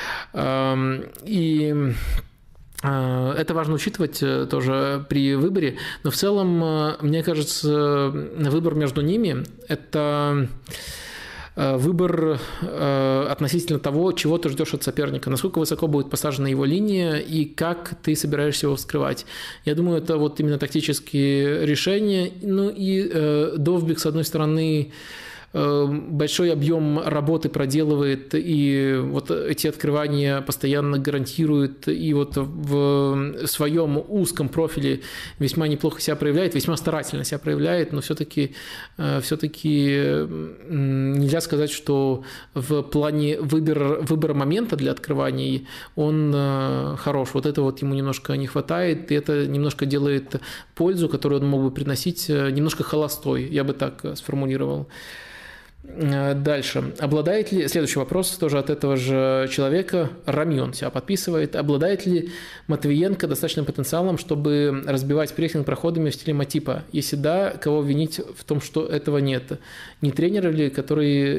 И это важно учитывать тоже при выборе. Но в целом, мне кажется, выбор между ними – это выбор относительно того, чего ты ждешь от соперника, насколько высоко будет посажена его линия и как ты собираешься его вскрывать. Я думаю, это вот именно тактические решения. Ну и Довбик, с одной стороны, большой объем работы проделывает, и вот эти открывания постоянно гарантирует, и вот в своем узком профиле весьма неплохо себя проявляет, весьма старательно себя проявляет, но все-таки нельзя сказать, что в плане выбора момента для открываний он хорош. Вот это вот ему немножко не хватает, и это немножко делает пользу, которую он мог бы приносить, немножко холостой, я бы так сформулировал. Дальше. Обладает ли, следующий вопрос тоже от этого же человека, Рамион себя подписывает, обладает ли Матвиенко достаточным потенциалом, чтобы разбивать прессинг проходами в стиле Матипа? Если да, кого винить в том, что этого нет? Не тренеров ли, которые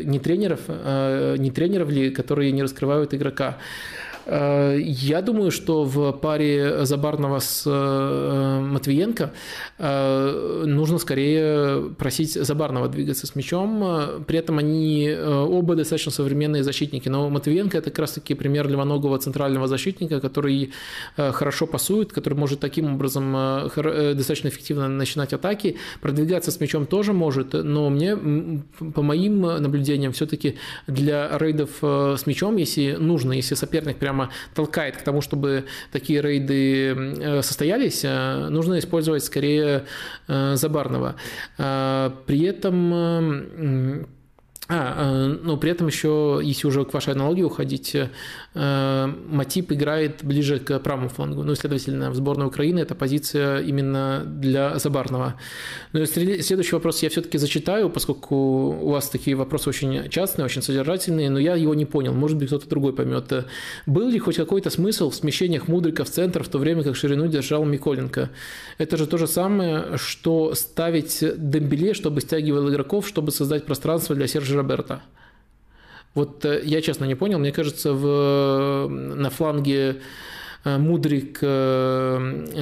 не раскрывают игрока? Я думаю, что в паре Забарного с Матвиенко нужно скорее просить Забарного двигаться с мячом. При этом они оба достаточно современные защитники. Но Матвиенко – это как раз-таки пример левоногого центрального защитника, который хорошо пасует, который может таким образом достаточно эффективно начинать атаки. Продвигаться с мячом тоже может, но мне, по моим наблюдениям, все-таки для рейдов с мячом, если нужно, если соперник прямо толкает к тому, чтобы такие рейды состоялись, нужно использовать скорее Забарного. При этом еще, если уже к вашей аналогии уходить, Матип играет ближе к правому флангу. Ну и, следовательно, в сборной Украины эта позиция именно для Забарного. Но следующий вопрос я все-таки зачитаю, поскольку у вас такие вопросы очень частные, очень содержательные, но я его не понял. Может быть, кто-то другой поймет. Был ли хоть какой-то смысл в смещениях Мудрика в центр, в то время как ширину держал Миколенко? Это же то же самое, что ставить Дембеле, чтобы стягивал игроков, чтобы создать пространство для Сержа Роберто. Вот я честно не понял. Мне кажется, на фланге Мудрика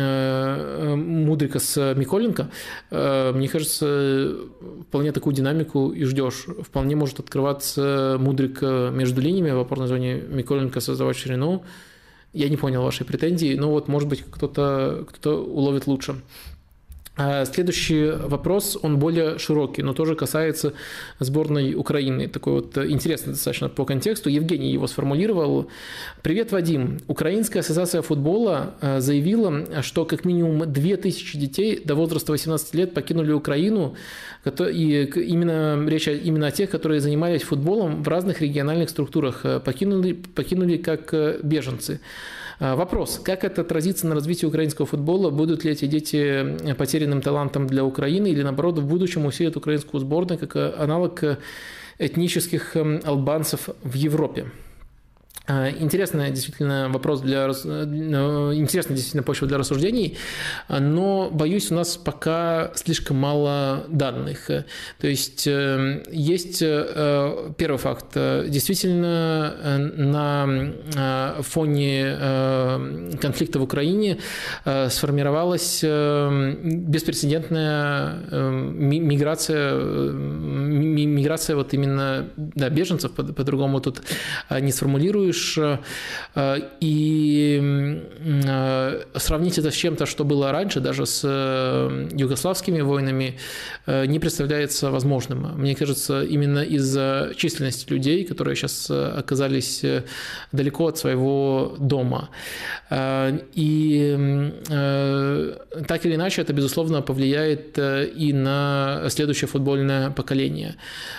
с Миколенко, мне кажется, вполне такую динамику и ждешь. Вполне может открываться Мудрик между линиями в опорной зоне, Миколенко создавать ширину. Я не понял вашей претензии, но вот, может быть, кто-то уловит лучше. Следующий вопрос, он более широкий, но тоже касается сборной Украины. Такой вот интересный достаточно по контексту. Евгений его сформулировал. Привет, Вадим. Украинская ассоциация футбола заявила, что как минимум 2000 детей до возраста 18 лет покинули Украину. И речь именно о тех, которые занимались футболом в разных региональных структурах. Покинули как беженцы. Вопрос, как это отразится на развитии украинского футбола? Будут ли эти дети потерянным талантом для Украины или, наоборот, в будущем усилят украинскую сборную как аналог этнических албанцев в Европе? Интересный действительно вопрос интересная действительно почва для рассуждений, но, боюсь, у нас пока слишком мало данных. То есть первый факт. Действительно, на фоне конфликта в Украине сформировалась беспрецедентная миграция вот именно беженцев, по-другому тут не сформулируешь. И сравнить это с чем-то, что было раньше, даже с югославскими войнами, не представляется возможным. Мне кажется, именно из-за численности людей, которые сейчас оказались далеко от своего дома. И так или иначе, это, безусловно, повлияет и на следующее футбольное поколение.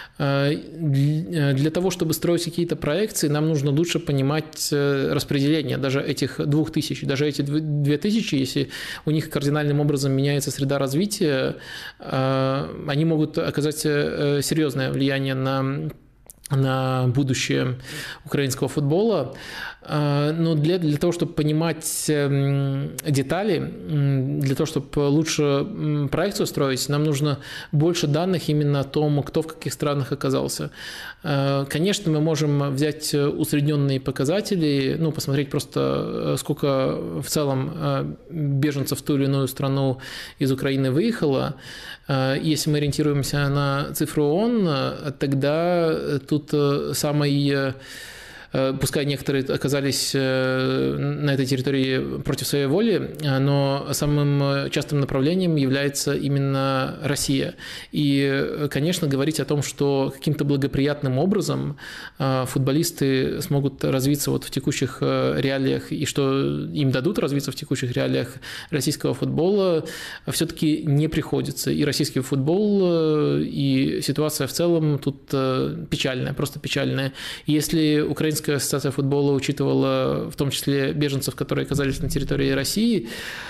Для того, чтобы строить какие-то проекции, нам нужно лучше понимать распределение даже этих 2000, даже эти 2000, если у них кардинальным образом меняется среда развития, они могут оказать серьезное влияние на на будущее украинского футбола. Но для того, чтобы понимать детали, для того, чтобы лучше проекцию строить, нам нужно больше данных именно о том, кто в каких странах оказался. Конечно, мы можем взять усредненные показатели, посмотреть просто, сколько в целом беженцев в ту или иную страну из Украины выехало. Если мы ориентируемся на цифру ООН, тогда тут самый... Пускай некоторые оказались на этой территории против своей воли, но самым частым направлением является именно Россия. И, конечно, говорить о том, что каким-то благоприятным образом футболисты смогут развиться вот в текущих реалиях и что им дадут развиться в текущих реалиях российского футбола, все-таки не приходится. И российский футбол, и ситуация в целом тут печальная, просто печальная. Если Украинская ассоциация футбола учитывала в том числе беженцев, которые оказались на территории России,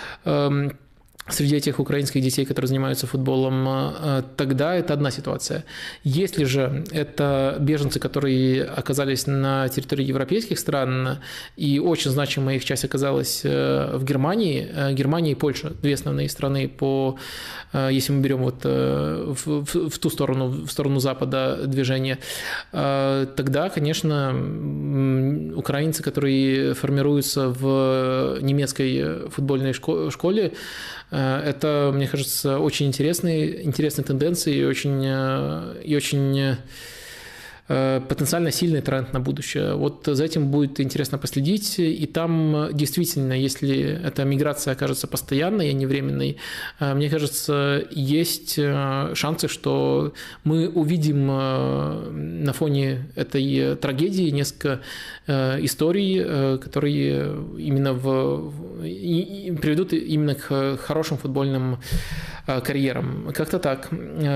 среди этих украинских детей, которые занимаются футболом, тогда это одна ситуация. Если же это беженцы, которые оказались на территории европейских стран, и очень значимая их часть оказалась в Германии, Германия и Польша, две основные страны по, если мы берем вот в ту сторону, в сторону Запада движения, тогда, конечно, украинцы, которые формируются в немецкой футбольной школе, это, мне кажется, очень интересные тенденции и очень потенциально сильный тренд на будущее. Вот за этим будет интересно последить. И там действительно, если эта миграция окажется постоянной, а не временной, мне кажется, есть шансы, что мы увидим на фоне этой трагедии несколько историй, которые именно приведут именно к хорошим футбольным карьерам. Как-то так.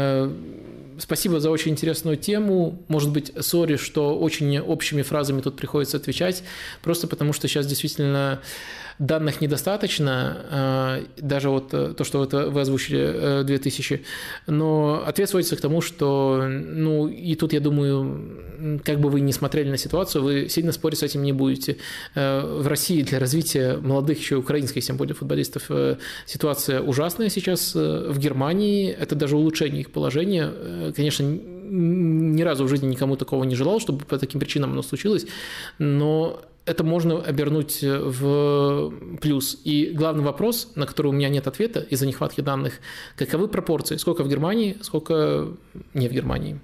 Спасибо за очень интересную тему. Может быть, сори, что очень общими фразами тут приходится отвечать, просто потому что сейчас действительно данных недостаточно, даже вот то, что вы озвучили, 2000, но ответ сводится к тому, что, и тут, я думаю, как бы вы ни смотрели на ситуацию, вы сильно спорить с этим не будете. В России для развития молодых, еще украинских, тем более футболистов, ситуация ужасная сейчас. В Германии это даже улучшение их положения. Конечно, ни разу в жизни никому такого не желал, чтобы по таким причинам оно случилось, но это можно обернуть в плюс. И главный вопрос, на который у меня нет ответа из-за нехватки данных, каковы пропорции, сколько в Германии, сколько не в Германии.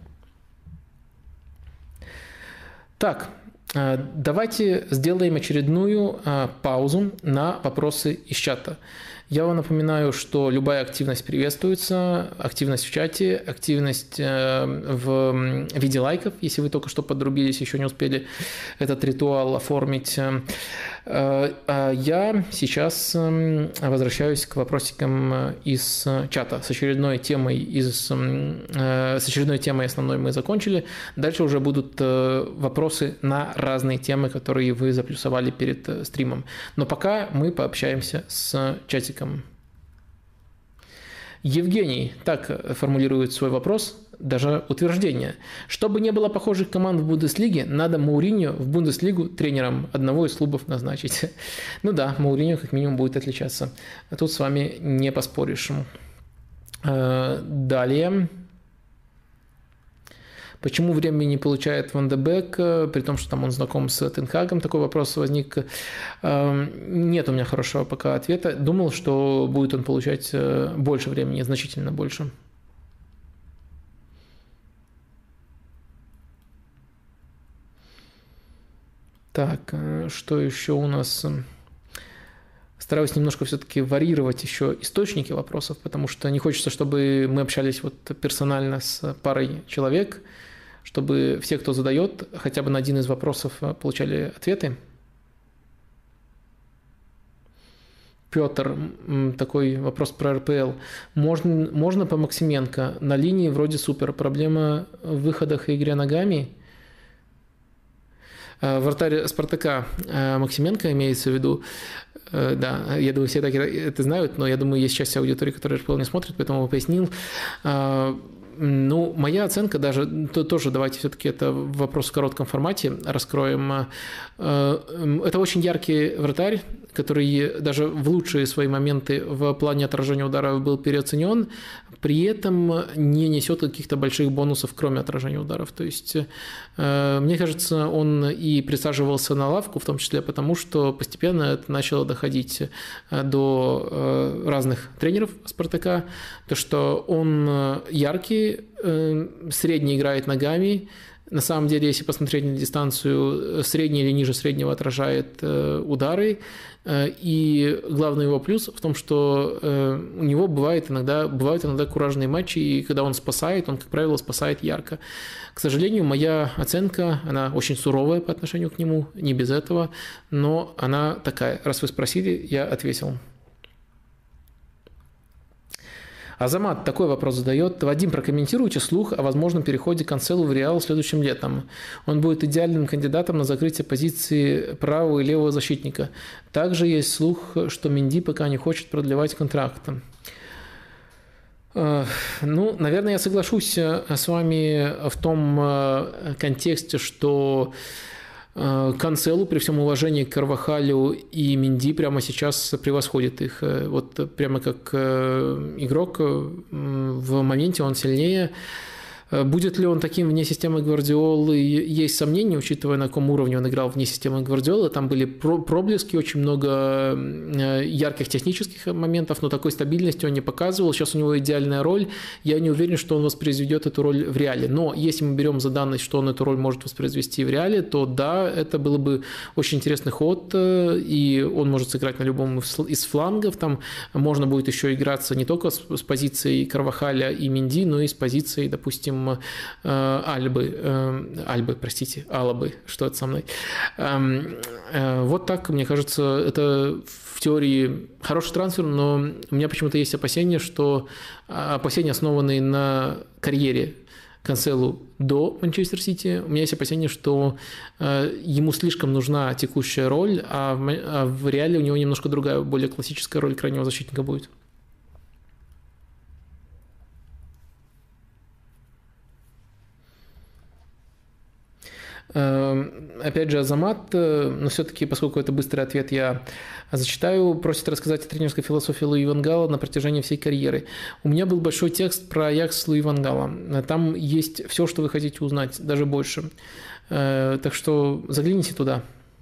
Так, давайте сделаем очередную паузу на вопросы из чата. Я вам напоминаю, что любая активность приветствуется, активность в чате, активность в виде лайков, если вы только что подрубились, еще не успели этот ритуал оформить. Я сейчас возвращаюсь к вопросикам из чата. С очередной темой основной мы закончили. Дальше уже будут вопросы на разные темы, которые вы заплюсовали перед стримом. Но пока мы пообщаемся с чатиком. Евгений так формулирует свой вопрос, даже утверждение. Чтобы не было похожих команд в Бундеслиге, надо Мауриньо в Бундеслигу тренером одного из клубов назначить. Ну да, Мауриньо как минимум будет отличаться. Тут с вами не поспоришь. Далее. Почему времени не получает Ван де Бек, при том, что там он знаком с Тен Хагом? Такой вопрос возник. Нет у меня хорошего пока ответа. Думал, что будет он получать больше времени, значительно больше. Так, что еще у нас? Стараюсь немножко все-таки варьировать еще источники вопросов, потому что не хочется, чтобы мы общались вот персонально с парой человек, чтобы все, кто задает, хотя бы на один из вопросов получали ответы. Петр, такой вопрос про РПЛ. Можно по Максименко? На линии вроде супер. Проблема в выходах и игре ногами? Вратарь Спартака Максименко имеется в виду. Да, я думаю, все так это знают, но я думаю, есть часть аудитории, которая РПЛ не смотрит, поэтому пояснил. Ну, моя оценка даже, тоже давайте все-таки это вопрос в коротком формате раскроем. Это очень яркий вратарь, который даже в лучшие свои моменты в плане отражения ударов был переоценен, при этом не несет каких-то больших бонусов, кроме отражения ударов. То есть, мне кажется, он и присаживался на лавку, в том числе потому, что постепенно это начало доходить до разных тренеров «Спартака», то, что он яркий, средний играет ногами. На самом деле, если посмотреть на дистанцию, средний или ниже среднего отражает удары. И главный его плюс в том, что у него бывают иногда куражные матчи, и когда он спасает, он, как правило, спасает ярко. К сожалению, моя оценка, она очень суровая по отношению к нему, не без этого, но она такая. Раз вы спросили, я ответил. Азамат такой вопрос задает. Вадим, прокомментируйте слух о возможном переходе Канцелу в Реал следующим летом. Он будет идеальным кандидатом на закрытие позиции правого и левого защитника. Также есть слух, что Менди пока не хочет продлевать контракт. Ну, наверное, я соглашусь с вами в том контексте, что Канцелу, при всем уважении к Карвахалю и Менди, прямо сейчас превосходит их. Вот прямо как игрок в моменте он сильнее. Будет ли он таким вне системы Гвардиолы, есть сомнения, учитывая, на каком уровне он играл вне системы Гвардиолы. Там были проблески, очень много ярких технических моментов, но такой стабильности он не показывал. Сейчас у него идеальная роль. Я не уверен, что он воспроизведет эту роль в Реале. Но если мы берем за данность, что он эту роль может воспроизвести в Реале, то да, это было бы очень интересный ход, и он может сыграть на любом из флангов. Там можно будет еще играться не только с позицией Карвахаля и Менди, но и с позицией, допустим, Алабы, что это со мной. Вот так, мне кажется, это в теории хороший трансфер, но у меня почему-то есть опасения, основанные на карьере Канцелу до Манчестер Сити. У меня есть опасения, что ему слишком нужна текущая роль, а в Реале у него немножко другая, более классическая роль крайнего защитника будет. Опять же, Азамат, но все-таки, поскольку это быстрый ответ, я зачитаю, просит рассказать о тренерской философии Луи ван Гала на протяжении всей карьеры. У меня был большой текст про Аякс Луи ван Гала. Там есть все, что вы хотите узнать, даже больше. Так что загляните туда.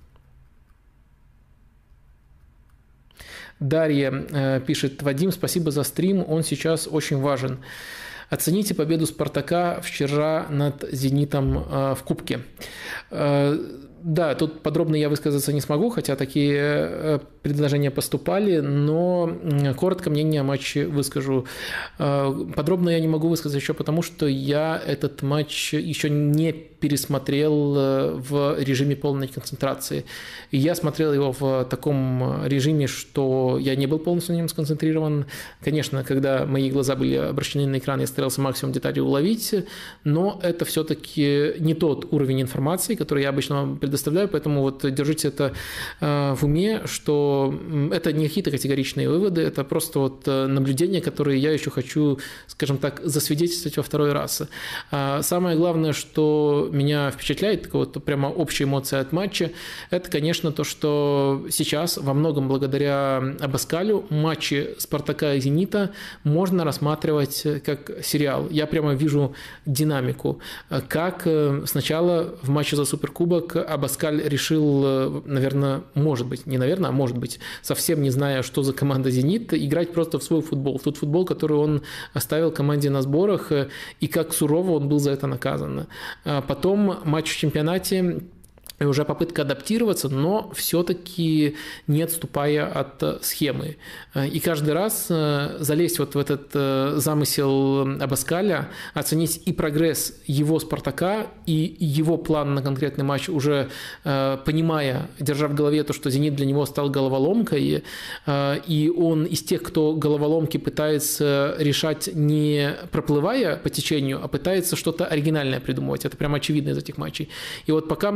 Дарья пишет: Вадим, спасибо за стрим, он сейчас очень важен. Оцените победу «Спартака» вчера над «Зенитом» в Кубке. Да, тут подробно я высказаться не смогу, хотя такие предложения поступали, но коротко мнение о матче выскажу. Подробно я не могу высказать еще потому, что я этот матч еще не пересмотрел в режиме полной концентрации. И я смотрел его в таком режиме, что я не был полностью на нем сконцентрирован. Конечно, когда мои глаза были обращены на экран, я старался максимум деталей уловить, но это все-таки не тот уровень информации, который я обычно вам предоставляю, поэтому вот держите это в уме, что это не какие-то категоричные выводы, это просто вот наблюдения, которые я еще хочу, скажем так, засвидетельствовать во второй раз. Самое главное, что меня впечатляет, такая вот прямо общая эмоция от матча, это, конечно, то, что сейчас во многом благодаря Абаскалю матчи «Спартака» и «Зенита» можно рассматривать как сериал. Я прямо вижу динамику, как сначала в матче за Суперкубок Абаскаль решил, наверное, может быть, не наверное, а может быть, совсем не зная, что за команда «Зенит», играть просто в свой футбол, в тот футбол, который он оставил команде на сборах, и как сурово он был за это наказан. Потом матч в чемпионате, и уже попытка адаптироваться, но все-таки не отступая от схемы. И каждый раз залезть вот в этот замысел Абаскаля, оценить и прогресс его «Спартака», и его план на конкретный матч, уже понимая, держа в голове то, что «Зенит» для него стал головоломкой, и он из тех, кто головоломки пытается решать не проплывая по течению, а пытается что-то оригинальное придумывать. Это прямо очевидно из этих матчей. И вот пока мы увидели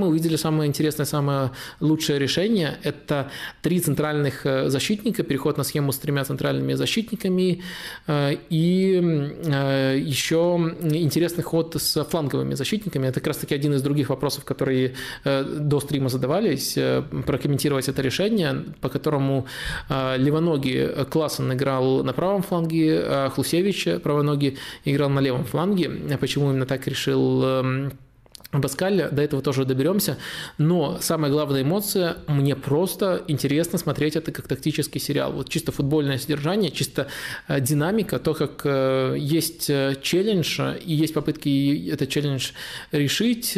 самое интересное, самое лучшее решение – это 3 центральных защитника, переход на схему с 3 центральными защитниками и еще интересный ход с фланговыми защитниками. Это как раз-таки один из других вопросов, которые до стрима задавались, прокомментировать это решение, по которому левоногий Классен играл на правом фланге, а Хлусевич правоногий играл на левом фланге. Почему именно так решил Абаскаль, до этого тоже доберемся, но самая главная эмоция, мне просто интересно смотреть это как тактический сериал, вот чисто футбольное содержание, чисто динамика, то, как есть челлендж и есть попытки этот челлендж решить,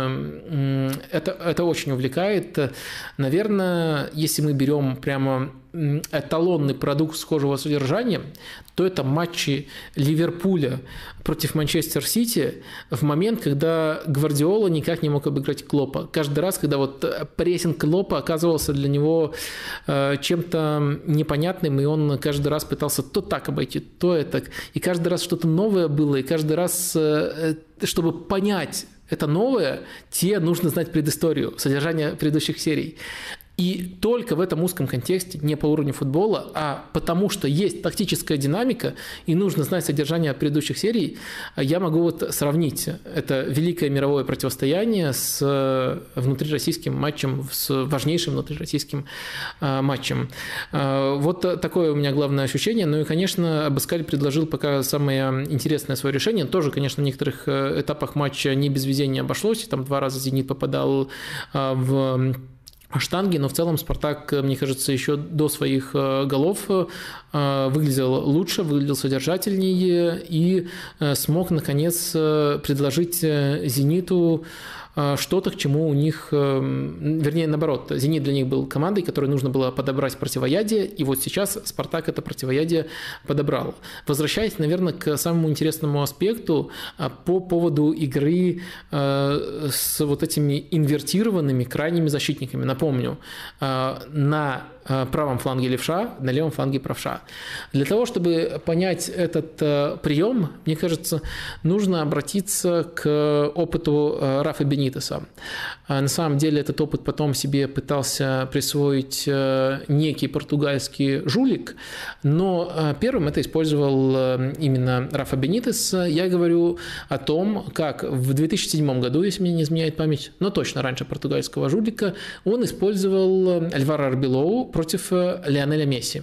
это очень увлекает. Наверное, если мы берем прямо эталонный продукт схожего содержания, то это матчи Ливерпуля против Манчестер Сити в момент, когда Гвардиола никак не мог обыграть Клопа. Каждый раз, когда вот прессинг Клопа оказывался для него чем-то непонятным, и он каждый раз пытался то так обойти, то это. И каждый раз что-то новое было, и каждый раз, чтобы понять это новое, тебе нужно знать предысторию, содержание предыдущих серий. И только в этом узком контексте, не по уровню футбола, а потому что есть тактическая динамика и нужно знать содержание предыдущих серий, я могу вот сравнить это великое мировое противостояние с внутрироссийским матчем, с важнейшим внутрироссийским матчем. Вот такое у меня главное ощущение. Ну и, конечно, Абаскаль предложил пока самое интересное свое решение. Тоже, конечно, в некоторых этапах матча не без везения обошлось. Там 2 раза «Зенит» попадал в штанги, но в целом «Спартак», мне кажется, еще до своих голов выглядел лучше, выглядел содержательнее и смог, наконец, предложить «Зениту» что-то, к чему у них, вернее, наоборот, «Зенит» для них был командой, которой нужно было подобрать противоядие, и вот сейчас «Спартак» это противоядие подобрал. Возвращаясь, наверное, к самому интересному аспекту по поводу игры с вот этими инвертированными крайними защитниками. Напомню, на правом фланге левша, на левом фланге правша. Для того, чтобы понять этот прием, мне кажется, нужно обратиться к опыту Рафа Бенитеса. На самом деле этот опыт потом себе пытался присвоить некий португальский жулик, но первым это использовал именно Рафа Бенитес. Я говорю о том, как в 2007 году, если мне не изменяет память, но точно раньше португальского жулика, он использовал Альваро Арбелоу против Лионеля Месси.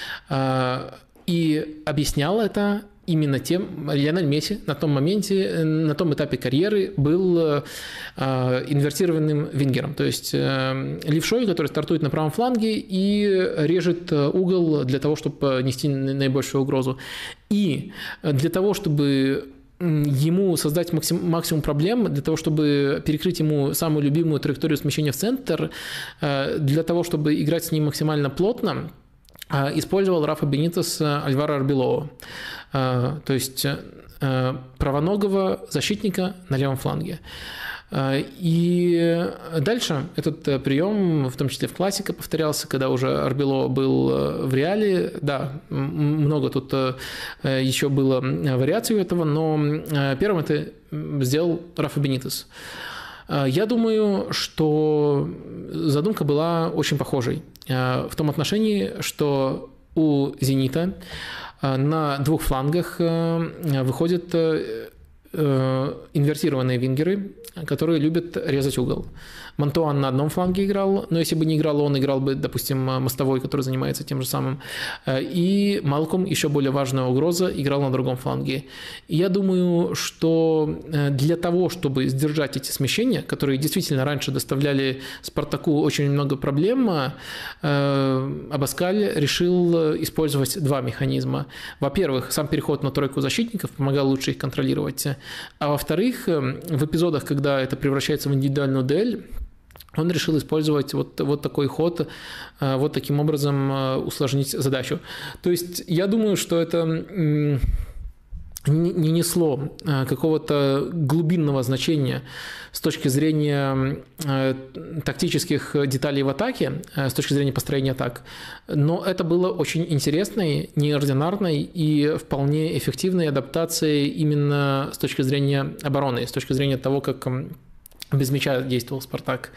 И объяснял это именно тем, Лионель Месси на том моменте, на том этапе карьеры был инвертированным вингером, то есть левшой, который стартует на правом фланге и режет угол для того, чтобы нести наибольшую угрозу. И для того, чтобы ему создать максимум проблем, для того, чтобы перекрыть ему самую любимую траекторию смещения в центр, для того, чтобы играть с ним максимально плотно, использовал Рафа Бенитес Альваро Арбелоу, то есть правоногого защитника на левом фланге. И дальше этот прием, в том числе в классике, повторялся, когда уже Арбелоу был в Реале. Да, много тут еще было вариаций этого, но первым это сделал Рафа Бенитес. Я думаю, что задумка была очень похожей в том отношении, что у «Зенита» на 2 флангах выходят инвертированные вингеры, которые любят резать угол. Монтуан на одном фланге играл, но если бы не играл он, играл бы, допустим, Мостовой, который занимается тем же самым. И Малком, еще более важная угроза, играл на другом фланге. И я думаю, что для того, чтобы сдержать эти смещения, которые действительно раньше доставляли «Спартаку» очень много проблем, Абаскаль решил использовать 2 механизма. Во-первых, сам переход на тройку защитников помогал лучше их контролировать. А во-вторых, в эпизодах, когда это превращается в индивидуальную дуэль, он решил использовать вот такой ход, вот таким образом усложнить задачу. То есть я думаю, что это не несло какого-то глубинного значения с точки зрения тактических деталей в атаке, с точки зрения построения атак, но это было очень интересной, неординарной и вполне эффективной адаптацией именно с точки зрения обороны, с точки зрения того, как без мяча действовал «Спартак».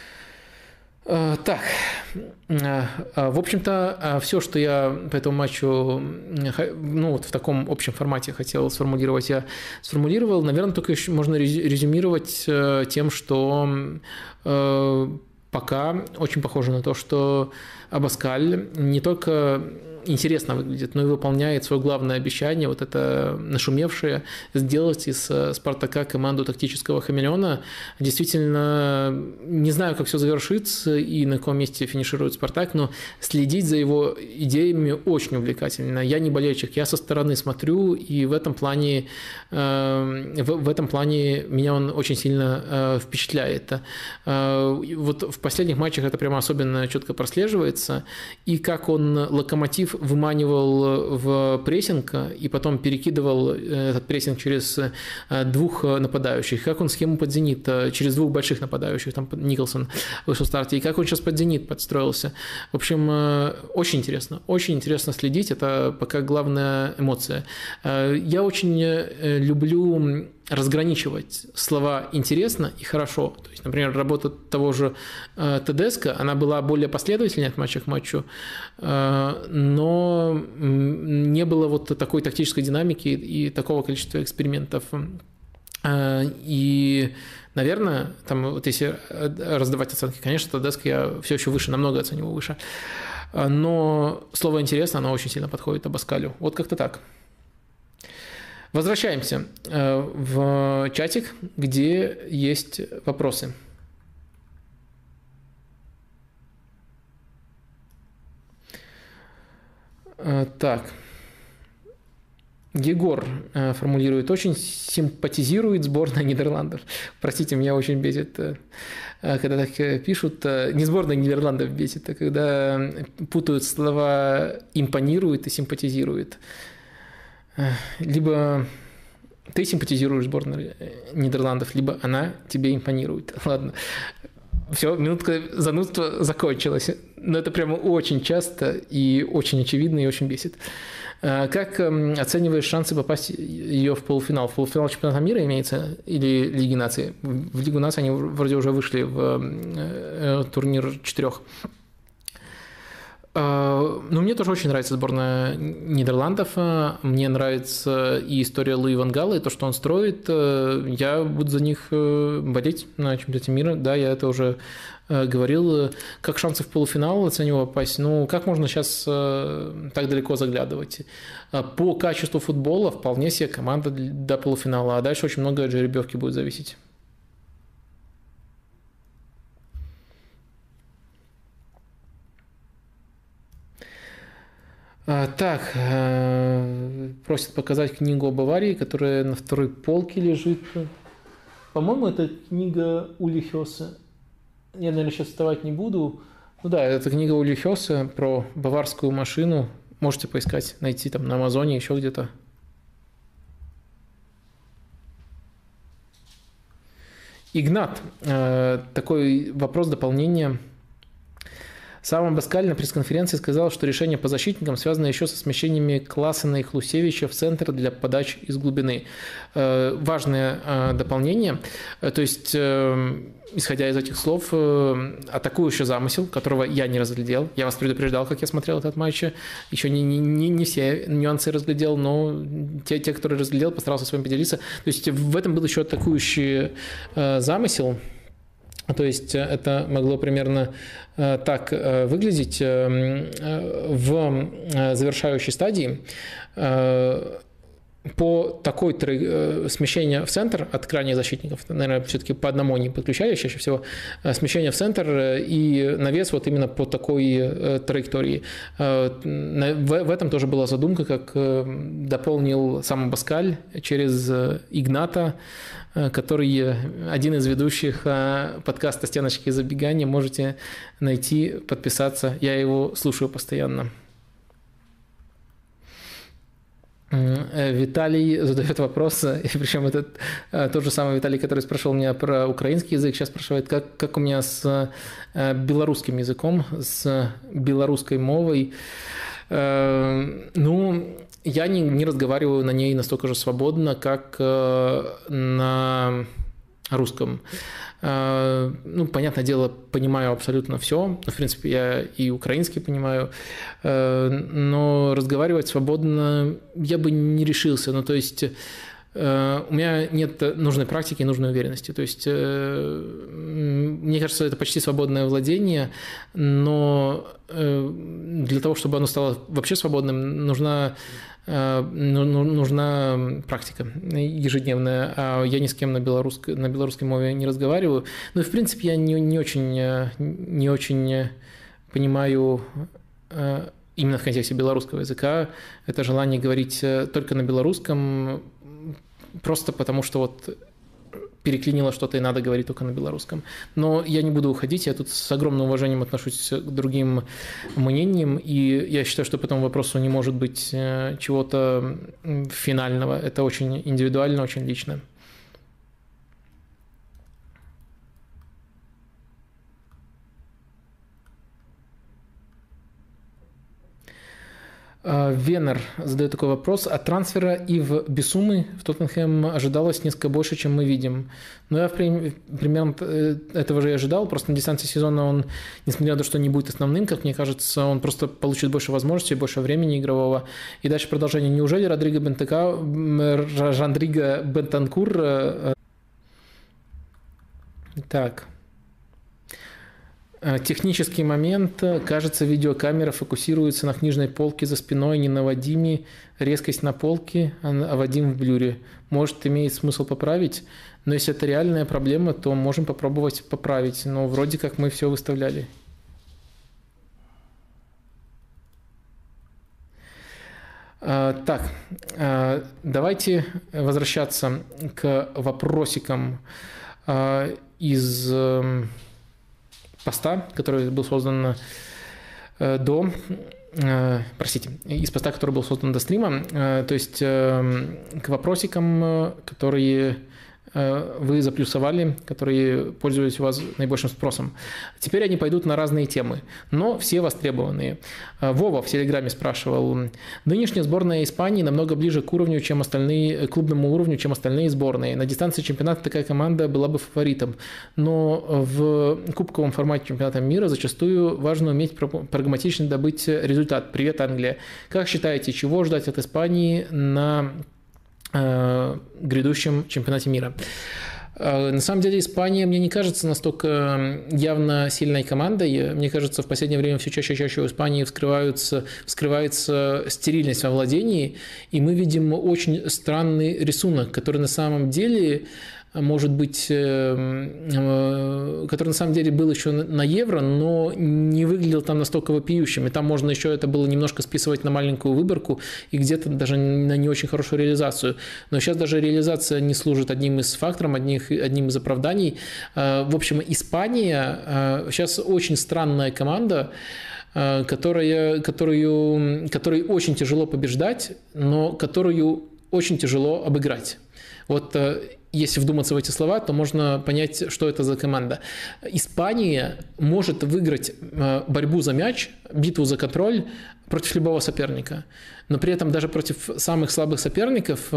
Так, в общем-то, все, что я по этому матчу, ну, вот в таком общем формате хотел сформулировать, я сформулировал. Наверное, только еще можно резюмировать тем, что пока очень похоже на то, что Абаскаль не только интересно выглядит, но и выполняет свое главное обещание, вот это нашумевшее, сделать из «Спартака» команду тактического хамелеона. Действительно, не знаю, как все завершится и на каком месте финиширует «Спартак», но следить за его идеями очень увлекательно. Я не болельщик, я со стороны смотрю, и в этом плане меня он очень сильно впечатляет. Вот в последних матчах это прямо особенно четко прослеживается, и как он «Локомотив» выманивал в прессинг и потом перекидывал этот прессинг через двух нападающих, как он схему под «Зенит» через двух больших нападающих, там Николсон вышел в старте, и как он сейчас под «Зенит» подстроился. В общем, очень интересно следить, это пока главная эмоция. Я очень люблю разграничивать слова «интересно» и «хорошо». То есть, например, работа того же Тедеско, она была более последовательной от матча к матчу, но не было вот такой тактической динамики и такого количества экспериментов. И, наверное, там вот если раздавать оценки, конечно, Тедеско я все еще выше, намного оцениваю выше. Но слово «интересно», оно очень сильно подходит Абаскалю. Вот как-то так. Возвращаемся в чатик, где есть вопросы. Так. Егор формулирует: очень симпатизирует сборная Нидерландов. Простите, меня очень бесит, когда так пишут. Не сборная Нидерландов бесит, а когда путают слова «импонирует» и «симпатизирует». Либо ты симпатизируешь сборной Нидерландов, либо она тебе импонирует. Ладно, все, минутка занудства закончилась. Но это прямо очень часто и очень очевидно, и очень бесит. Как оцениваешь шансы попасть ее в полуфинал? В полуфинал чемпионата мира имеется или Лиги наций? В Лигу наций они вроде уже вышли в турнир 4. Ну, мне тоже очень нравится сборная Нидерландов. Мне нравится и история Луи ван Гала, и то, что он строит. Я буду за них болеть на чемпионате мира. Да, я это уже говорил. Как шансы в полуфинал оцениваю попасть? Ну, как можно сейчас так далеко заглядывать? По качеству футбола вполне себе команда до полуфинала, а дальше очень много от жеребьевки будет зависеть. Так, просят показать книгу об аварии, которая на второй полке лежит. По-моему, это книга Ули Хёсе. Я, наверное, сейчас вставать не буду. Ну да, это книга Ули Хёсе про баварскую машину. Можете поискать, найти там на Амазоне, еще где-то. Игнат. Такой вопрос, дополнение. Сам Абаскаль на пресс-конференции сказал, что решение по защитникам связано еще со смещениями Классена и Хлусевича в центр для подач из глубины. Важное дополнение. То есть, исходя из этих слов, атакующий замысел, которого я не разглядел. Я вас предупреждал, как я смотрел этот матч. Еще не все нюансы разглядел, но те, которые разглядел, постарался с вами поделиться. То есть, в этом был еще атакующий замысел. То есть это могло примерно так выглядеть. В завершающей стадии по такой смещение в центр от крайних защитников, наверное, все-таки по одному они подключали чаще всего, смещение в центр и навес вот именно по такой траектории. В этом тоже была задумка, как дополнил сам Абаскаль через Игната, который один из ведущих подкаста «Стеночки и забегания». Можете найти, подписаться. Я его слушаю постоянно. Виталий задает вопрос, и причем это тот же самый Виталий, который спрашивал меня про украинский язык, сейчас спрашивает, как у меня с белорусским языком, с белорусской мовой. Ну, я не разговариваю на ней настолько же свободно, как на русском. Ну, понятное дело, понимаю абсолютно все. В принципе, я и украинский понимаю. Но разговаривать свободно я бы не решился. Ну, то есть у меня нет нужной практики и нужной уверенности. То есть мне кажется, это почти свободное владение, но для того, чтобы оно стало вообще свободным, нужна практика ежедневная, а я ни с кем на белорусской мове не разговариваю. Ну и, в принципе, я не очень понимаю именно в контексте белорусского языка это желание говорить только на белорусском, просто потому что вот переклинило что-то и надо говорить только на белорусском. Но я не буду уходить, я тут с огромным уважением отношусь к другим мнениям, и я считаю, что по этому вопросу не может быть чего-то финального. Это очень индивидуально, очень лично. Венер задает такой вопрос. От трансфера и в Бисумы в Тоттенхэм ожидалось несколько больше, чем мы видим. Но я примерно этого же и ожидал. Просто на дистанции сезона он, несмотря на то, что не будет основным, как мне кажется, он просто получит больше возможностей, больше времени игрового. И дальше продолжение. Неужели Родриго Бентанкур... Так... Технический момент. Кажется, видеокамера фокусируется на книжной полке за спиной, не на Вадиме. Резкость на полке, а Вадим в блюре. Может, имеет смысл поправить, но если это реальная проблема, то можем попробовать поправить. Но вроде как мы все выставляли. Так, давайте возвращаться к вопросикам из... поста, который был создан из поста, который был создан до стрима, то есть к вопросикам, которые вы заплюсовали, которые пользовались у вас наибольшим спросом. Теперь они пойдут на разные темы, но все востребованные. Вова в Телеграме спрашивал: нынешняя сборная Испании намного ближе к уровню, чем остальные, клубному уровню, чем остальные сборные. На дистанции чемпионата такая команда была бы фаворитом, но в кубковом формате чемпионата мира зачастую важно уметь прагматично добыть результат. Привет, Англия. Как считаете, чего ждать от Испании на грядущем чемпионате мира? На самом деле Испания, мне не кажется, настолько явно сильной командой. Мне кажется, в последнее время все чаще и чаще у Испании вскрывается стерильность во владении, и мы видим очень странный рисунок, который на самом деле может быть, который на самом деле был еще на Евро, но не выглядел там настолько вопиющим. И там можно еще это было немножко списывать на маленькую выборку и где-то даже на не очень хорошую реализацию. Но сейчас даже реализация не служит одним из факторов, одним из оправданий. В общем, Испания сейчас очень странная команда, которой очень тяжело побеждать, но которую очень тяжело обыграть. Вот если вдуматься в эти слова, то можно понять, что это за команда. Испания может выиграть борьбу за мяч, битву за контроль против любого соперника. Но при этом даже против самых слабых соперников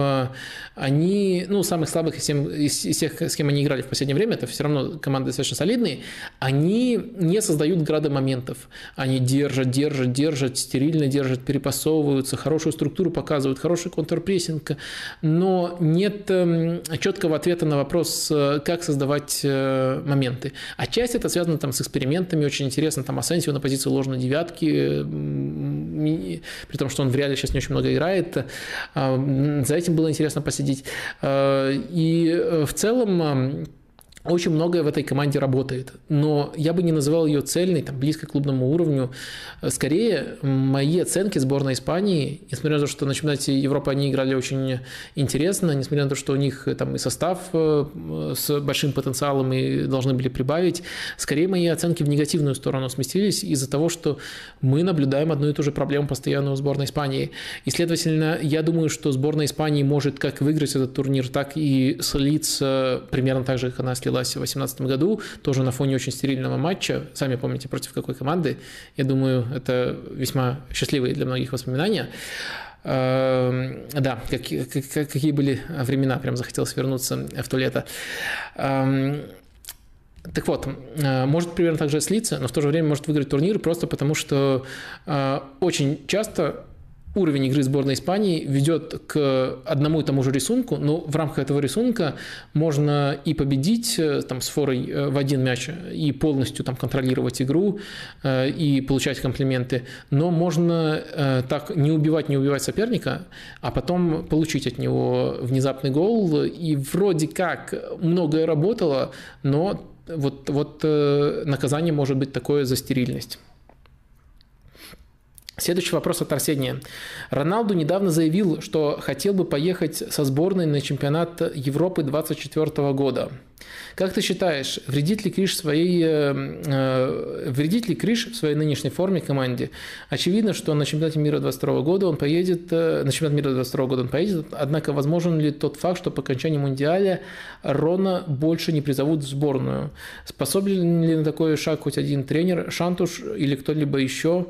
самых слабых из всех, с кем они играли в последнее время, это все равно команды достаточно солидные, они не создают града моментов. Они держат, стерильно держат, перепасовываются, хорошую структуру показывают, хороший контрпрессинг, но нет четкого ответа на вопрос, как создавать моменты. Отчасти это связано там с экспериментами, очень интересно, там Асенсио на позиции ложной девятки, при том, что он в реале сейчас не очень много играет. За этим было интересно посидеть. И в целом очень многое в этой команде работает, но я бы не называл ее цельной, там, близко к клубному уровню. Скорее, мои оценки сборной Испании, несмотря на то, что на чемпионате Европы они играли очень интересно, несмотря на то, что у них там и состав с большим потенциалом и должны были прибавить, скорее мои оценки в негативную сторону сместились из-за того, что мы наблюдаем одну и ту же проблему постоянно у сборной Испании. И, следовательно, я думаю, что сборная Испании может как выиграть этот турнир, так и слиться примерно так же, как она слилась в 2018 году, тоже на фоне очень стерильного матча. Сами помните, против какой команды. Я думаю, это весьма счастливые для многих воспоминания. Да, какие были времена, прям захотелось вернуться в то лето. Так вот, может примерно так же слиться, но в то же время может выиграть турнир просто потому, что очень часто уровень игры сборной Испании ведет к одному и тому же рисунку, но в рамках этого рисунка можно и победить там, с форой в один мяч, и полностью там, контролировать игру, и получать комплименты, но можно так не убивать соперника, а потом получить от него внезапный гол, и вроде как многое работало, но вот наказание может быть такое за стерильность. Следующий вопрос от Арсения. Роналду недавно заявил, что хотел бы поехать со сборной на чемпионат Европы 2024 года. Как ты считаешь, вредит ли Криш в своей нынешней форме команде? Очевидно, что на чемпионате мира 2022 года он поедет, однако возможен ли тот факт, что по окончании Мундиаля Рона больше не призовут в сборную? Способен ли на такой шаг хоть один тренер, Шантуш или кто-либо еще?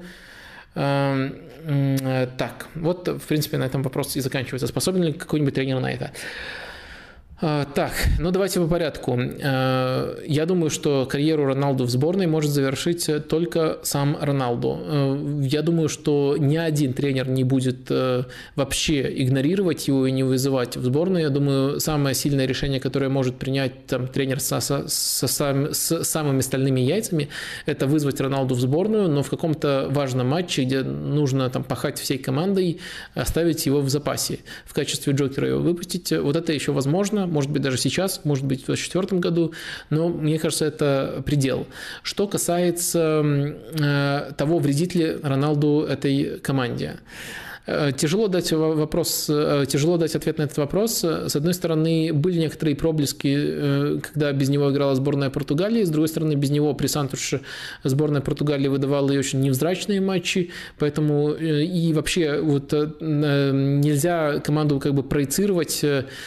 Так, вот, в принципе, на этом вопрос и заканчивается. Способен ли какой-нибудь тренер на это? Так, ну давайте по порядку. Я думаю, что карьеру Роналду в сборной может завершить только сам Роналду. Я думаю, что ни один тренер не будет вообще игнорировать его и не вызывать в сборную. Я думаю, самое сильное решение, которое может принять там, тренер с самыми стальными яйцами, это вызвать Роналду в сборную, но в каком-то важном матче, где нужно там, пахать всей командой, оставить его в запасе. В качестве джокера его выпустить. Вот это еще возможно. Может быть, даже сейчас, может быть, в 2024 году, но мне кажется, это предел. Что касается того, вредит ли Роналду этой команде. Тяжело дать ответ на этот вопрос. С одной стороны, были некоторые проблески, когда без него играла сборная Португалии. С другой стороны, без него при Сантуше сборная Португалии выдавала и очень невзрачные матчи. Поэтому и вообще вот, нельзя команду как бы проецировать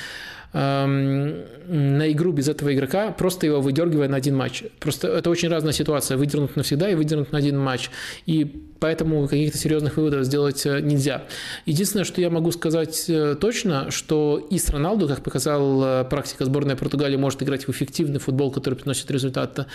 на игру без этого игрока, просто его выдергивая на один матч. Просто это очень разная ситуация. Выдернуть навсегда и выдернуть на один матч. И поэтому каких-то серьезных выводов сделать нельзя. Единственное, что я могу сказать точно, что и с Роналду, как показала практика, сборная Португалии может играть в эффективный футбол, который приносит результат.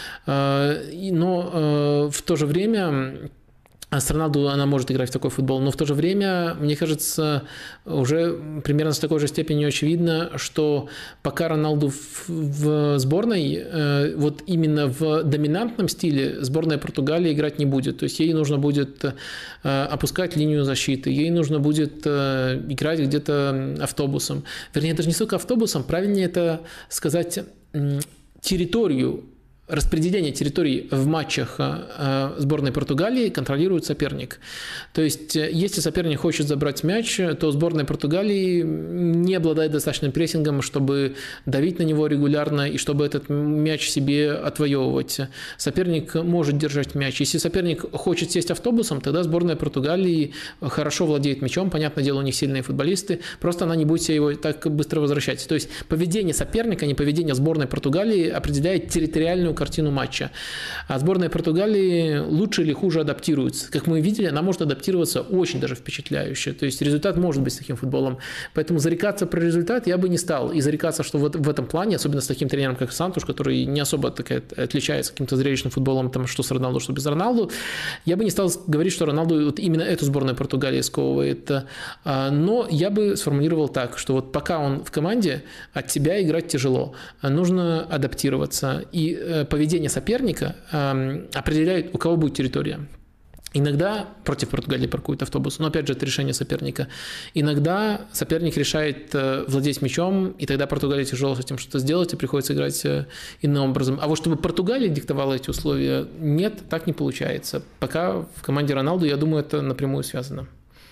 Но в то же время с Роналду она может играть в такой футбол, но в то же время, мне кажется, уже примерно с такой же степенью очевидно, что пока Роналду в сборной, вот именно в доминантном стиле сборная Португалии играть не будет. То есть ей нужно будет опускать линию защиты, ей нужно будет играть где-то автобусом. Вернее, даже не столько автобусом, правильнее это сказать территорию. Распределение территорий в матчах сборной Португалии контролирует соперник. То есть, если соперник хочет забрать мяч, то сборная Португалии не обладает достаточным прессингом, чтобы давить на него регулярно и чтобы этот мяч себе отвоевывать. Соперник может держать мяч. Если соперник хочет сесть автобусом, тогда сборная Португалии хорошо владеет мячом. Понятное дело, у них сильные футболисты. Просто она не будет себе его так быстро возвращать. То есть, поведение соперника, а не поведение сборной Португалии определяет территориальную картину матча. А сборная Португалии лучше или хуже адаптируется. Как мы видели, она может адаптироваться очень даже впечатляюще. То есть результат может быть с таким футболом. Поэтому зарекаться про результат я бы не стал. И зарекаться, что вот в этом плане, особенно с таким тренером, как Сантуш, который не особо отличается каким-то зрелищным футболом, там, что с Роналду, что без Роналду, я бы не стал говорить, что Роналду вот именно эту сборную Португалии сковывает. Но я бы сформулировал так, что вот пока он в команде, от тебя играть тяжело. Нужно адаптироваться. И поведение соперника определяет, у кого будет территория. Иногда против Португалии паркуют автобус, но опять же это решение соперника. Иногда соперник решает владеть мячом, и тогда Португалии тяжело с этим что-то сделать, и приходится играть иным образом. А вот чтобы Португалия диктовала эти условия, нет, так не получается. Пока в команде Роналду, я думаю, это напрямую связано.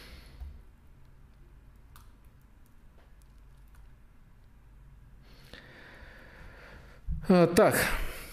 Так.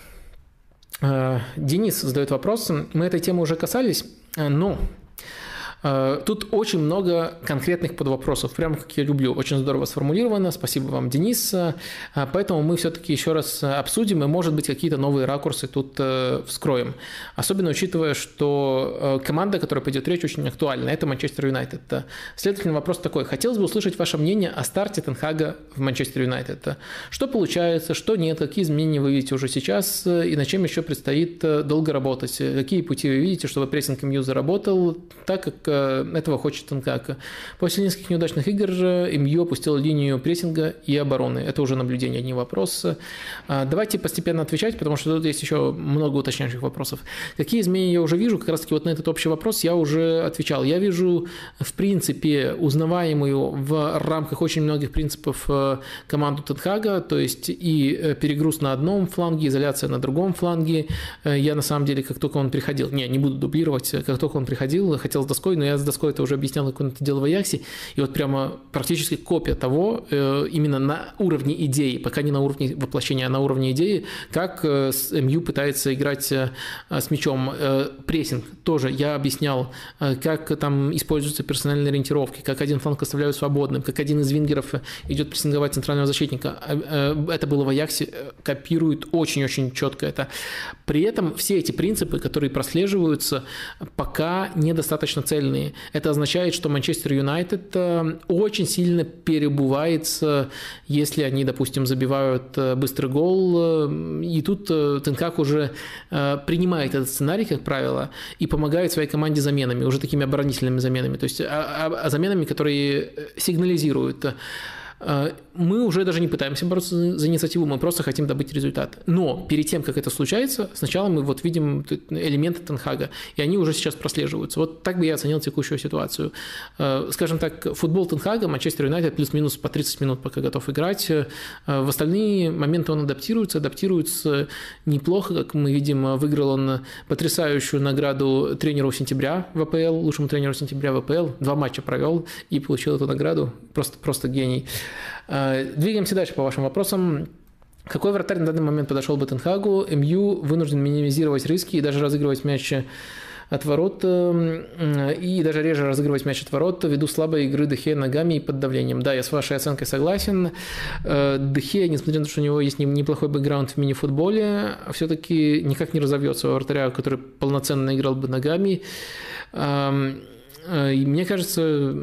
Денис задает вопрос. Мы этой темы уже касались, но Тут очень много конкретных подвопросов, прямо как я люблю, очень здорово сформулировано, спасибо вам, Денис, поэтому мы все-таки еще раз обсудим и, может быть, какие-то новые ракурсы тут вскроем, особенно учитывая, что команда, о которой пойдет речь, очень актуальна, это Манчестер Юнайтед. Следовательно, вопрос такой, хотелось бы услышать ваше мнение о старте Тен Хага в Манчестер Юнайтед. Что получается, что нет, какие изменения вы видите уже сейчас и над чем еще предстоит долго работать, какие пути вы видите, чтобы прессинг МЮ заработал так, как этого хочет Тен Хаг. После нескольких неудачных игр МЮ опустил линию прессинга и обороны. Это уже наблюдение, не вопрос. Давайте постепенно отвечать, потому что тут есть еще много уточняющих вопросов. Какие изменения я уже вижу? Как раз таки вот на этот общий вопрос я уже отвечал. Я вижу, в принципе, узнаваемую в рамках очень многих принципов команду Тен Хага, то есть и перегруз на одном фланге, изоляция на другом фланге. Я на самом деле, как только он приходил, не буду дублировать, как только он приходил, хотел с доской, но я с доской это уже объяснял, как он это делал в Аяксе, и вот прямо практически копия того, именно на уровне идеи, пока не на уровне воплощения, а на уровне идеи, как МЮ пытается играть с мячом. Прессинг тоже я объяснял, как там используются персональные ориентировки, как один фланг оставляют свободным, как один из вингеров идет прессинговать центрального защитника. Это было в Аяксе, копирует очень-очень четко это. При этом все эти принципы, которые прослеживаются, пока недостаточно цельные. Это означает, что Манчестер Юнайтед очень сильно перебывается, если они, допустим, забивают быстрый гол, и тут Тен Хаг уже принимает этот сценарий, как правило, и помогает своей команде заменами, уже такими оборонительными заменами, то есть заменами, которые сигнализируют. Мы уже даже не пытаемся бороться за инициативу, мы просто хотим добыть результат. Но перед тем, как это случается, сначала мы вот видим элементы Тен Хага, и они уже сейчас прослеживаются. Вот так бы я оценил текущую ситуацию. Скажем так, футбол Тен Хага, Манчестер Юнайтед плюс-минус по 30 минут, пока готов играть. В остальные моменты он адаптируется неплохо, как мы видим, выиграл он потрясающую награду тренеру сентября в АПЛ, лучшему тренеру сентября в АПЛ, 2 матча провел и получил эту награду, просто гений. Двигаемся дальше по вашим вопросам. Какой вратарь на данный момент подошел бы Тен Хагу? МЮ вынужден минимизировать риски и даже разыгрывать мяч от ворот, и даже реже разыгрывать мяч от ворот ввиду слабой игры Де Геа ногами и под давлением. Да, я с вашей оценкой согласен. Де Геа, несмотря на то, что у него есть неплохой бэкграунд в мини-футболе, все-таки никак не разовьется у вратаря, который полноценно играл бы ногами. И мне кажется,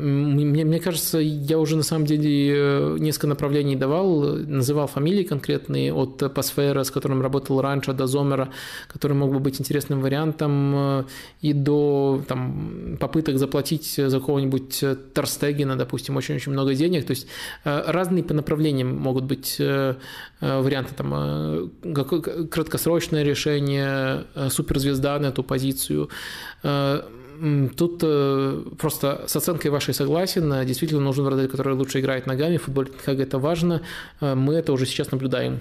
я уже на самом деле несколько направлений давал, называл фамилии конкретные, от Пасфера, с которым работал раньше, до Зомера, который мог бы быть интересным вариантом, и до попыток заплатить за какого-нибудь Тер Стегена, допустим, очень-очень много денег. То есть разные по направлениям могут быть варианты, краткосрочное решение, суперзвезда на эту позицию. Тут просто с оценкой вашей согласен. Действительно нужен вратарь, который лучше играет ногами. В футболе Тен Хага это важно. Мы это уже сейчас наблюдаем.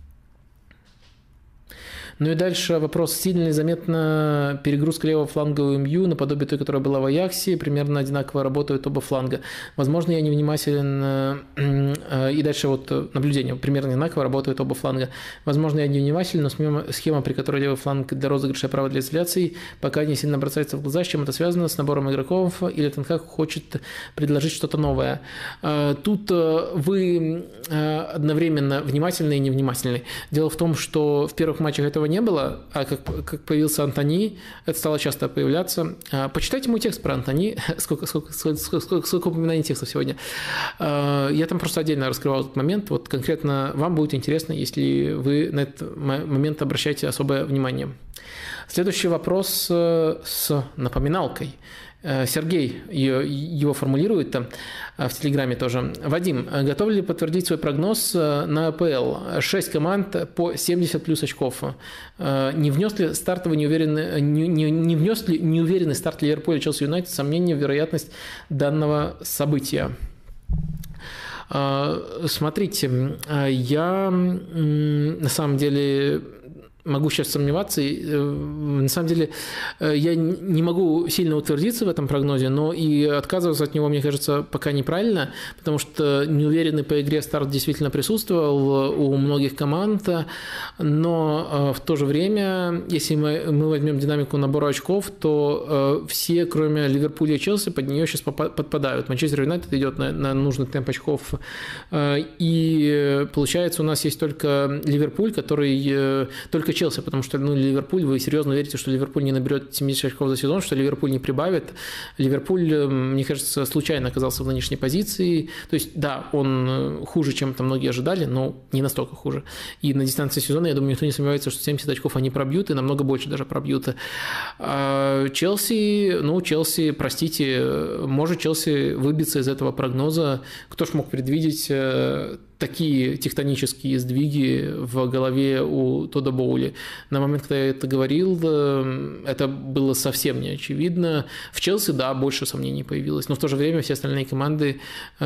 Ну и дальше вопрос, сильно ли заметна перегрузка левого фланга у МЮ наподобие той, которая была в Аяксе, примерно одинаково работают оба фланга. Возможно, я невнимателен, и дальше вот наблюдение, примерно одинаково работают оба фланга. Возможно, я невнимателен, но схема, при которой левый фланг для розыгрыша, право для изоляции, пока не сильно бросается в глаза, с чем это связано, с набором игроков, или Тен Хаг хочет предложить что-то новое. Тут вы одновременно внимательны и невнимательны. Дело в том, что в первых матчах этого не было, а как появился Антони, это стало часто появляться. Почитайте мой текст про Антони, сколько упоминаний текстов сегодня. Я там просто отдельно раскрывал этот момент, вот конкретно вам будет интересно, если вы на этот момент обращаете особое внимание. Следующий вопрос с напоминалкой. Сергей его формулирует в Телеграме тоже. Вадим, готов ли подтвердить свой прогноз на АПЛ? 6 команд по 70 плюс очков. Не внес ли неуверенный старт Ливерпуля, Челси, Юнайтед сомнения в вероятность данного события? Смотрите, я на самом деле могу сейчас сомневаться. На самом деле, я не могу сильно утвердиться в этом прогнозе, но и отказываться от него, мне кажется, пока неправильно, потому что неуверенный по игре старт действительно присутствовал у многих команд, но в то же время, если мы возьмем динамику набора очков, то все, кроме Ливерпуля и Челси, под нее сейчас подпадают. Манчестер Юнайтед идет на нужный темп очков, и получается, у нас есть только Ливерпуль, который только Челси, потому что Ливерпуль, вы серьезно верите, что Ливерпуль не наберет 70 очков за сезон, что Ливерпуль не прибавит? Ливерпуль, мне кажется, случайно оказался в нынешней позиции. То есть, да, он хуже, чем там многие ожидали, но не настолько хуже. И на дистанции сезона, я думаю, никто не сомневается, что 70 очков они пробьют, и намного больше даже пробьют. А Челси, простите, может Челси выбиться из этого прогноза? Кто ж мог предвидеть такие тектонические сдвиги в голове у Тодда Боули? На момент, когда я это говорил, это было совсем не очевидно. В Челси, да, больше сомнений появилось, но в то же время все остальные команды,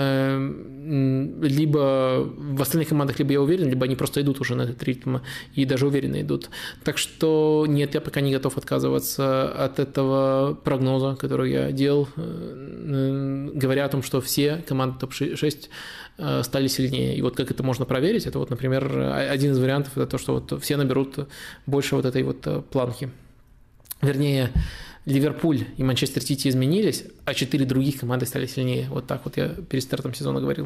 либо в остальных командах либо я уверен, либо они просто идут уже на этот ритм и даже уверенно идут. Так что нет, я пока не готов отказываться от этого прогноза, который я делал, говоря о том, что все команды топ-6 стали сильнее. И вот как это можно проверить, это вот, например, один из вариантов, это то, что вот все наберут больше вот этой вот планки. Вернее, Ливерпуль и Манчестер Сити изменились, а 4 других команды стали сильнее. Вот так вот я перед стартом сезона говорил.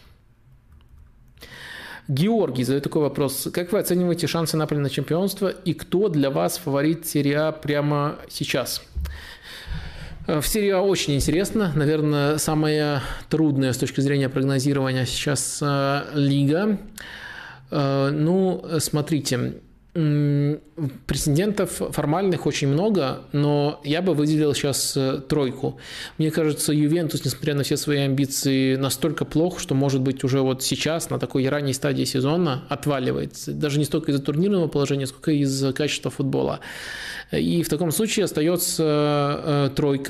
Георгий задает такой вопрос. Как вы оцениваете шансы Наполи на чемпионство и кто для вас фаворит серии А прямо сейчас? В серии А очень интересно. Наверное, самая трудная с точки зрения прогнозирования сейчас лига. Смотрите, претендентов формальных очень много, но я бы выделил сейчас тройку. Мне кажется, Ювентус, несмотря на все свои амбиции, настолько плох, что, может быть, уже вот сейчас, на такой ранней стадии сезона, отваливается. Даже не столько из-за турнирного положения, сколько из-за качества футбола. И в таком случае остается тройка.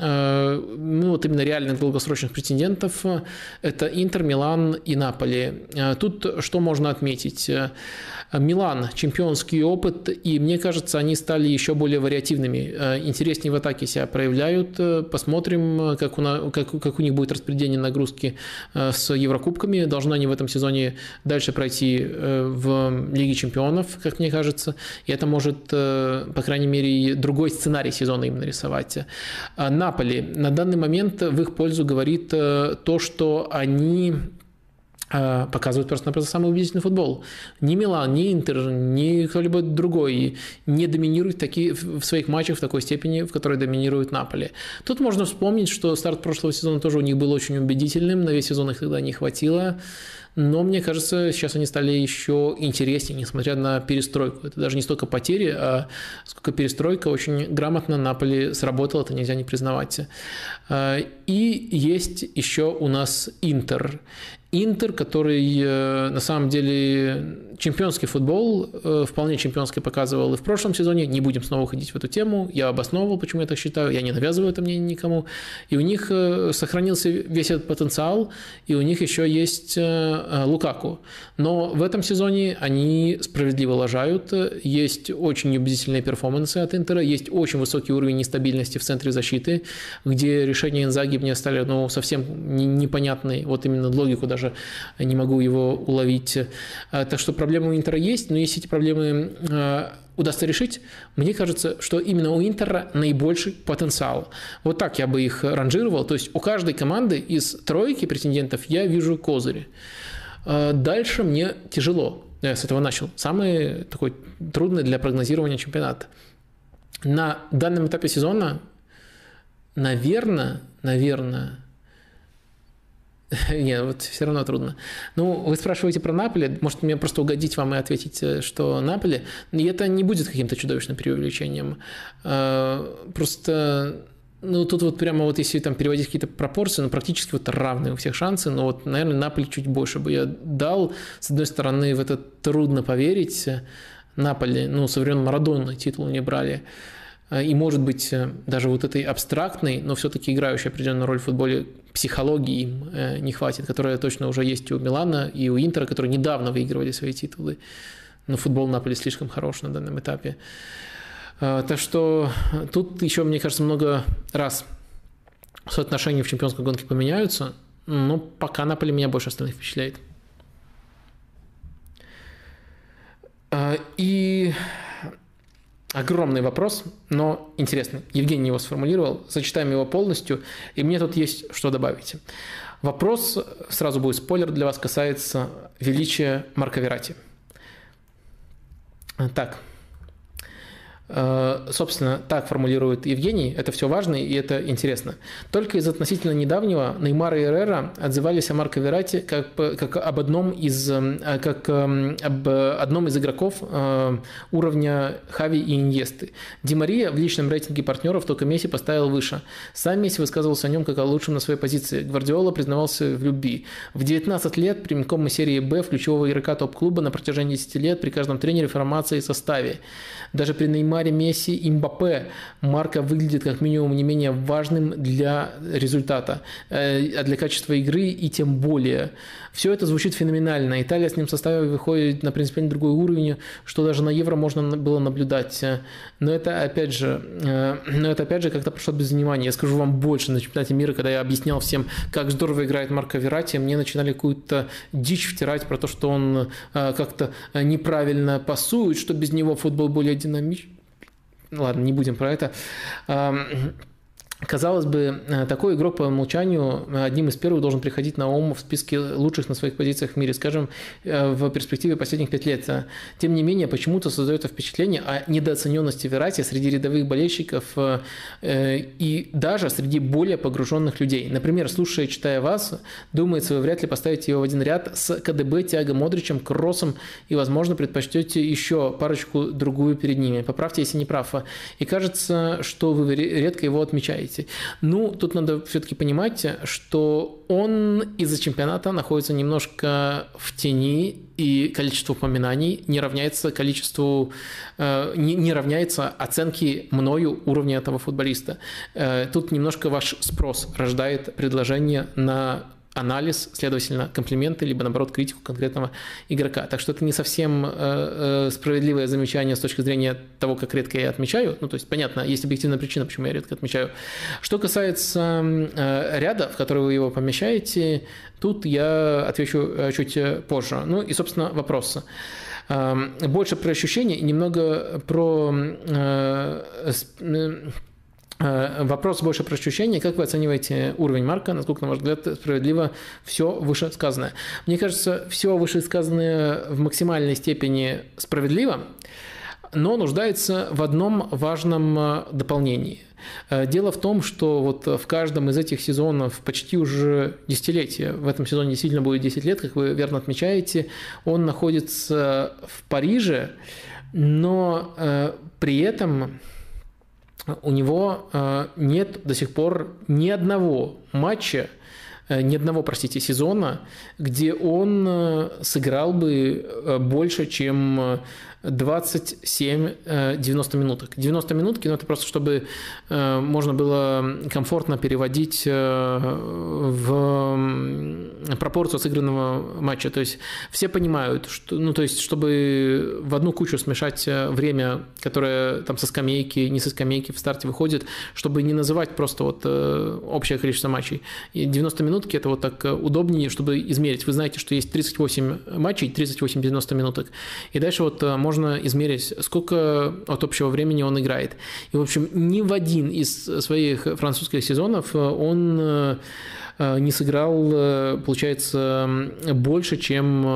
Вот именно реальных долгосрочных претендентов. Это Интер, Милан и Наполи. Тут что можно отметить? Милан – чемпионский опыт, и мне кажется, они стали еще более вариативными, интереснее в атаке себя проявляют. Посмотрим, как у них будет распределение нагрузки с Еврокубками. Должны они в этом сезоне дальше пройти в Лиге чемпионов, как мне кажется, и это может, по крайней мере, другой сценарий сезона им нарисовать. Наполи на данный момент в их пользу говорит то, что они показывают просто-напросто самый убедительный футбол. Ни Милан, ни Интер, ни кто-либо другой не доминирует в своих матчах в такой степени, в которой доминирует Наполи. Тут можно вспомнить, что старт прошлого сезона тоже у них был очень убедительным, на весь сезон их тогда не хватило. Но мне кажется, сейчас они стали еще интереснее, несмотря на перестройку. Это даже не столько потери, а сколько перестройка. Очень грамотно Наполи сработала, это нельзя не признавать. И есть еще у нас Интер. Интер, который на самом деле чемпионский футбол, вполне чемпионский показывал и в прошлом сезоне. Не будем снова уходить в эту тему. Я обосновывал, почему я так считаю. Я не навязываю это мнение никому. И у них сохранился весь этот потенциал, и у них еще есть Лукаку. Но в этом сезоне они справедливо лажают. Есть очень убедительные перформансы от Интера, есть очень высокий уровень нестабильности в центре защиты, где решения Инзаги мне стали совсем непонятны. Вот именно логику даже не могу его уловить. Так что проблемы у Интера есть, но если эти проблемы удастся решить, мне кажется, что именно у Интера наибольший потенциал. Вот так я бы их ранжировал. То есть у каждой команды из тройки претендентов я вижу козыри. Дальше мне тяжело. Я с этого начал. Самый такой трудный для прогнозирования чемпионат. На данном этапе сезона, наверное, нет, вот все равно трудно. Вы спрашиваете про Наполи, может мне просто угодить вам и ответить, что Наполи, и это не будет каким-то чудовищным преувеличением. Просто, тут вот прямо вот если там переводить какие-то пропорции, практически вот равные у всех шансы, но вот, наверное, Наполи чуть больше бы я дал. С одной стороны, в это трудно поверить. Наполи, со времен Марадоны титул не брали. И, может быть, даже вот этой абстрактной, но все-таки играющей определенную роль в футболе психологии им не хватит, которая точно уже есть у Милана и у Интера, которые недавно выигрывали свои титулы. но футбол Наполи слишком хорош на данном этапе. Так что тут еще, мне кажется, много раз соотношения в чемпионской гонке поменяются, но пока Наполи меня больше остальных впечатляет. И огромный вопрос, но интересный. Евгений его сформулировал, зачитаем его полностью, и мне тут есть что добавить. Вопрос, сразу будет спойлер для вас, касается величия Марко Верратти. Так. Собственно, так формулирует Евгений, это все важно и это интересно. Только из относительно недавнего Неймар и Эррера отзывались о Марко Верратти как об одном из игроков уровня Хави и Иньесты. Ди Мария в личном рейтинге партнеров только Месси поставил выше. Сам Месси высказывался о нем как о лучшем на своей позиции. Гвардиола признавался в любви. В 19 лет прямиком из серии Б в ключевого игрока топ-клуба на протяжении 10 лет при каждом тренере, формации и составе. Даже при Неймаре, Месси и Мбаппе Марко выглядит как минимум не менее важным для результата, а для качества игры и тем более. Все это звучит феноменально. Италия с ним в составе выходит на принципиально другой уровень, что даже на Евро можно было наблюдать. Но это опять же как-то прошло без внимания. Я скажу вам больше, на чемпионате мира, когда я объяснял всем, как здорово играет Марко Верратти, мне начинали какую-то дичь втирать про то, что он как-то неправильно пасует, что без него футбол более динамичный. Ладно, не будем про это. Казалось бы, такой игрок по умолчанию одним из первых должен приходить на ум в списке лучших на своих позициях в мире, скажем, в перспективе последних 5 лет. Тем не менее, почему-то создает впечатление о недооцененности Верратти среди рядовых болельщиков и даже среди более погруженных людей. Например, слушая и читая вас, думается, вы вряд ли поставите его в один ряд с КДБ, Тиаго Модричем, Кроссом и, возможно, предпочтете еще парочку другую перед ними. Поправьте, если не прав. И кажется, что вы редко его отмечаете. Ну, тут надо все-таки понимать, что он из-за чемпионата находится немножко в тени, и количество упоминаний не равняется не равняется оценке мною уровня этого футболиста. Тут немножко ваш спрос рождает предложение на анализ, следовательно, комплименты, либо, наоборот, критику конкретного игрока. Так что это не совсем справедливое замечание с точки зрения того, как редко я отмечаю. Ну, то есть, понятно, есть объективная причина, почему я редко отмечаю. Что касается ряда, в который вы его помещаете, тут я отвечу чуть позже. Ну и, собственно, вопрос. Больше про ощущения и немного про... Вопрос больше про ощущения. Как вы оцениваете уровень Марко? Насколько, на ваш взгляд, справедливо все вышесказанное? Мне кажется, все вышесказанное в максимальной степени справедливо, но нуждается в одном важном дополнении. Дело в том, что вот в каждом из этих сезонов почти уже десятилетия, в этом сезоне действительно будет 10 лет, как вы верно отмечаете, он находится в Париже, но при этом... У него нет до сих пор ни одного матча, сезона, где он сыграл бы больше, чем 27-90 минуток. 90 минутки, это просто чтобы можно было комфортно переводить в пропорцию сыгранного матча. То есть все понимают, что, то есть чтобы в одну кучу смешать время, которое там со скамейки, не со скамейки в старте выходит, чтобы не называть просто общее количество матчей. И 90 минутки это так удобнее, чтобы измерить. Вы знаете, что есть 38 матчей, 38-90 минуток. И дальше можно измерить, сколько от общего времени он играет. И, в общем, ни в один из своих французских сезонов он не сыграл, получается, больше, чем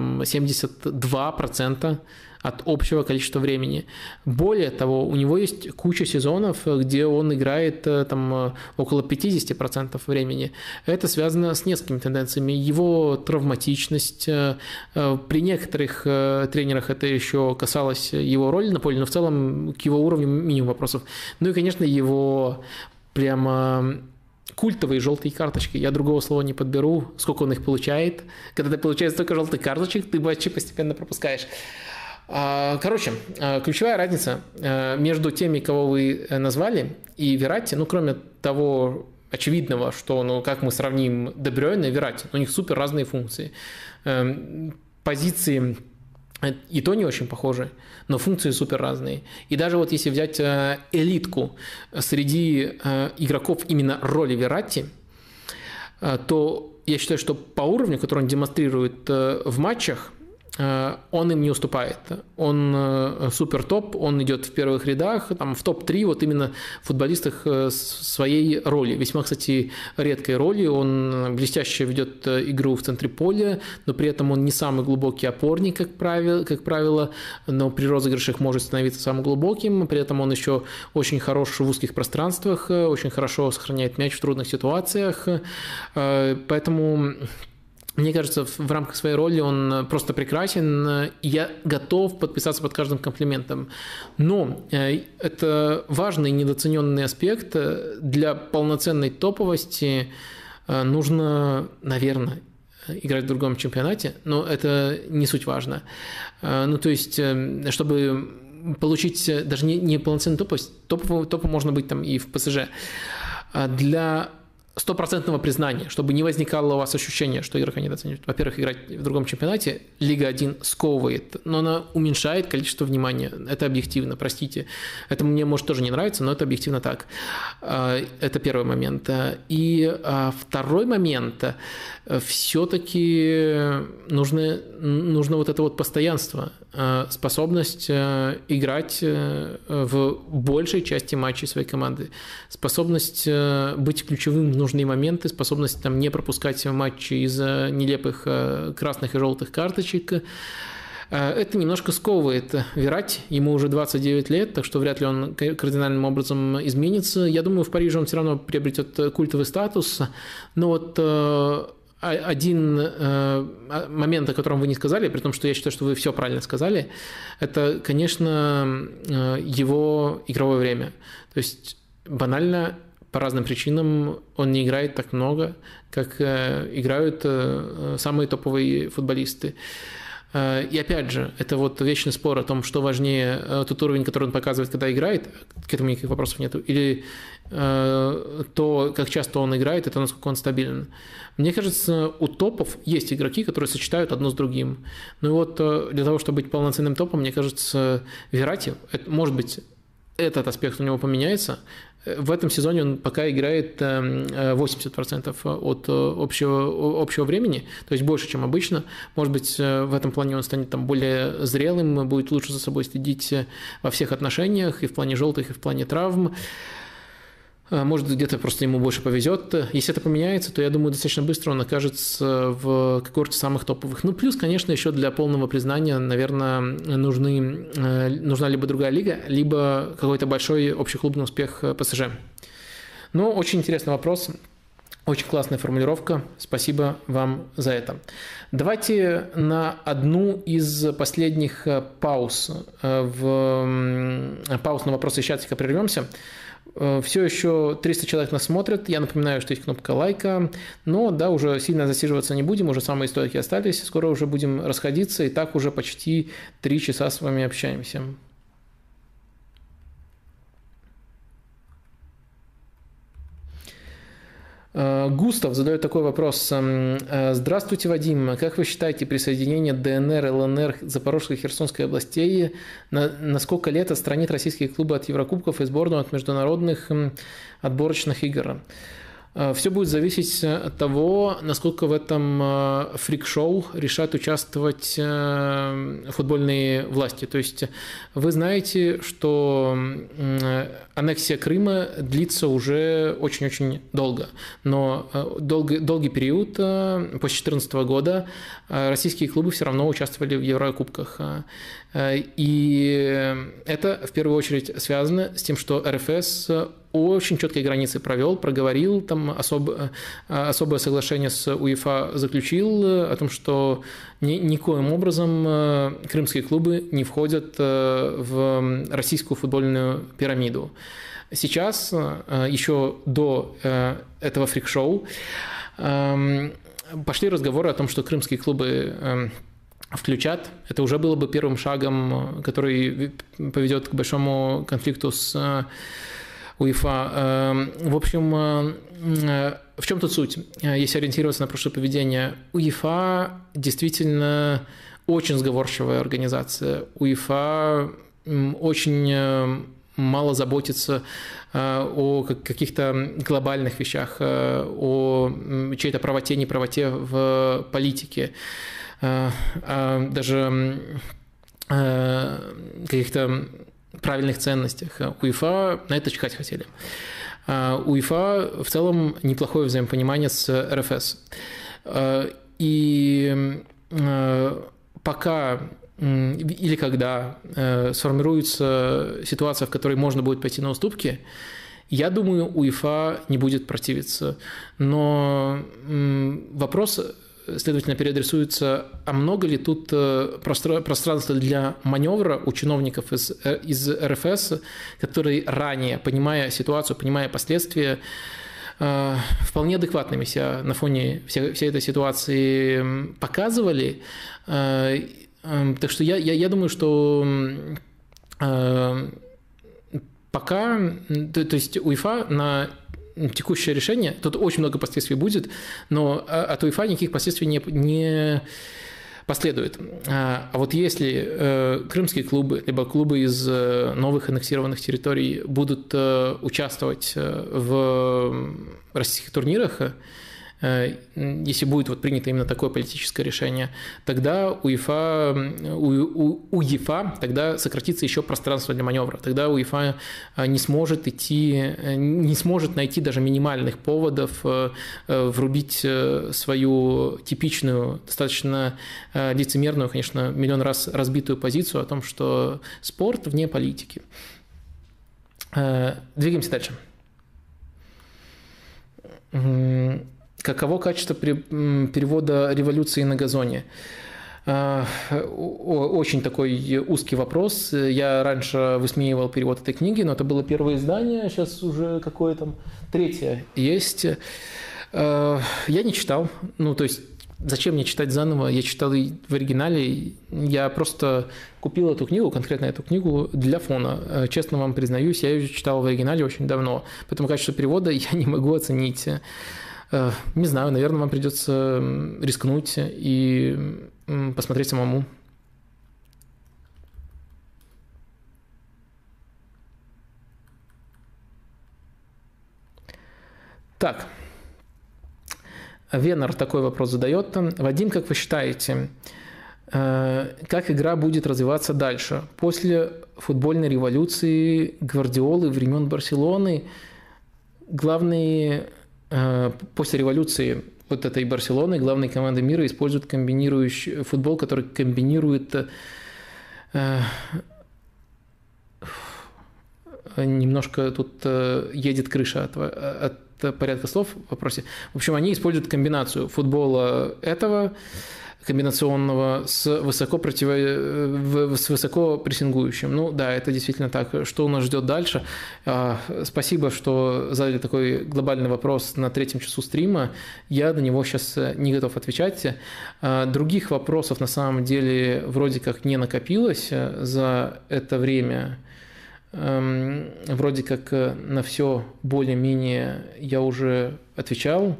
72% от общего количества времени. Более того, у него есть куча сезонов, где он играет около 50% времени. Это связано с несколькими тенденциями. Его травматичность. При некоторых тренерах это еще касалось его роли на поле, но в целом к его уровню минимум вопросов. Ну и, конечно, его прямо... культовые желтые карточки. Я другого слова не подберу, сколько он их получает. Когда ты получаешь столько желтых карточек, ты матчи постепенно пропускаешь. Короче, ключевая разница между теми, кого вы назвали, и Верратти, кроме того очевидного, что, как мы сравним Де Брюйне и Верратти, у них супер разные функции. Позиции И то не очень похожи, но функции супер разные. И даже вот если взять элитку среди игроков именно роли Верратти, то я считаю, что по уровню, который он демонстрирует в матчах, он им не уступает. Он супер топ, он идет в первых рядах, там, в топ-3 вот именно в футболистах своей роли. Весьма, кстати, редкой роли. Он блестяще ведет игру в центре поля, но при этом он не самый глубокий опорник, как правило, но при розыгрышах может становиться самым глубоким. При этом он еще очень хорош в узких пространствах, очень хорошо сохраняет мяч в трудных ситуациях. Поэтому... Мне кажется, в рамках своей роли он просто прекрасен, и я готов подписаться под каждым комплиментом. Но это важный недооцененный аспект. Для полноценной топовости нужно, наверное, играть в другом чемпионате, но это не суть важно. Ну, то есть, чтобы получить даже не полноценную топовость, топом можно быть там и в ПСЖ. Для стопроцентного признания, чтобы не возникало у вас ощущения, что игрока недооценивают. Во-первых, играть в другом чемпионате Лига 1 сковывает, но она уменьшает количество внимания. Это объективно, простите. Это мне, может, тоже не нравится, но это объективно так. Это первый момент. И второй момент, все-таки нужно вот это вот постоянство, способность играть в большей части матчей своей команды, способность быть ключевым в нужные моменты, способность там не пропускать матчи из-за нелепых красных и желтых карточек. Это немножко сковывает Верратти, ему уже 29 лет, так что вряд ли он кардинальным образом изменится. Я думаю, в Париже он все равно приобретет культовый статус, но вот один момент, о котором вы не сказали, при том, что я считаю, что вы все правильно сказали, это, конечно, его игровое время. То есть банально по разным причинам он не играет так много, как играют самые топовые футболисты. И опять же, это вот вечный спор о том, что важнее, тот уровень, который он показывает, когда играет, к этому никаких вопросов нет, или то, как часто он играет, это насколько он стабилен. Мне кажется, у топов есть игроки, которые сочетают одно с другим. Ну и вот для того, чтобы быть полноценным топом, мне кажется, Верратти, может быть, этот аспект у него поменяется. В этом сезоне он пока играет 80% от общего времени, то есть больше, чем обычно. Может быть, в этом плане он станет там более зрелым, будет лучше за собой следить во всех отношениях, и в плане желтых, и в плане травм. Может, где-то просто ему больше повезет. Если это поменяется, то, я думаю, достаточно быстро он окажется в когорте самых топовых. Ну, плюс, конечно, еще для полного признания, наверное, нужна либо другая лига, либо какой-то большой общеклубный успех ПСЖ. Но очень интересный вопрос. Очень классная формулировка. Спасибо вам за это. Давайте на одну из последних пауз на вопросы из чатика прервемся. Все еще 300 человек нас смотрят. Я напоминаю, что есть кнопка лайка. Но да, уже сильно засиживаться не будем. Уже самые стойкие остались. Скоро уже будем расходиться. И так уже почти 3 часа с вами общаемся. Густав задает такой вопрос. Здравствуйте, Вадим. Как вы считаете, присоединение ДНР, ЛНР, Запорожской и Херсонской областей на сколько лет отстранит российские клубы от Еврокубков и сборную от международных отборочных игр? Все будет зависеть от того, насколько в этом фрик-шоу решат участвовать футбольные власти. То есть вы знаете, что аннексия Крыма длится уже очень-очень долго. Но долгий период, после 2014 года, российские клубы все равно участвовали в Еврокубках. И это в первую очередь связано с тем, что РФС очень четкие границы проговорил, там особое соглашение с УЕФА заключил о том, что никоим образом крымские клубы не входят в российскую футбольную пирамиду. Сейчас, еще до этого фрик-шоу, пошли разговоры о том, что крымские клубы включат. Это уже было бы первым шагом, который поведет к большому конфликту с УЕФА. В общем, в чем тут суть? Если ориентироваться на прошлое поведение, УЕФА действительно очень сговорчивая организация. УЕФА очень мало заботится о каких-то глобальных вещах, о чьей-то правоте, неправоте в политике, даже каких-то правильных ценностях. УЕФА на это чихать хотели. УЕФА в целом неплохое взаимопонимание с РФС. И пока или когда сформируется ситуация, в которой можно будет пойти на уступки, я думаю, УЕФА не будет противиться. Но вопрос, следовательно, переадресуется, а много ли тут пространства для маневра у чиновников из РФС, которые ранее, понимая ситуацию, понимая последствия, вполне адекватными себя на фоне всей этой ситуации показывали. Так что я думаю, что пока, то есть УЕФА на текущее решение, тут очень много последствий будет, но от УЕФА никаких последствий не последует. А вот если крымские клубы, либо клубы из новых аннексированных территорий будут участвовать в российских турнирах, если будет вот принято именно такое политическое решение, тогда УЕФА тогда сократится еще пространство для маневра. Тогда УЕФА не сможет найти даже минимальных поводов врубить свою типичную, достаточно лицемерную, конечно, миллион раз разбитую позицию о том, что спорт вне политики. Двигаемся дальше. Каково качество перевода «Революции на газоне»? Очень такой узкий вопрос. Я раньше высмеивал перевод этой книги, но это было первое издание, сейчас уже какое там третье есть. Я не читал, то есть зачем мне читать заново? Я читал в оригинале, я просто купил эту книгу, конкретно эту книгу, для фона. Честно вам признаюсь, я ее читал в оригинале очень давно, поэтому качество перевода я не могу оценить. Не знаю, наверное, вам придется рискнуть и посмотреть самому. Так, Венер такой вопрос задает. Вадим, как вы считаете, как игра будет развиваться дальше? После футбольной революции Гвардиолы времен Барселоны после революции вот этой Барселоны главные команды мира используют комбинирующий футбол, который комбинирует немножко тут едет крыша от порядка слов в вопросе. В общем, они используют комбинацию футбола этого комбинационного с высоко прессингующим. Ну да, это действительно так. Что у нас ждет дальше? Спасибо, что задали такой глобальный вопрос на 3-м часу стрима. Я на него сейчас не готов отвечать. Других вопросов на самом деле вроде как не накопилось за это время. Вроде как на все более-менее я уже отвечал.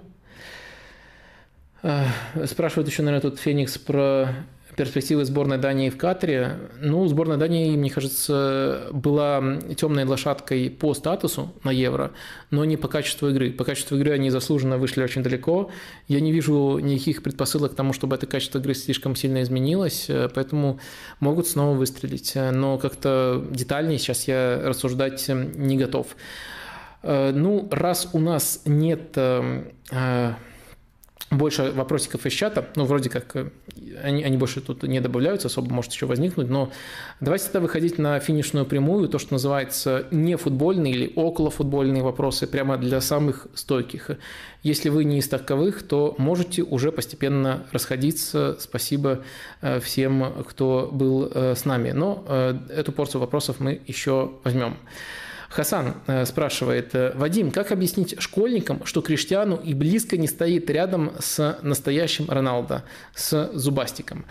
Спрашивают еще, наверное, тут Феникс про перспективы сборной Дании в Катаре. Ну, сборная Дании, мне кажется, была темной лошадкой по статусу на Евро, но не по качеству игры. По качеству игры они заслуженно вышли очень далеко. Я не вижу никаких предпосылок к тому, чтобы это качество игры слишком сильно изменилось, поэтому могут снова выстрелить. Но как-то детальнее сейчас я рассуждать не готов. Ну, раз у нас нет больше вопросиков из чата, вроде как они больше тут не добавляются, особо может еще возникнуть, но давайте тогда выходить на финишную прямую, то, что называется нефутбольные или околофутбольные вопросы, прямо для самых стойких. Если вы не из таковых, то можете уже постепенно расходиться. Спасибо всем, кто был с нами. Но эту порцию вопросов мы еще возьмем. Хасан спрашивает: Вадим, как объяснить школьникам, что Криштиану и близко не стоит рядом с настоящим Роналдо, с зубастиком?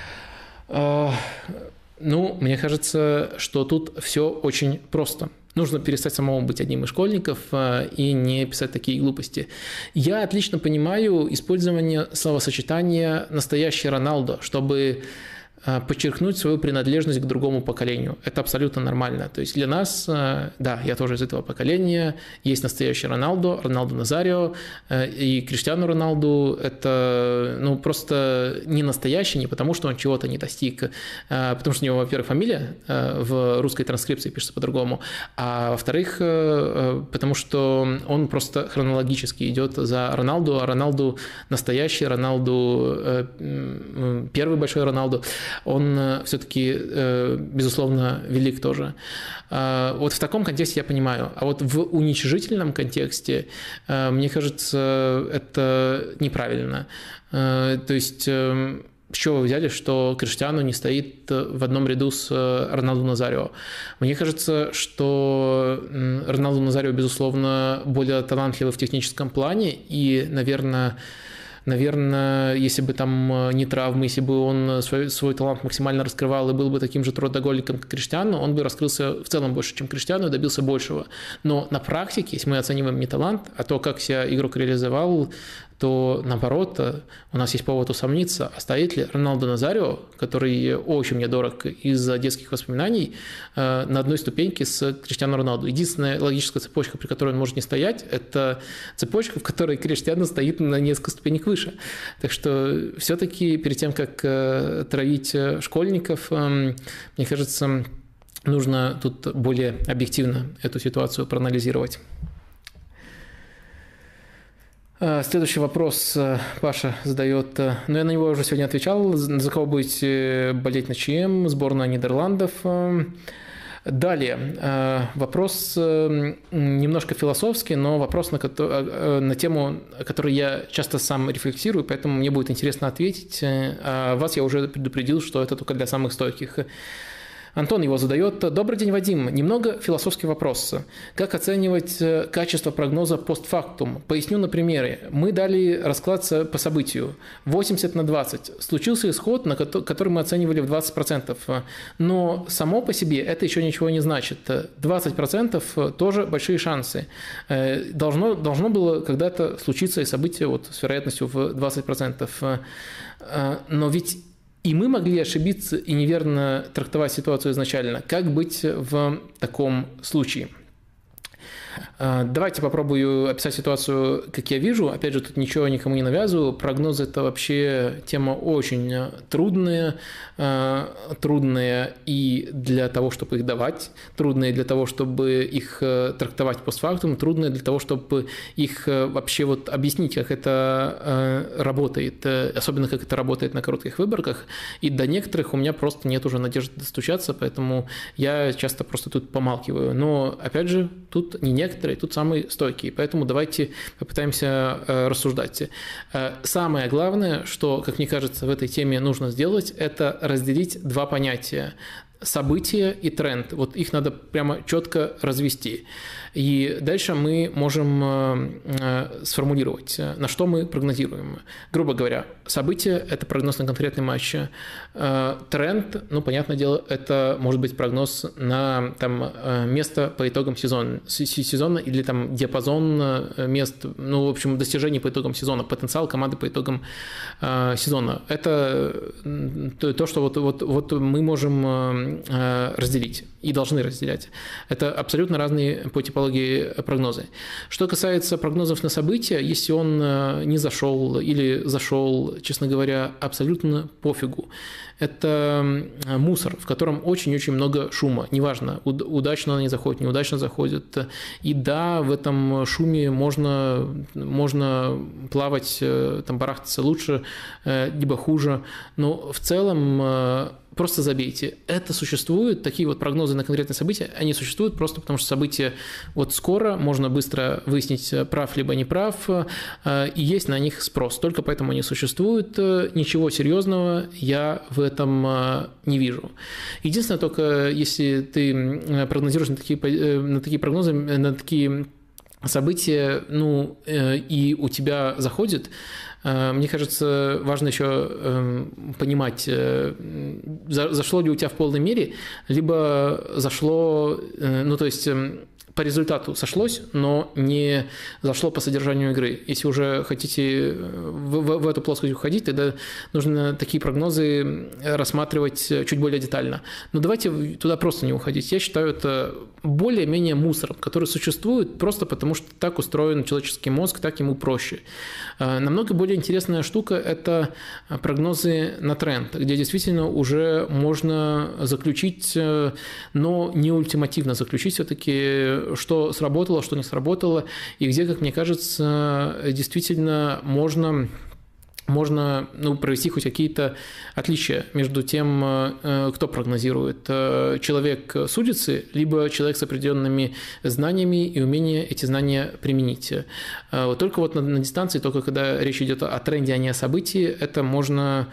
Ну, мне кажется, что тут все очень просто. Нужно перестать самому быть одним из школьников и не писать такие глупости. Я отлично понимаю использование словосочетания «настоящий Роналдо», чтобы подчеркнуть свою принадлежность к другому поколению. Это абсолютно нормально. То есть для нас, да, я тоже из этого поколения, есть настоящий Роналдо, Роналдо Назарио и Криштиану Роналду. Это, ну, просто не настоящий, не потому что он чего-то не достиг, потому что у него, во-первых, фамилия в русской транскрипции пишется по-другому, а во-вторых, потому что он просто хронологически идет за Роналду, а Роналду настоящий, Роналду первый большой Роналду, он все-таки, безусловно, велик тоже. Вот в таком контексте я понимаю. А вот в уничижительном контексте, мне кажется, это неправильно. То есть, с чего вы взяли, что Криштиану не стоит в одном ряду с Роналду Назарио? Мне кажется, что Роналду Назарио, безусловно, более талантливый в техническом плане, и, наверное, если бы там не травмы, если бы он свой талант максимально раскрывал и был бы таким же трудоголиком, как Криштиану, он бы раскрылся в целом больше, чем Криштиану, и добился большего. Но на практике, если мы оцениваем не талант, а то, как себя игрок реализовал, то, наоборот, у нас есть повод усомниться, а стоит ли Роналдо Назарио, который очень мне дорог из-за детских воспоминаний, на одной ступеньке с Криштиану Роналду. Единственная логическая цепочка, при которой он может не стоять, это цепочка, в которой Криштиану стоит на несколько ступенек выше. Так что все-таки перед тем, как травить школьников, мне кажется, нужно тут более объективно эту ситуацию проанализировать. Следующий вопрос Паша задает, но я на него уже сегодня отвечал. За кого будете болеть на ЧМ? Сборная Нидерландов. Далее, вопрос немножко философский, но вопрос на тему, о которой я часто сам рефлексирую, поэтому мне будет интересно ответить. А вас я уже предупредил, что это только для самых стойких. Антон его задает. Добрый день, Вадим. Немного философский вопрос. Как оценивать качество прогноза постфактум? Поясню на примере. Мы дали расклад по событию 80/20. Случился исход, который мы оценивали в 20%. Но само по себе это еще ничего не значит. 20% тоже большие шансы. Должно было когда-то случиться и событие вот с вероятностью в 20%. Но ведь и мы могли ошибиться и неверно трактовать ситуацию изначально. Как быть в таком случае? Давайте попробую описать ситуацию, как я вижу. Опять же, тут ничего никому не навязываю. Прогнозы – это вообще тема очень трудная и для того, чтобы их давать, трудная для того, чтобы их трактовать постфактум, трудная для того, чтобы их вообще вот объяснить, как это работает, особенно как это работает на коротких выборках. И до некоторых у меня просто нет уже надежды достучаться, поэтому я часто просто тут помалкиваю. Но, опять же, тут не некоторые, тут самые стойкие, поэтому давайте попытаемся рассуждать. Самое главное, что, как мне кажется, в этой теме нужно сделать, это разделить два понятия – события и тренд. Вот их надо прямо четко развести. И дальше мы можем сформулировать, на что мы прогнозируем. Грубо говоря, события – это прогноз на конкретный матч. Тренд, ну, понятное дело, это может быть прогноз на там, место по итогам сезона или там диапазон мест, ну, в общем, достижений по итогам сезона, потенциал команды по итогам сезона. Это то, что вот мы можем разделить и должны разделять. Это абсолютно разные по типологии прогнозы. Что касается прогнозов на события, если он не зашел или зашел, честно говоря, абсолютно пофигу. Это мусор, в котором очень-очень много шума. Неважно, удачно он не заходит, неудачно заходит. И да, в этом шуме можно плавать, там, барахтаться лучше, либо хуже. Но в целом просто забейте. Это существует, такие вот прогнозы на конкретные события, они существуют просто потому, что события вот скоро, можно быстро выяснить, прав либо не прав, и есть на них спрос. Только поэтому они существуют. Ничего серьезного я в этом не вижу. Единственное, только если ты прогнозируешь на такие прогнозы, на такие события, ну, и у тебя заходит, мне кажется, важно еще понимать, зашло ли у тебя в полной мере, либо зашло, ну, то есть по результату сошлось, но не зашло по содержанию игры. Если уже хотите в эту плоскость уходить, тогда нужно такие прогнозы рассматривать чуть более детально. Но давайте туда просто не уходить. Я считаю, это более-менее мусором, который существует просто потому, что так устроен человеческий мозг, так ему проще. Намного более интересная штука – это прогнозы на тренд, где действительно уже можно заключить, но не ультимативно заключить все-таки, что сработало, что не сработало, и где, как мне кажется, действительно можно провести хоть какие-то отличия между тем, кто прогнозирует. Человек с улицы, либо человек с определенными знаниями и умением эти знания применить. Только вот на дистанции, только когда речь идет о тренде, а не о событии, это можно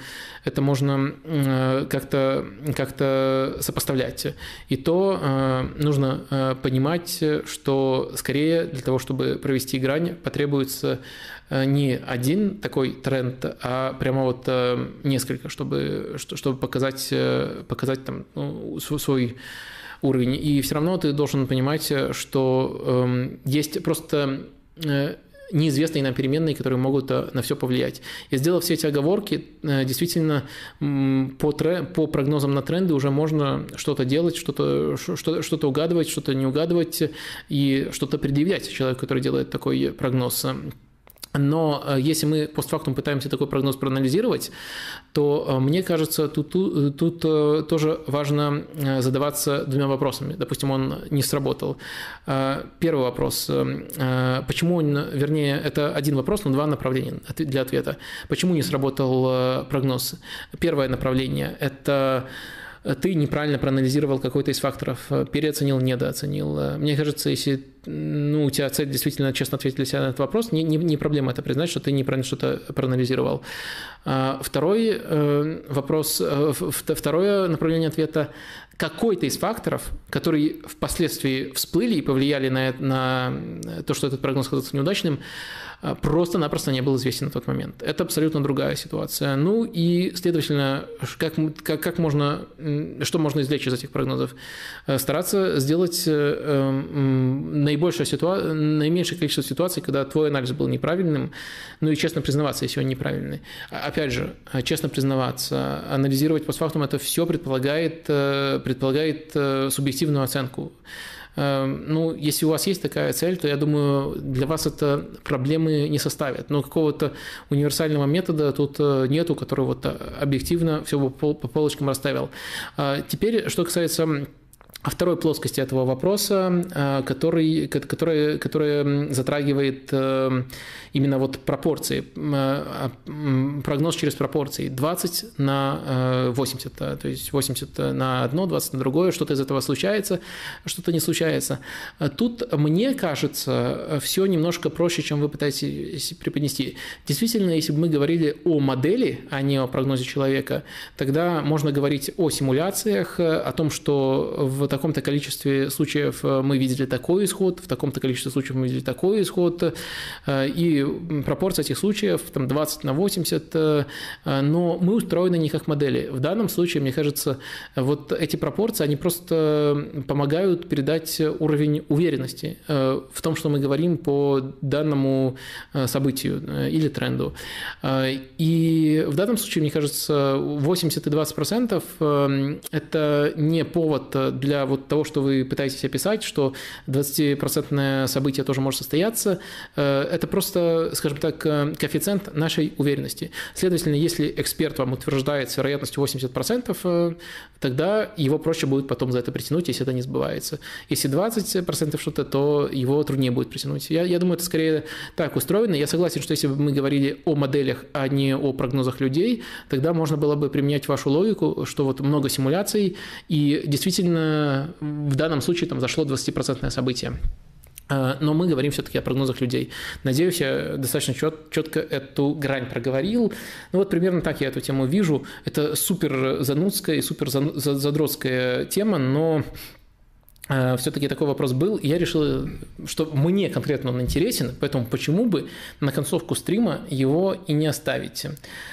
как-то сопоставлять. И то нужно понимать, что скорее для того, чтобы провести грань, потребуется не один такой тренд, а прямо вот несколько, чтобы показать там, свой уровень. И все равно ты должен понимать, что есть просто неизвестные нам переменные, которые могут на все повлиять. И сделав все эти оговорки, действительно по прогнозам на тренды уже можно что-то делать, что-то угадывать, что-то не угадывать и что-то предъявлять человеку, который делает такой прогноз. Но если мы постфактум пытаемся такой прогноз проанализировать, то, мне кажется, тут тоже важно задаваться двумя вопросами. Допустим, он не сработал. Первый вопрос. Почему вернее, это один вопрос, но два направления для ответа. Почему не сработал прогноз? Первое направление – это ты неправильно проанализировал какой-то из факторов, переоценил, недооценил. Мне кажется, если у тебя цель действительно честно ответить для себя на этот вопрос, не проблема это признать, что ты неправильно что-то проанализировал. Второй вопрос, второе направление ответа – какой-то из факторов, которые впоследствии всплыли и повлияли на то, что этот прогноз оказался неудачным, просто-напросто не был известен на тот момент. Это абсолютно другая ситуация. Ну и, следовательно, что можно извлечь из этих прогнозов? Стараться сделать наименьшее количество ситуаций, когда твой анализ был неправильным, ну и честно признаваться, если он неправильный. Опять же, честно признаваться, анализировать постфактум – это все предполагает субъективную оценку. Если у вас есть такая цель, то, я думаю, для вас это проблемы не составит. Но какого-то универсального метода тут нету, который вот объективно все по полочкам расставил. Теперь, что касается второй плоскости этого вопроса, которая затрагивает именно вот пропорции, прогноз через пропорции 20 на 80, то есть 80 на одно, 20 на другое, что-то из этого случается, что-то не случается. Тут, мне кажется, все немножко проще, чем вы пытаетесь преподнести. Действительно, если бы мы говорили о модели, а не о прогнозе человека, тогда можно говорить о симуляциях, о том, что в таком-то количестве случаев мы видели такой исход, в таком-то количестве случаев мы видели такой исход, и пропорция этих случаев там 20 на 80, но мы устроены не как модели. В данном случае, мне кажется, вот эти пропорции, они просто помогают передать уровень уверенности в том, что мы говорим по данному событию или тренду. И в данном случае, мне кажется, 80 и 20% это не повод для вот того, что вы пытаетесь описать, что 20% событие тоже может состояться. Это просто, скажем так, коэффициент нашей уверенности. Следовательно, если эксперт вам утверждает с вероятностью 80%, тогда его проще будет потом за это притянуть, если это не сбывается. Если 20% что-то, то его труднее будет притянуть. Я думаю, это скорее так устроено. Я согласен, что если бы мы говорили о моделях, а не о прогнозах людей, тогда можно было бы применять вашу логику, что вот много симуляций, и действительно в данном случае там зашло 20% событие. Но мы говорим все-таки о прогнозах людей. Надеюсь, я достаточно четко эту грань проговорил. Ну вот примерно так я эту тему вижу. Это супер занудская и супер задротская тема, но все-таки такой вопрос был, и я решил, что мне конкретно он интересен, поэтому почему бы на концовку стрима его и не оставить.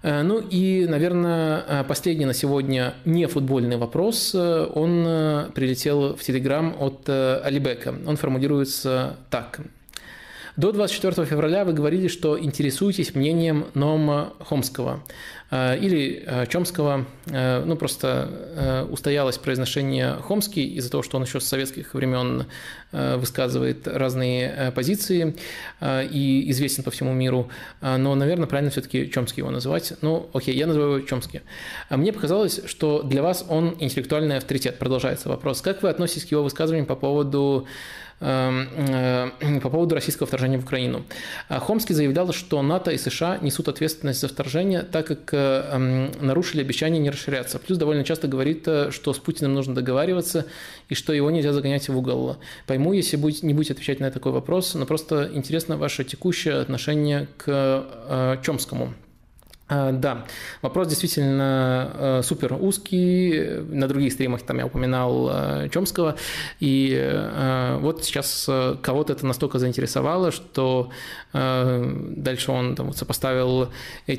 Ну и, наверное, последний на сегодня не футбольный вопрос. Он прилетел в Телеграм от Алибека. Он формулируется так. До 24 февраля вы говорили, что интересуетесь мнением Ноама Хомского или Чомского. Ну, просто устоялось произношение Хомский из-за того, что он еще с советских времен высказывает разные позиции и известен по всему миру. Но, наверное, правильно все-таки Чомский его называть. Ну, окей, я называю его Чомский. Мне показалось, что для вас он интеллектуальный авторитет. Продолжается вопрос. Как вы относитесь к его высказываниям по поводу российского вторжения в Украину? Хомский заявлял, что НАТО и США несут ответственность за вторжение, так как нарушили обещание не расширяться. Плюс довольно часто говорит, что с Путиным нужно договариваться и что его нельзя загонять в угол. Пойму, если не будете отвечать на такой вопрос, но просто интересно ваше текущее отношение к Чомскому. Да, вопрос действительно супер узкий. На других стримах там я упоминал Чомского. И вот сейчас кого-то это настолько заинтересовало, что дальше он там сопоставил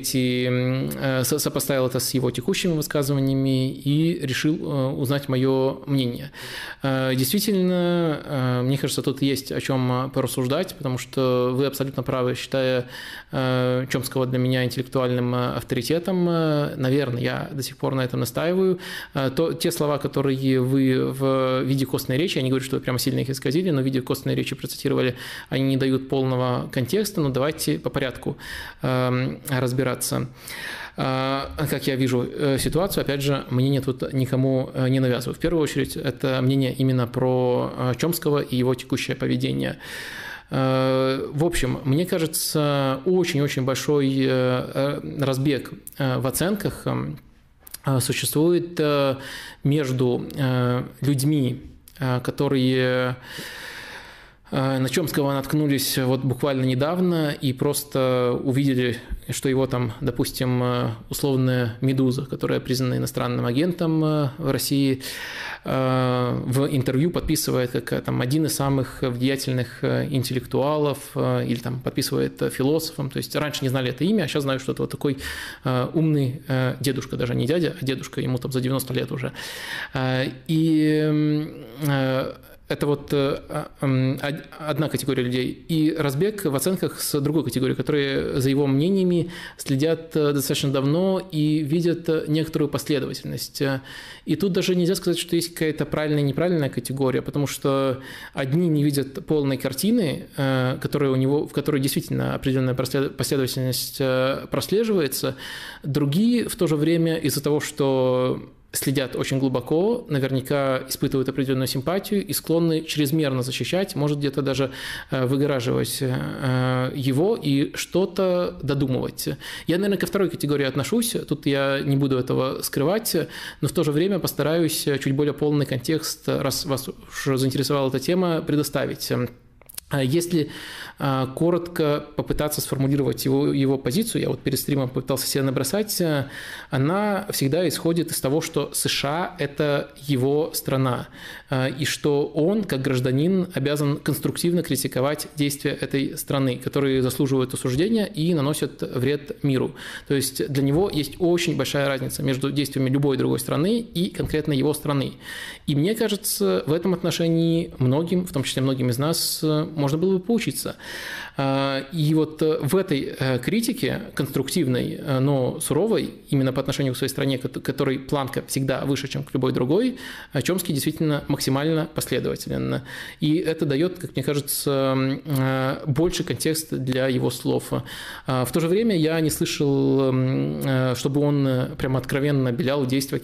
это с его текущими высказываниями и решил узнать мое мнение. Действительно, мне кажется, тут есть о чем порассуждать, потому что вы абсолютно правы, считая Чомского для меня интеллектуальным авторитетом. Наверное, я до сих пор на этом настаиваю. Те слова, которые вы в виде костной речи, я не говорю, что вы прямо сильно их исказили, но в виде костной речи процитировали, они не дают полного контекста, но давайте по порядку разбираться. Как я вижу ситуацию, опять же, мнение тут никому не навязываю. В первую очередь, это мнение именно про Чомского и его текущее поведение. В общем, мне кажется, очень-очень большой разбег в оценках существует между людьми, которые на Чомского наткнулись вот буквально недавно и просто увидели, что его там, допустим, условная «Медуза», которая признана иностранным агентом в России, в интервью подписывает как там один из самых влиятельных интеллектуалов или там подписывает философом. То есть раньше не знали это имя, а сейчас знаю, что это вот такой умный дедушка, даже не дядя, а дедушка, ему там за 90 лет уже. И это вот одна категория людей. И разбег в оценках с другой категорией, которые за его мнениями следят достаточно давно и видят некоторую последовательность. И тут даже нельзя сказать, что есть какая-то правильная и неправильная категория, потому что одни не видят полной картины, в которой действительно определенная последовательность прослеживается, другие в то же время из-за того, что следят очень глубоко, наверняка испытывают определенную симпатию и склонны чрезмерно защищать, может где-то даже выгораживать его и что-то додумывать. Я, наверное, ко второй категории отношусь, тут я не буду этого скрывать, но в то же время постараюсь чуть более полный контекст, раз вас уж заинтересовала эта тема, предоставить. Если коротко попытаться сформулировать его позицию, я вот перед стримом попытался себя набросать, она всегда исходит из того, что США – это его страна, и что он, как гражданин, обязан конструктивно критиковать действия этой страны, которые заслуживают осуждения и наносят вред миру. То есть для него есть очень большая разница между действиями любой другой страны и конкретно его страны. И мне кажется, в этом отношении многим, в том числе многим из нас, можно было бы поучиться. И вот в этой критике, конструктивной, но суровой, именно по отношению к своей стране, которой планка всегда выше, чем к любой другой, Чомский действительно максимально последователен. И это дает, как мне кажется, больше контекст для его слов. В то же время я не слышал, чтобы он прямо откровенно обелял действия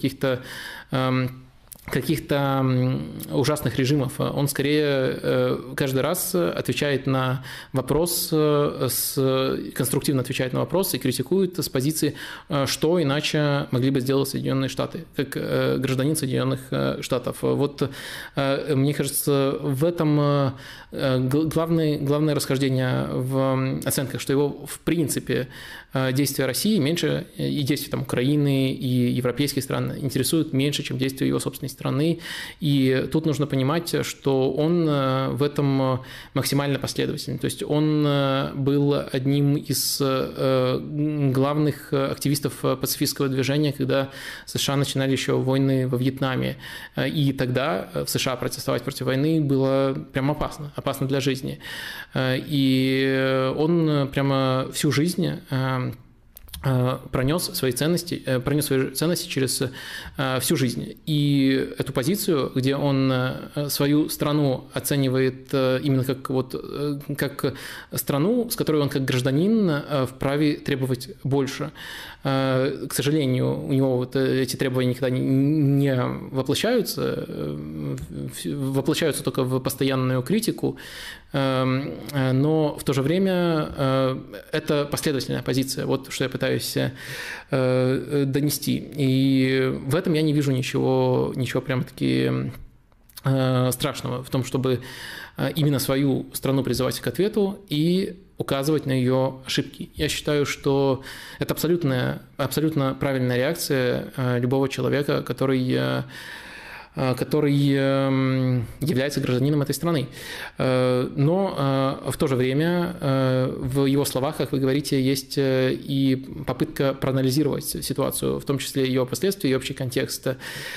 каких-то ужасных режимов. Он скорее каждый раз отвечает на вопрос, конструктивно отвечает на вопрос и критикует с позиции, что иначе могли бы сделать Соединенные Штаты, как гражданин Соединенных Штатов. Вот, мне кажется, в этом главное расхождение в оценках, что его, в принципе, действия России меньше, и действия там, Украины, и европейских стран интересуют меньше, чем действия его собственной страны. И тут нужно понимать, что он в этом максимально последовательный. То есть он был одним из главных активистов пацифистского движения, когда США начинали еще войны во Вьетнаме. И тогда в США протестовать против войны было прям опасно для жизни. И он прямо всю жизнь пронес свои ценности через всю жизнь. И эту позицию, где он свою страну оценивает именно как страну, с которой он как гражданин вправе требовать больше. К сожалению, у него эти требования никогда не воплощаются только в постоянную критику, но в то же время это последовательная позиция. Вот что я пытаюсь донести. И в этом я не вижу ничего прямо-таки страшного в том, чтобы именно свою страну призывать к ответу и указывать на ее ошибки. Я считаю, что это абсолютно правильная реакция любого человека, который является гражданином этой страны. Но в то же время в его словах, как вы говорите, есть и попытка проанализировать ситуацию, в том числе ее последствия, ее общий контекст.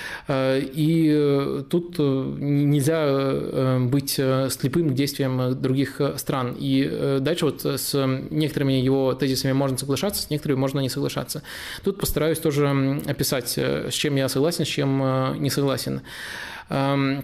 И тут нельзя быть слепым к действиям других стран. И дальше вот с некоторыми его тезисами можно соглашаться, с некоторыми можно не соглашаться. Тут постараюсь тоже описать, с чем я согласен, с чем не согласен. Я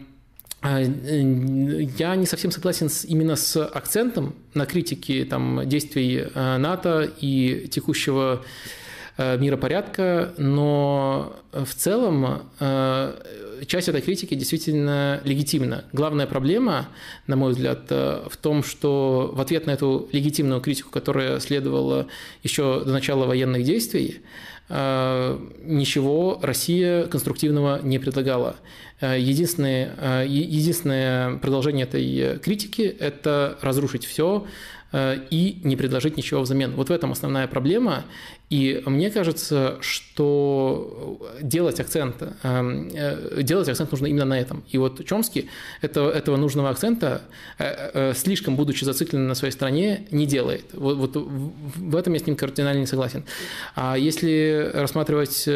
не совсем согласен именно с акцентом на критике действий НАТО и текущего миропорядка, но в целом часть этой критики действительно легитимна. Главная проблема, на мой взгляд, в том, что в ответ на эту легитимную критику, которая следовала еще до начала военных действий, ничего Россия конструктивного не предлагала. Единственное продолжение этой критики – это разрушить все и не предложить ничего взамен. Вот в этом основная проблема. И мне кажется, что делать акцент нужно именно на этом. И вот Чомски этого нужного акцента, слишком будучи зацикленным на своей стране, не делает. Вот в этом я с ним кардинально не согласен. А если рассматривать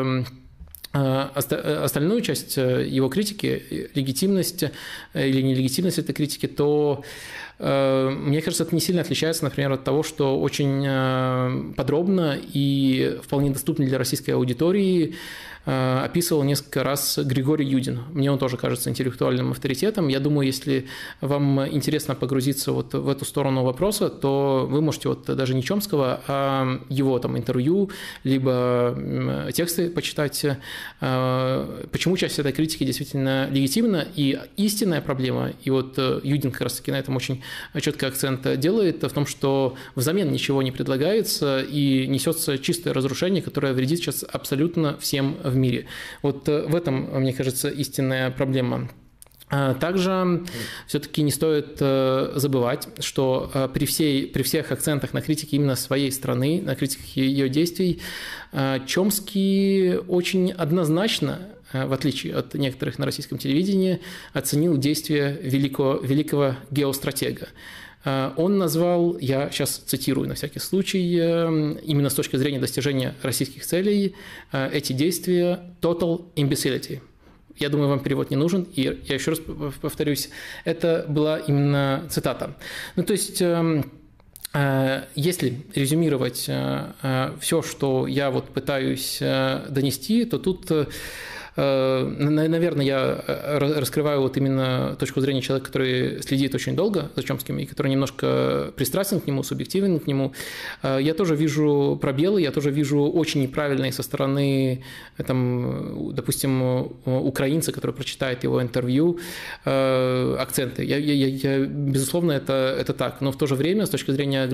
остальную часть его критики, легитимность или нелегитимность этой критики, то мне кажется, это не сильно отличается, например, от того, что очень подробно и вполне доступно для российской аудитории описывал несколько раз Григорий Юдин. Мне он тоже кажется интеллектуальным авторитетом. Я думаю, если вам интересно погрузиться вот в эту сторону вопроса, то вы можете вот даже не Чомского, а его интервью, либо тексты почитать, почему часть этой критики действительно легитимна. И истинная проблема, и вот Юдин как раз-таки на этом очень четкий акцент делает, в том, что взамен ничего не предлагается и несется чистое разрушение, которое вредит сейчас абсолютно всем в мире. Вот в этом, мне кажется, истинная проблема. Также все-таки не стоит забывать, что при всех акцентах на критике именно своей страны, на критике ее действий, Чомский очень однозначно, в отличие от некоторых на российском телевидении, оценил действия великого геостратега. Он назвал, я сейчас цитирую на всякий случай, именно с точки зрения достижения российских целей, эти действия «total imbecility». Я думаю, вам перевод не нужен, и я еще раз повторюсь, это была именно цитата. Ну, то есть, если резюмировать все, что я вот пытаюсь донести, то тут, наверное, я раскрываю вот именно точку зрения человека, который следит очень долго за Чомским и который немножко пристрастен к нему, субъективен к нему. Я тоже вижу пробелы, я тоже вижу очень неправильные со стороны, допустим, украинца, который прочитает его интервью, акценты. Безусловно, это так. Но в то же время, с точки зрения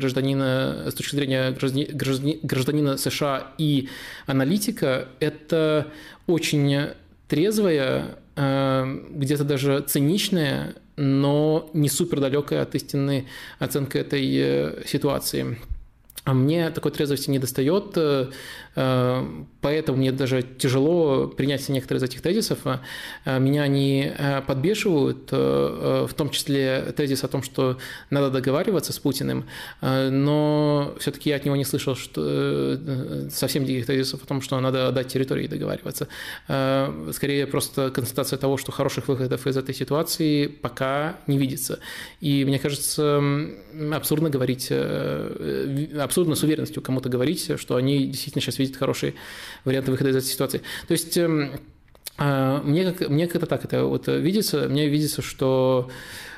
гражданина США и аналитика, это очень трезвая, где-то даже циничная, но не супер далекая от истины оценка этой ситуации. Мне такой трезвости не достает, поэтому мне даже тяжело принять некоторые из этих тезисов. Меня они подбешивают, в том числе тезис о том, что надо договариваться с Путиным, но все-таки я от него не слышал совсем никаких тезисов о том, что надо отдать территории и договариваться. Скорее просто констатация того, что хороших выходов из этой ситуации пока не видится. И мне кажется, абсурдно говорить, абсурдно с уверенностью кому-то говорить, что они действительно сейчас видят хорошие варианты выхода из этой ситуации. То есть мне как-то так это вот видится. Мне видится, что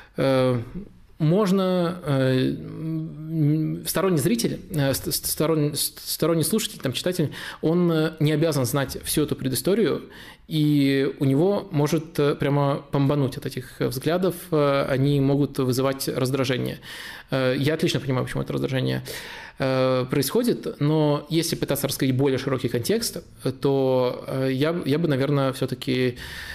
можно сторонний зритель, сторонний слушатель, там, читатель, он не обязан знать всю эту предысторию, и у него может прямо бомбануть от этих взглядов, они могут вызывать раздражение. Я отлично понимаю, почему это раздражение происходит, но если пытаться рассказать более широкий контекст, то я бы, наверное, все-таки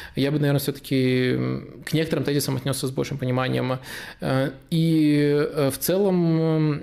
к некоторым тезисам отнесся с большим пониманием. И в целом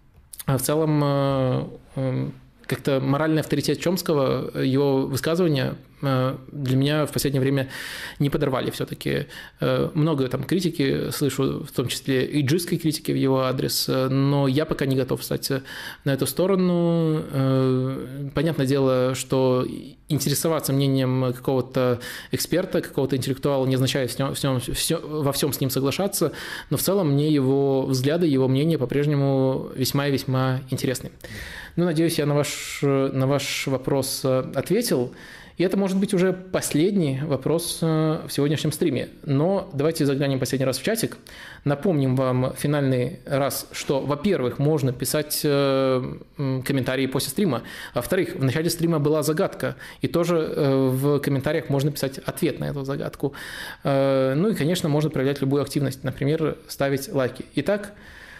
как-то моральный авторитет Чомского, его высказывания для меня в последнее время не подорвали все-таки. Много там критики слышу, в том числе и иджистской критики в его адрес, но я пока не готов встать на эту сторону. Понятное дело, что интересоваться мнением какого-то эксперта, какого-то интеллектуала не означает во всем с ним соглашаться, но в целом мне его взгляды, его мнение по-прежнему весьма и весьма интересны. Ну, надеюсь, я на ваш вопрос ответил. И это может быть уже последний вопрос в сегодняшнем стриме. Но давайте заглянем последний раз в чатик. Напомним вам финальный раз, что, во-первых, можно писать комментарии после стрима. Во-вторых, в начале стрима была загадка. И тоже в комментариях можно писать ответ на эту загадку. Ну и, конечно, можно проявлять любую активность. Например, ставить лайки. Итак,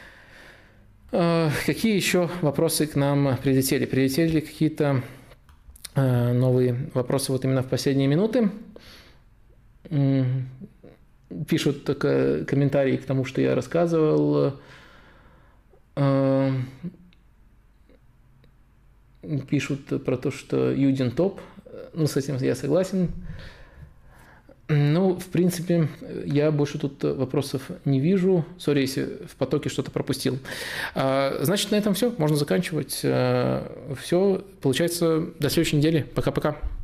какие еще вопросы к нам прилетели? Прилетели ли какие-то новые вопросы вот именно в последние минуты? Пишут только комментарии к тому, что я рассказывал. Пишут про то, что Юдин топ. Ну, с этим я согласен. Ну, в принципе, я больше тут вопросов не вижу. Сори, если в потоке что-то пропустил. Значит, на этом все. Можно заканчивать. Все. Получается, до следующей недели. Пока-пока.